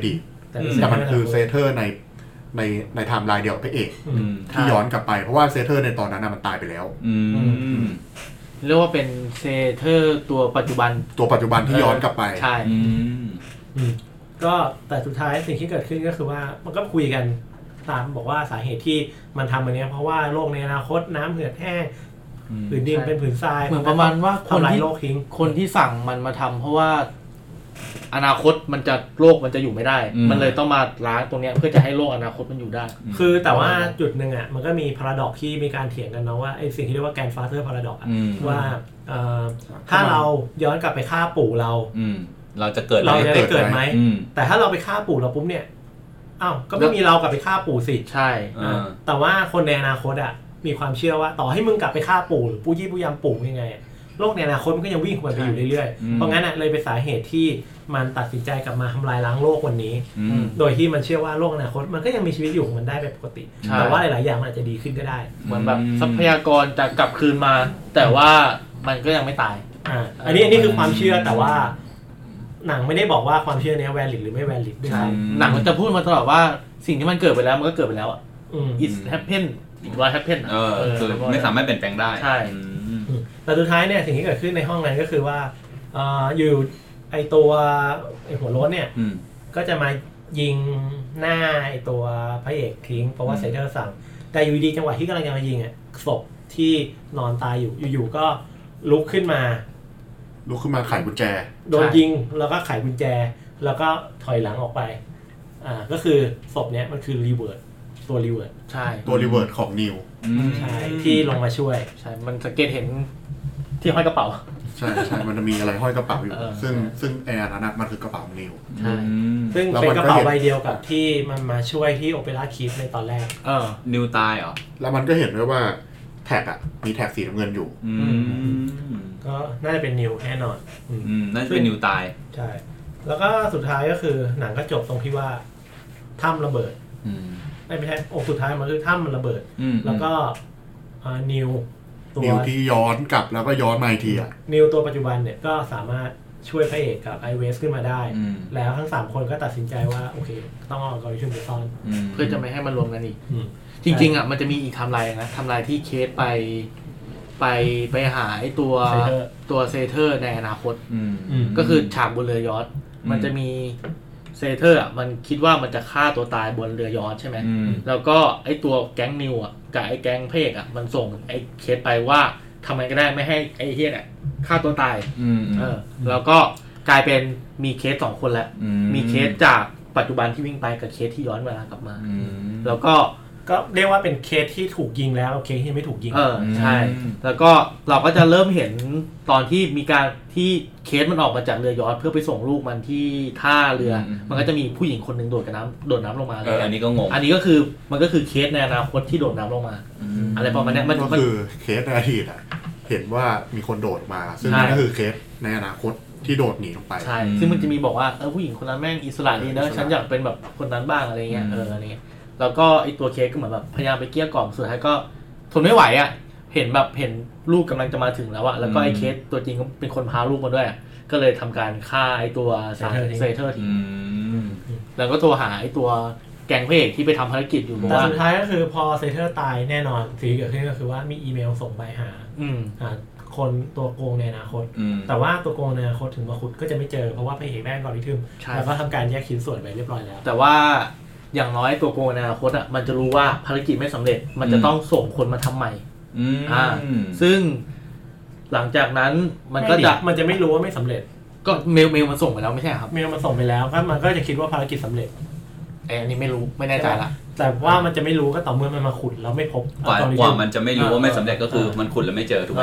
แต่มันคือเซเทอร์ในในในไทม์ไลน์เดียวกับพระเอกที่ย้อนกลับไปเพราะว่าเซเทอร์ในตอนนั้นมันตายไปแล้วเรียกว่าเป็นเซเทอร์ตัวปัจจุบันตัวปัจจุบันที่ย้อนกลับไปใช่ก็แต่สุดท้ายสิ่งที่เกิดขึ้นก็คือว่ามันก็คุยกันตามบอกว่าสาเหตุที่มันทำแบบนี้เพราะว่าโลกในอนาคตน้ำเหือดแห้งผืนดินเป็นผืนทรายเหมือนประมาณว่าคนที่โลกทิ้งคนที่สั่งมันมาทำเพราะว่าอนาคตมันจะโลกมันจะอยู่ไม่ได้มันเลยต้องมาล้างตรงนี้เพื่อจะให้โลกอนาคตมันอยู่ได้คือแต่ว่าจุดหนึ่งอ่ะมันก็มีพาราดอกที่มีการเถียงกันเนาะว่าไอ้สิ่งที่เรียกว่าแกนฟาเธอร์พาราดอกว่าถ้าเราย้อนกลับไปฆ่าปู่เราเราจะเกิดเราจะได้เกิดไหมแต่ถ้าเราไปฆ่าปู่เราปุ๊บเนี่ยอ้าวก็ไม่มีเรากลับไปฆ่าปู่สิใช่แต่ว่าคนในอนาคตอ่ะมีความเชื่อว่าต่อให้มึงกลับไปฆ่าปู่หรือปู่ยี่ปู่ยำปู่ยังไงโลกในอนาคตมันก็ยังวิ่งไปอยู่เรื่อยๆเพราะงั้นอ่ะเลยเป็นสาเหตุที่มันตัดสินใจกลับมาทำลายล้างโลกวันนี้โดยที่มันเชื่อว่าโลกอนาคตมันก็ยังมีชีวิตอยู่ของมันได้แบบปกติแต่ว่าหลายๆอย่างมันอาจจะดีขึ้นก็ได้เหมือนแบบทรัพยากรจะกลับคืนมาแต่ว่ามันก็ยังไม่ตายอ่าอันนี้อันนี้คือความเชื่อแต่ว่าหนังไม่ได้บอกว่าความเชื่อนี้แวลิดหรือไม่แวลิดด้วยหนังมันจะพูดมาตลอดว่าสิ่งที่มันเกิดไปแล้วมันก็เกิดไปแล้วอ่ะ it's happen อีกร้อย happen เออคือไม่สามารถเปลี่ยนแปลงได้ใช่แต่สุดท้ายเนี่ยสิ่งที่เกิดขึ้นในห้องนั้นก็คือว่าอ่าอยู่ไอตัวไอหัวโล้นเนี่ยก็จะมายิงหน้าไอตัวพระเอกทิ้งเพราะว่าเซเทอร์สั่งแต่อยู่ดีจังหวะที่กำลังจะมายิงอ่ะศพที่นอนตายอยู่อยู่ๆก็ลุกขึ้นมาลุกขึ้นมาไขกุญแจโดนยิงแล้วก็ไขกุญแจแล้วก็ถอยหลังออกไปอ่าก็คือศพเนี้ยมันคือรีเวิร์ดตัวรีเวิร์ดใช่ตัวรีเวิร์ดของนิวใช่ที่ลงมาช่วยใช่มันสังเกตเห็นที่ห้อยกระเป๋าใช่ใช่มันจะมีอะไรห้อยกระเป๋าอยู่ซึ่งซึ่งแอร์นั้นมันคือกระเป๋านิวใช่ซึ่งเป็นกระเป๋าใบเดียวกับที่มันมาช่วยที่โอเปร่าคีฟในตอนแรกเออนิวตายเหรอแล้วมันก็เห็นด้วยว่าแท็กอ่ะมีแท็กสีน้ำเงินอยู่ก็น่าจะเป็นนิวแน่นอนอืมน่าจะเป็นนิวตายใช่แล้วก็สุดท้ายก็คือหนังก็จบตรงที่ว่าถ้ำระเบิดไม่ไม่ใช่โอ้สุดท้ายมันคือถ้ำมันระเบิดแล้วก็นิวตัวนิวที่ย้อนกลับแล้วก็ย้อนมาอีกทีอ่ะนิวตัวปัจจุบันเนี่ยก็สามารถช่วยพระเอกกับไอเวสขึ้นมาได้แล้วทั้งสามคนก็ตัดสินใจว่าโอเคต้องเอาอัลกอริทึมไปซ่อนเพื่อจะไม่ให้มันรวมกันอีกจริงๆอ่ะมันจะมีอีกไทม์ไลน์นะไทม์ไลน์ที่เคสไปไปไปหาไอ้ตัวตัวเซเทอร์ในอนาคตก็คือฉากบนเรือยอชต์มันจะมีเซเทอร์อ่ะมันคิดว่ามันจะฆ่าตัวตายบนเรือยอชต์ใช่ไหมแล้วก็ไอ้ตัวแก๊งนิวอ่ะกับไอ้แก๊งเพกอ่ะมันส่งไอ้เคสไปว่าทำไงก็ได้ไม่ให้ไอ้เฮียเนี่ยฆ่าตัวตายเออแล้วก็กลายเป็นมีเคสสองคนแล้วมีเคสจากปัจจุบันที่วิ่งไปกับเคสที่ย้อนเวลากลับมาแล้วก็ก็เรียกว่าเป็นเคสที่ถูกยิงแล้วเคสที่ไม่ถูกยิงเออใช่แล้วก็เราก็จะเริ่มเห็นตอนที่มีการที่เคสมันออกมาจากเรือยอชต์เพื่อไปส่งลูกมันที่ท่าเรือมันก็จะมีผู้หญิงคนนึงโดดกับน้ำโดดน้ำลงมาเอออันนี้ก็งงอันนี้ก็คือมันก็คือเคสในอนาคตที่โดดน้ำลงมาอะไรประมาณนี้มันก็คือเคสในอดีตอ่ะเห็นว่ามีคนโดดมาซึ่งนั่นก็คือเคสในอนาคตที่โดดหนีลงไปใช่ซึ่งมันจะมีบอกว่าเออผู้หญิงคนนั้นแม่งอิสระดีนะฉันอยากเป็นแบบคนนั้นบ้างอะไรเงี้ยเอออะไรเงี้ยแล้วก็ไอตัวเคสก็เหมือนแบบพยายามไปเกลี้ยกล่อมสุดท้ายก็ทนไม่ไหวอ่ะเห็นแบบเห็นลูกกำลังจะมาถึงแล้วอ่ะแล้วก็ไอเคสตัวจริงก็เป็นคนพาลูกมาด้วยก็เลยทำการฆ่าไอตัวเซเทอร์ทิ้งแล้วก็โทรหาไอตัวแก๊งพระเอกที่ไปทำภารกิจอยู่แต่สุดท้ายก็คือพอเซเทอร์ตายแน่นอนสิ่งที่เกิดขึ้นก็คือว่ามีอีเมลส่งไปหาคนตัวโกงในอนาคตแต่ว่าตัวโกงในอนาคตถึงมาขุดก็จะไม่เจอเพราะว่าพระเอกได้อัลกอริทึมแล้วก็ทำการแยกชิ้นส่วนไปเรียบร้อยแล้วแต่ว่าอย่างน้อยตัวโกงในอนาคตอ่ะมันจะรู้ว่าภารกิจไม่สำเร็จมันจะต้องส่งคนมาทำใหม่อ่าซึ่งหลังจากนั้นมันก็จะมันจะไม่รู้ว่าไม่สำเร็จก็เมลเมลมันส่งไปแล้วไม่ใช่ครับเมลมันส่งไปแล้วก็มันก็จะคิดว่าภารกิจสำเร็จไอ้อันนี้ไม่รู้ไม่แน่ใจละแต่ว่ามันจะไม่รู้ก็ต่อเมื่อมันมาขุดแล้วไม่พบกว่ากว่ามันจะไม่รู้ว่าไม่สำเร็จก็คือมันขุดแล้วไม่เจอถูกไหม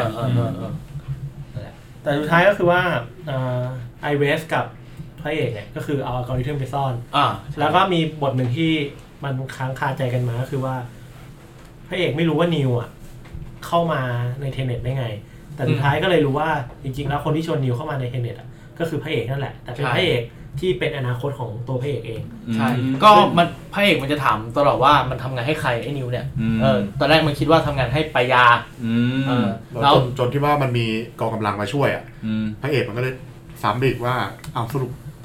แต่สุดท้ายก็คือว่าไอเวสกับพระเอกเนี่ยก็คือเอาอัลกอริทึมไปซ่อนอ่าแล้วก็มีบทหนึ่งที่มันค้างคาใจกันมาก็คือว่าพระเอกไม่รู้ว่านิวอ่ะเข้ามาในเทเน็ตได้ไงแต่สุดท้ายก็เลยรู้ว่าจริงๆแล้วคนที่ชวนนิวเข้ามาในเทเน็ตอ่ะก็คือพระเอกนั่นแหละแต่เป็นพระเอกที่เป็นอนาคตของตัวพระเอกเองใช่ก็มันพระเอกมันจะถามตลอดว่ามันทำงานให้ใครไอ้นิวเนี่ยเออตอนแรกมันคิดว่าทำงานให้ปายาเออแล้วจนที่ว่ามันมีกองกำลังมาช่วยอ่ะพระเอกมันก็เลยซ้ำอีกว่าอ้าวสรุป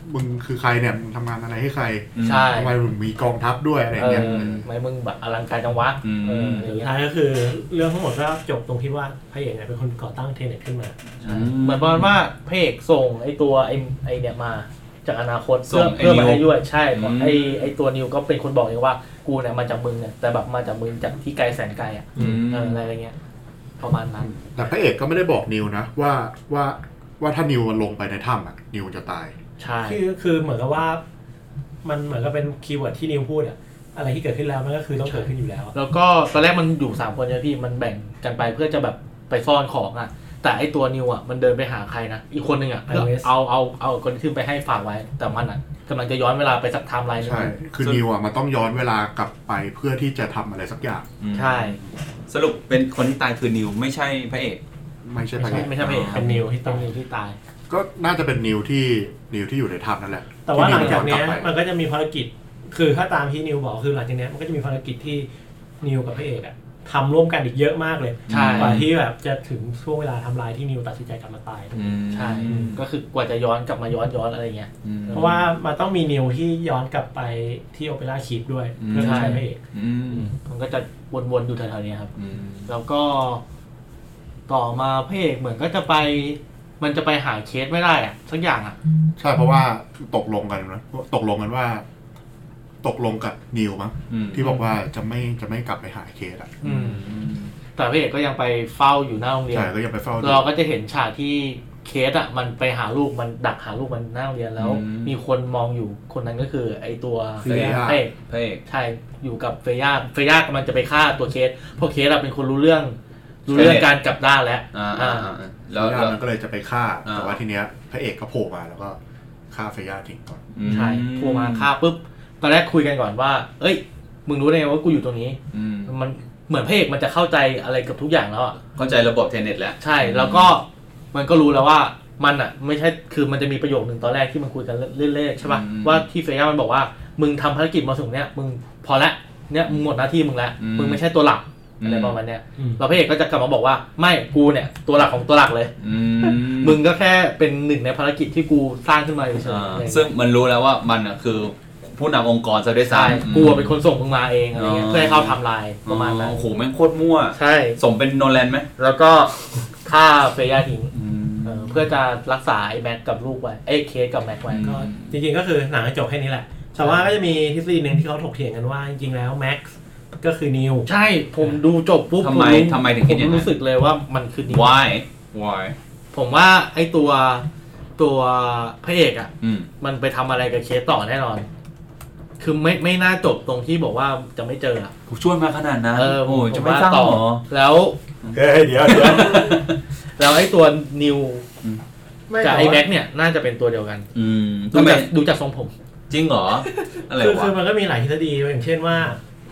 มึงคือใครเนี่ยมึงทำงานอะไรให้ใครใช่ทำไมมึงมีกองทัพด้วยอะไรเงี้ยทำไมมึงแบบอลังการจังวะเออสุดท้ายก็คือเรื่องทั้งหมดก็จบตรงที่ว่าพระเอกเนี่ยเป็นคนก่อตั้งเทเน็ตขึ้นมาเหมือนประมาณว่าพระเอกส่งไอตัวไอไอเนี่ยมาจากอนาคตเพื่อเพื่อมาให้ด้วยใช่ไอไอตัวนิวก็เป็นคนบอกเองว่ากูเนี่ยมาจากมึงเนี่ยแต่แบบมาจากมึงจากที่ไกลแสนไกลอ่ะอะไรอะไรเงี้ยประมาณนั้นแต่พระเอกก็ไม่ได้บอกนิวนะว่าว่าว่าถ้านิวลงไปในถ้ำอ่ะนิวจะตายใช่คือคือเหมือนกับว่ามันเหมือนกับเป็นคีย์เวิร์ดที่นิวพูดอ่ะอะไรที่เกิดขึ้นแล้วมันก็คือต้องเกิดขึ้นอยู่แล้วแล้วก็ตอนแรกมันอยู่สามคนใช่พี่มันแบ่งกันไปเพื่อจะแบบไปซ่อนของอ่ะแต่ไอตัวนิวอ่ะมันเดินไปหาใครนะอีกคนนึงอ่ะเอาเอาเอาคนที่ไปให้ฝากไว้แต่มันอ่ะกำลังจะย้อนเวลาไปสักไทม์ไลน์นึงใช่คือนิวอ่ะมันต้องย้อนเวลากลับไปเพื่อที่จะทำอะไรสักอย่างใช่สรุปเป็นคนที่ตายคือนิวไม่ใช่พระเอกไม่ใช่พระเอกไม่ใช่พระเอกเป็นนิวที่ต้องนิวที่ตายก็น่าจะเป็นนิวที่นิวที่อยู่ในถ้ำนั่นแหละแต่ว่าหลังจากนี้มันก็จะมีภารกิจคือถ้าตามที่นิวบอกคือหลังจากนี้มันก็จะมีภารกิจที่นิวกับพระเอกอะทำร่วมกันอีกเยอะมากเลยกว่าที่แบบจะถึงช่วงเวลาทำลายที่นิวตัดสินใจกลับมาตายใช่ก็คือกว่าจะย้อนกลับมาย้อนย้อนอะไรเงี้ยเพราะว่ามันต้องมีนิวที่ย้อนกลับไปที่โอเปร่าคีฟด้วยเพื่อใช้พระเอกมันก็จะวนๆอยู่แถวๆนี้ครับแล้วก็ต่อมาพระเอกเหมือนก็จะไปมันจะไปหาเคสไม่ได้อะสักอย่างอ่ะใช่เพราะว่าตกลงกันนะตกลงกันว่าตกลงกับนิวมั้งที่บอกว่าจะไม่จะไม่กลับไปหาเคสอ่ะแต่พระเอกก็ยังไปเฝ้าอยู่หน้าโรงเรียนใช่ก็ยังไปเฝ้าเราก็จะเห็นฉากที่เคสอ่ะมันไปหาลูกมันดักหาลูกมันหน้าโรงเรียนแล้วมีคนมองอยู่คนนั้นก็คือไอตัวเฟย่าพระเอกใช่อยู่กับเฟย่าเฟย่ากำลังจะไปฆ่าตัวเคสเพราะเคสอ่ะเป็นคนรู้เรื่องรู้เรื่องการกลับด้านแล้วอ่าแล้วมันก็เลยจะไปฆ่าแต่ว่าทีเนี้ยพระเอกก็โผล่มาแล้วก็ฆ่าเฟย่าทิ้งก่อนใช่โผล่มาฆ่าปุ๊บตอนแรกคุยกันก่อนว่าเอ้ยมึงรู้ได้ไงว่ากูอยู่ตรงนี้มันเหมือนพระเอกมันจะเข้าใจอะไรกับทุกอย่างแล้วอ่ะเข้าใจระบบเทเน็ตแล้วใช่แล้วก็มันก็รู้แล้วว่ามันอ่ะไม่ใช่คือมันจะมีประโยคนึงตอนแรกที่มันคุยกันเล่นๆใช่ป่ะว่าที่เฟย่ามันบอกว่ามึงทำภารกิจมาถึงเนี้ยมึงพอละเนี้ยมึงหมดหน้าที่มึงแล้วมึงไม่ใช่ตัวหลักอะไรประมาณเนี้ยเราพระเอกก็จะกลับมาบอกว่าไม่กูเนี่ยตัวหลักของตัวหลักเลยมึงก็แค่เป็นหนึ่งในภารกิจที่กูสร้างขึ้นมาเฉยๆซึ่งมันรู้แล้วว่ามันอ่ะคือผู้นำองค์กรซะด้วยซ้ำกูเป็นคนส่งมึงมาเองอะไรเงี้ยเพื่อให้เข้าทำลายประมาณนั้นโอ้โหแม่งโคตรมั่วใช่สมเป็นโนแลนไหมแล้วก็ฆ่าเฟย่าทิ้งเพื่อจะรักษาไอ้แม็กกับลูกไว้ไอ้เคสกับแม็กไว้ก็จริงๆก็คือหนังจบแค่นี้แหละแต่ว่าก็จะมีทฤษฎีหนึ่งที่เขาถกเถียงกันว่าจริงๆแล้วแม็กก็คือนิวใช่ผมดูจบปุ๊บทำไมทำไมถึงคิดอย่างนั้นผมรู้สึกเลยว่ามันคือนิว why why ผมว่าไอ้ตัวตัวพระเอกอ่ะมันไปทำอะไรกับเคสต่อแน่นอนคือไม่ไม่น่าจบตรงที่บอกว่าจะไม่เจออ่ะกูช่วยมาขนาดนั้นเออโอ้จะไม่ต่อแล้วเฮ้ยเดี๋ยวเดี๋ยวแล้วไอ้ตัวนิวกับไอ้แม็กเนี่ยน่าจะเป็นตัวเดียวกันอืมดูจากดูจากทรงผมจริงเหรออะไรวะคือมันก็มีหลายทฤษฎีอย่างเช่นว่า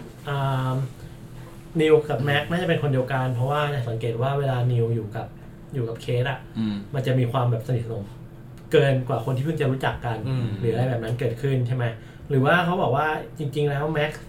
นิวกับแม็กน่าจะเป็นคนเดียวกันเพราะว่าสังเกตว่าเวลานิวอยู่กับอยู่กับเคสอ่ะมันจะมีความแบบสนิทสนมเกินกว่าคนที่เพิ่งจะรู้จักกันหรืออะไรแบบนั้นเกิดขึ้นใช่ไหมหรือว่าเขาบอกว่าจริงๆแล้วแม็ก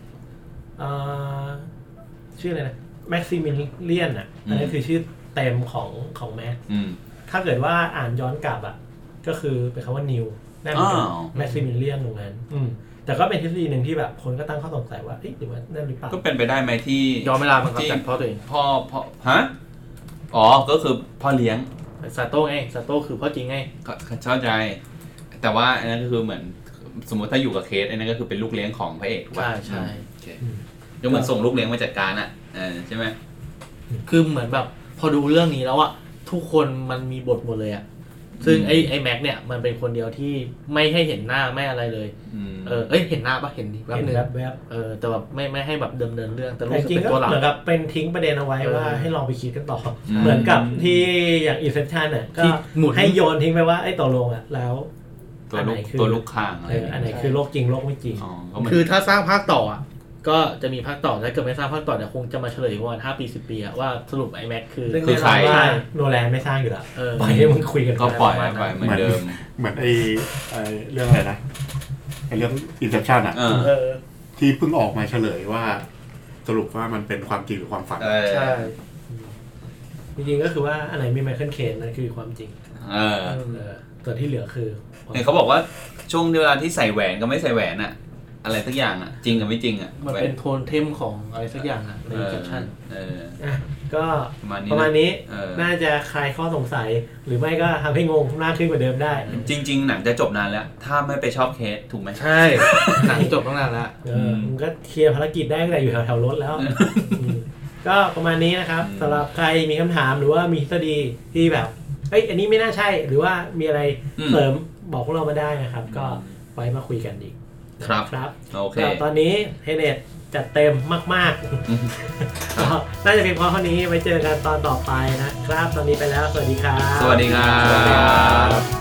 ชื่ออะไรนะแม็กซิมิเลียนอ่ะอันนี้คือชื่อเต็มของของแม็กถ้าเกิดว่าอ่านย้อนกลับอ่ะก็คือเป็นคำว่านิวนั่นเป็นแม็กซิมิเลียนตรงนั้นแต่ก็เป็นทฤษฎีหนึ่งที่แบบคนก็ตั้งข้อสงสัยว่าเอ๊ะหรือว่านั่นหรือเปล่าก็เป็นไปได้ไหมที่ย้อนเวลามันก็จัดพ่อตัวเองพ่อพ่อฮะอ๋อก็คือพ่อเลี้ยงซาโต้ไงซาโต้คือพ่อจริงไงเข้าใจแต่ว่าอันนั้นก็คือเหมือนสมมติถ้าอยู่กับเคสอันนั้นก็คือเป็นลูกเลี้ยงของพระเอกถูกป่ะใช่ใช่ยกเหมือนส่งลูกเลี้ยงมาจัดการอ่ะใช่ไหมคือเหมือนแบบพอดูเรื่องนี้แล้วอะทุกคนมันมีบทหมดเลยอะซึ่งไอ้ไอ้แม็กเนี่ยมันเป็นคนเดียวที่ไม่ให้เห็นหน้าไม่อะไรเลยเออเอ้ยเห็นหน้าปะเห็นดิแวบนึงแวบเออแต่แบบไม่ไม่ให้แบบเดิมเดินเรื่องแต่รู้สึกเป็นตัวหลักเหมือนกับเป็นทิ้งประเด็นเอาไว้ว่าให้ลองไปคิดกันต่อเหมือนกับที่อย่าง Inception เนี่ยก็ให้โยนทิ้งไปว่าไอ้ตกลงอะแล้วตัวลูกตัวลูกข้างอะไรอันไหนคือโลกจริงโลกไม่จริงคือถ้าสร้างภาคต่ออ่ะก็จะมีภาคต่อถ้าเกิดไม่สร้างภาคต่อเนี่ยคงจะมาเฉลยว่าห้าปีสิบปีอะว่าสรุปไอ้แม็กคือคือใครโนแลนไม่สร้างอยู่แล้วปล่อยให้มึงคุยกันก็ปล่อยไปเหมือนเดิมเหมือนไอ้ไอ้เรื่องอะไรนะไอ้เรื่อง Inception อ่ะที่เพิ่งออกมาเฉลยว่าสรุปว่ามันเป็นความจริงหรือความฝันใช่จริงๆก็คือว่าอะไรมีไมเคิลเคนนั่นคือความจริงเออตัวที่เหลือคือเนี่ยเขาบอกว่าช่วงเวลาที่ใส่แหวนกับไม่ใส่แหวนอะอะไรสักอย่างอะจริงกับไม่จริงอะมันเป็นโทนเทมของอะไรสักอย่างอะในแคปชั่นก็ประมาณนี้น่าจะคลายข้อสงสัยหรือไม่ก็ทำให้งงมากขึ้นกว่าเดิมได้จริงๆหนังจะจบนานแล้วถ้าไม่ไปชอบเคสถูกไหมใช่หนังจบตั้งนานแล้วมันก็เคลียร์ภารกิจได้ตั้งแต่อยู่แถวๆรถแล้วก็ประมาณนี้นะครับสำหรับใครมีคำถามหรือว่ามีทฤษฎีที่แบบเอ้ยอันนี้ไม่น่าใช่หรือว่ามีอะไรเสริมบอกพวกเรามาได้นะครับก็ไว้มาคุยกันอีกครับครับโอเคตอนนี้เฮเน็ตจัดเต็มมากๆก็น่าจะเพียงพอเท่านี้ไว้เจอกันตอนต่อไปนะครับตอนนี้ไปแล้วสวัสดีครับสวัสดีครับ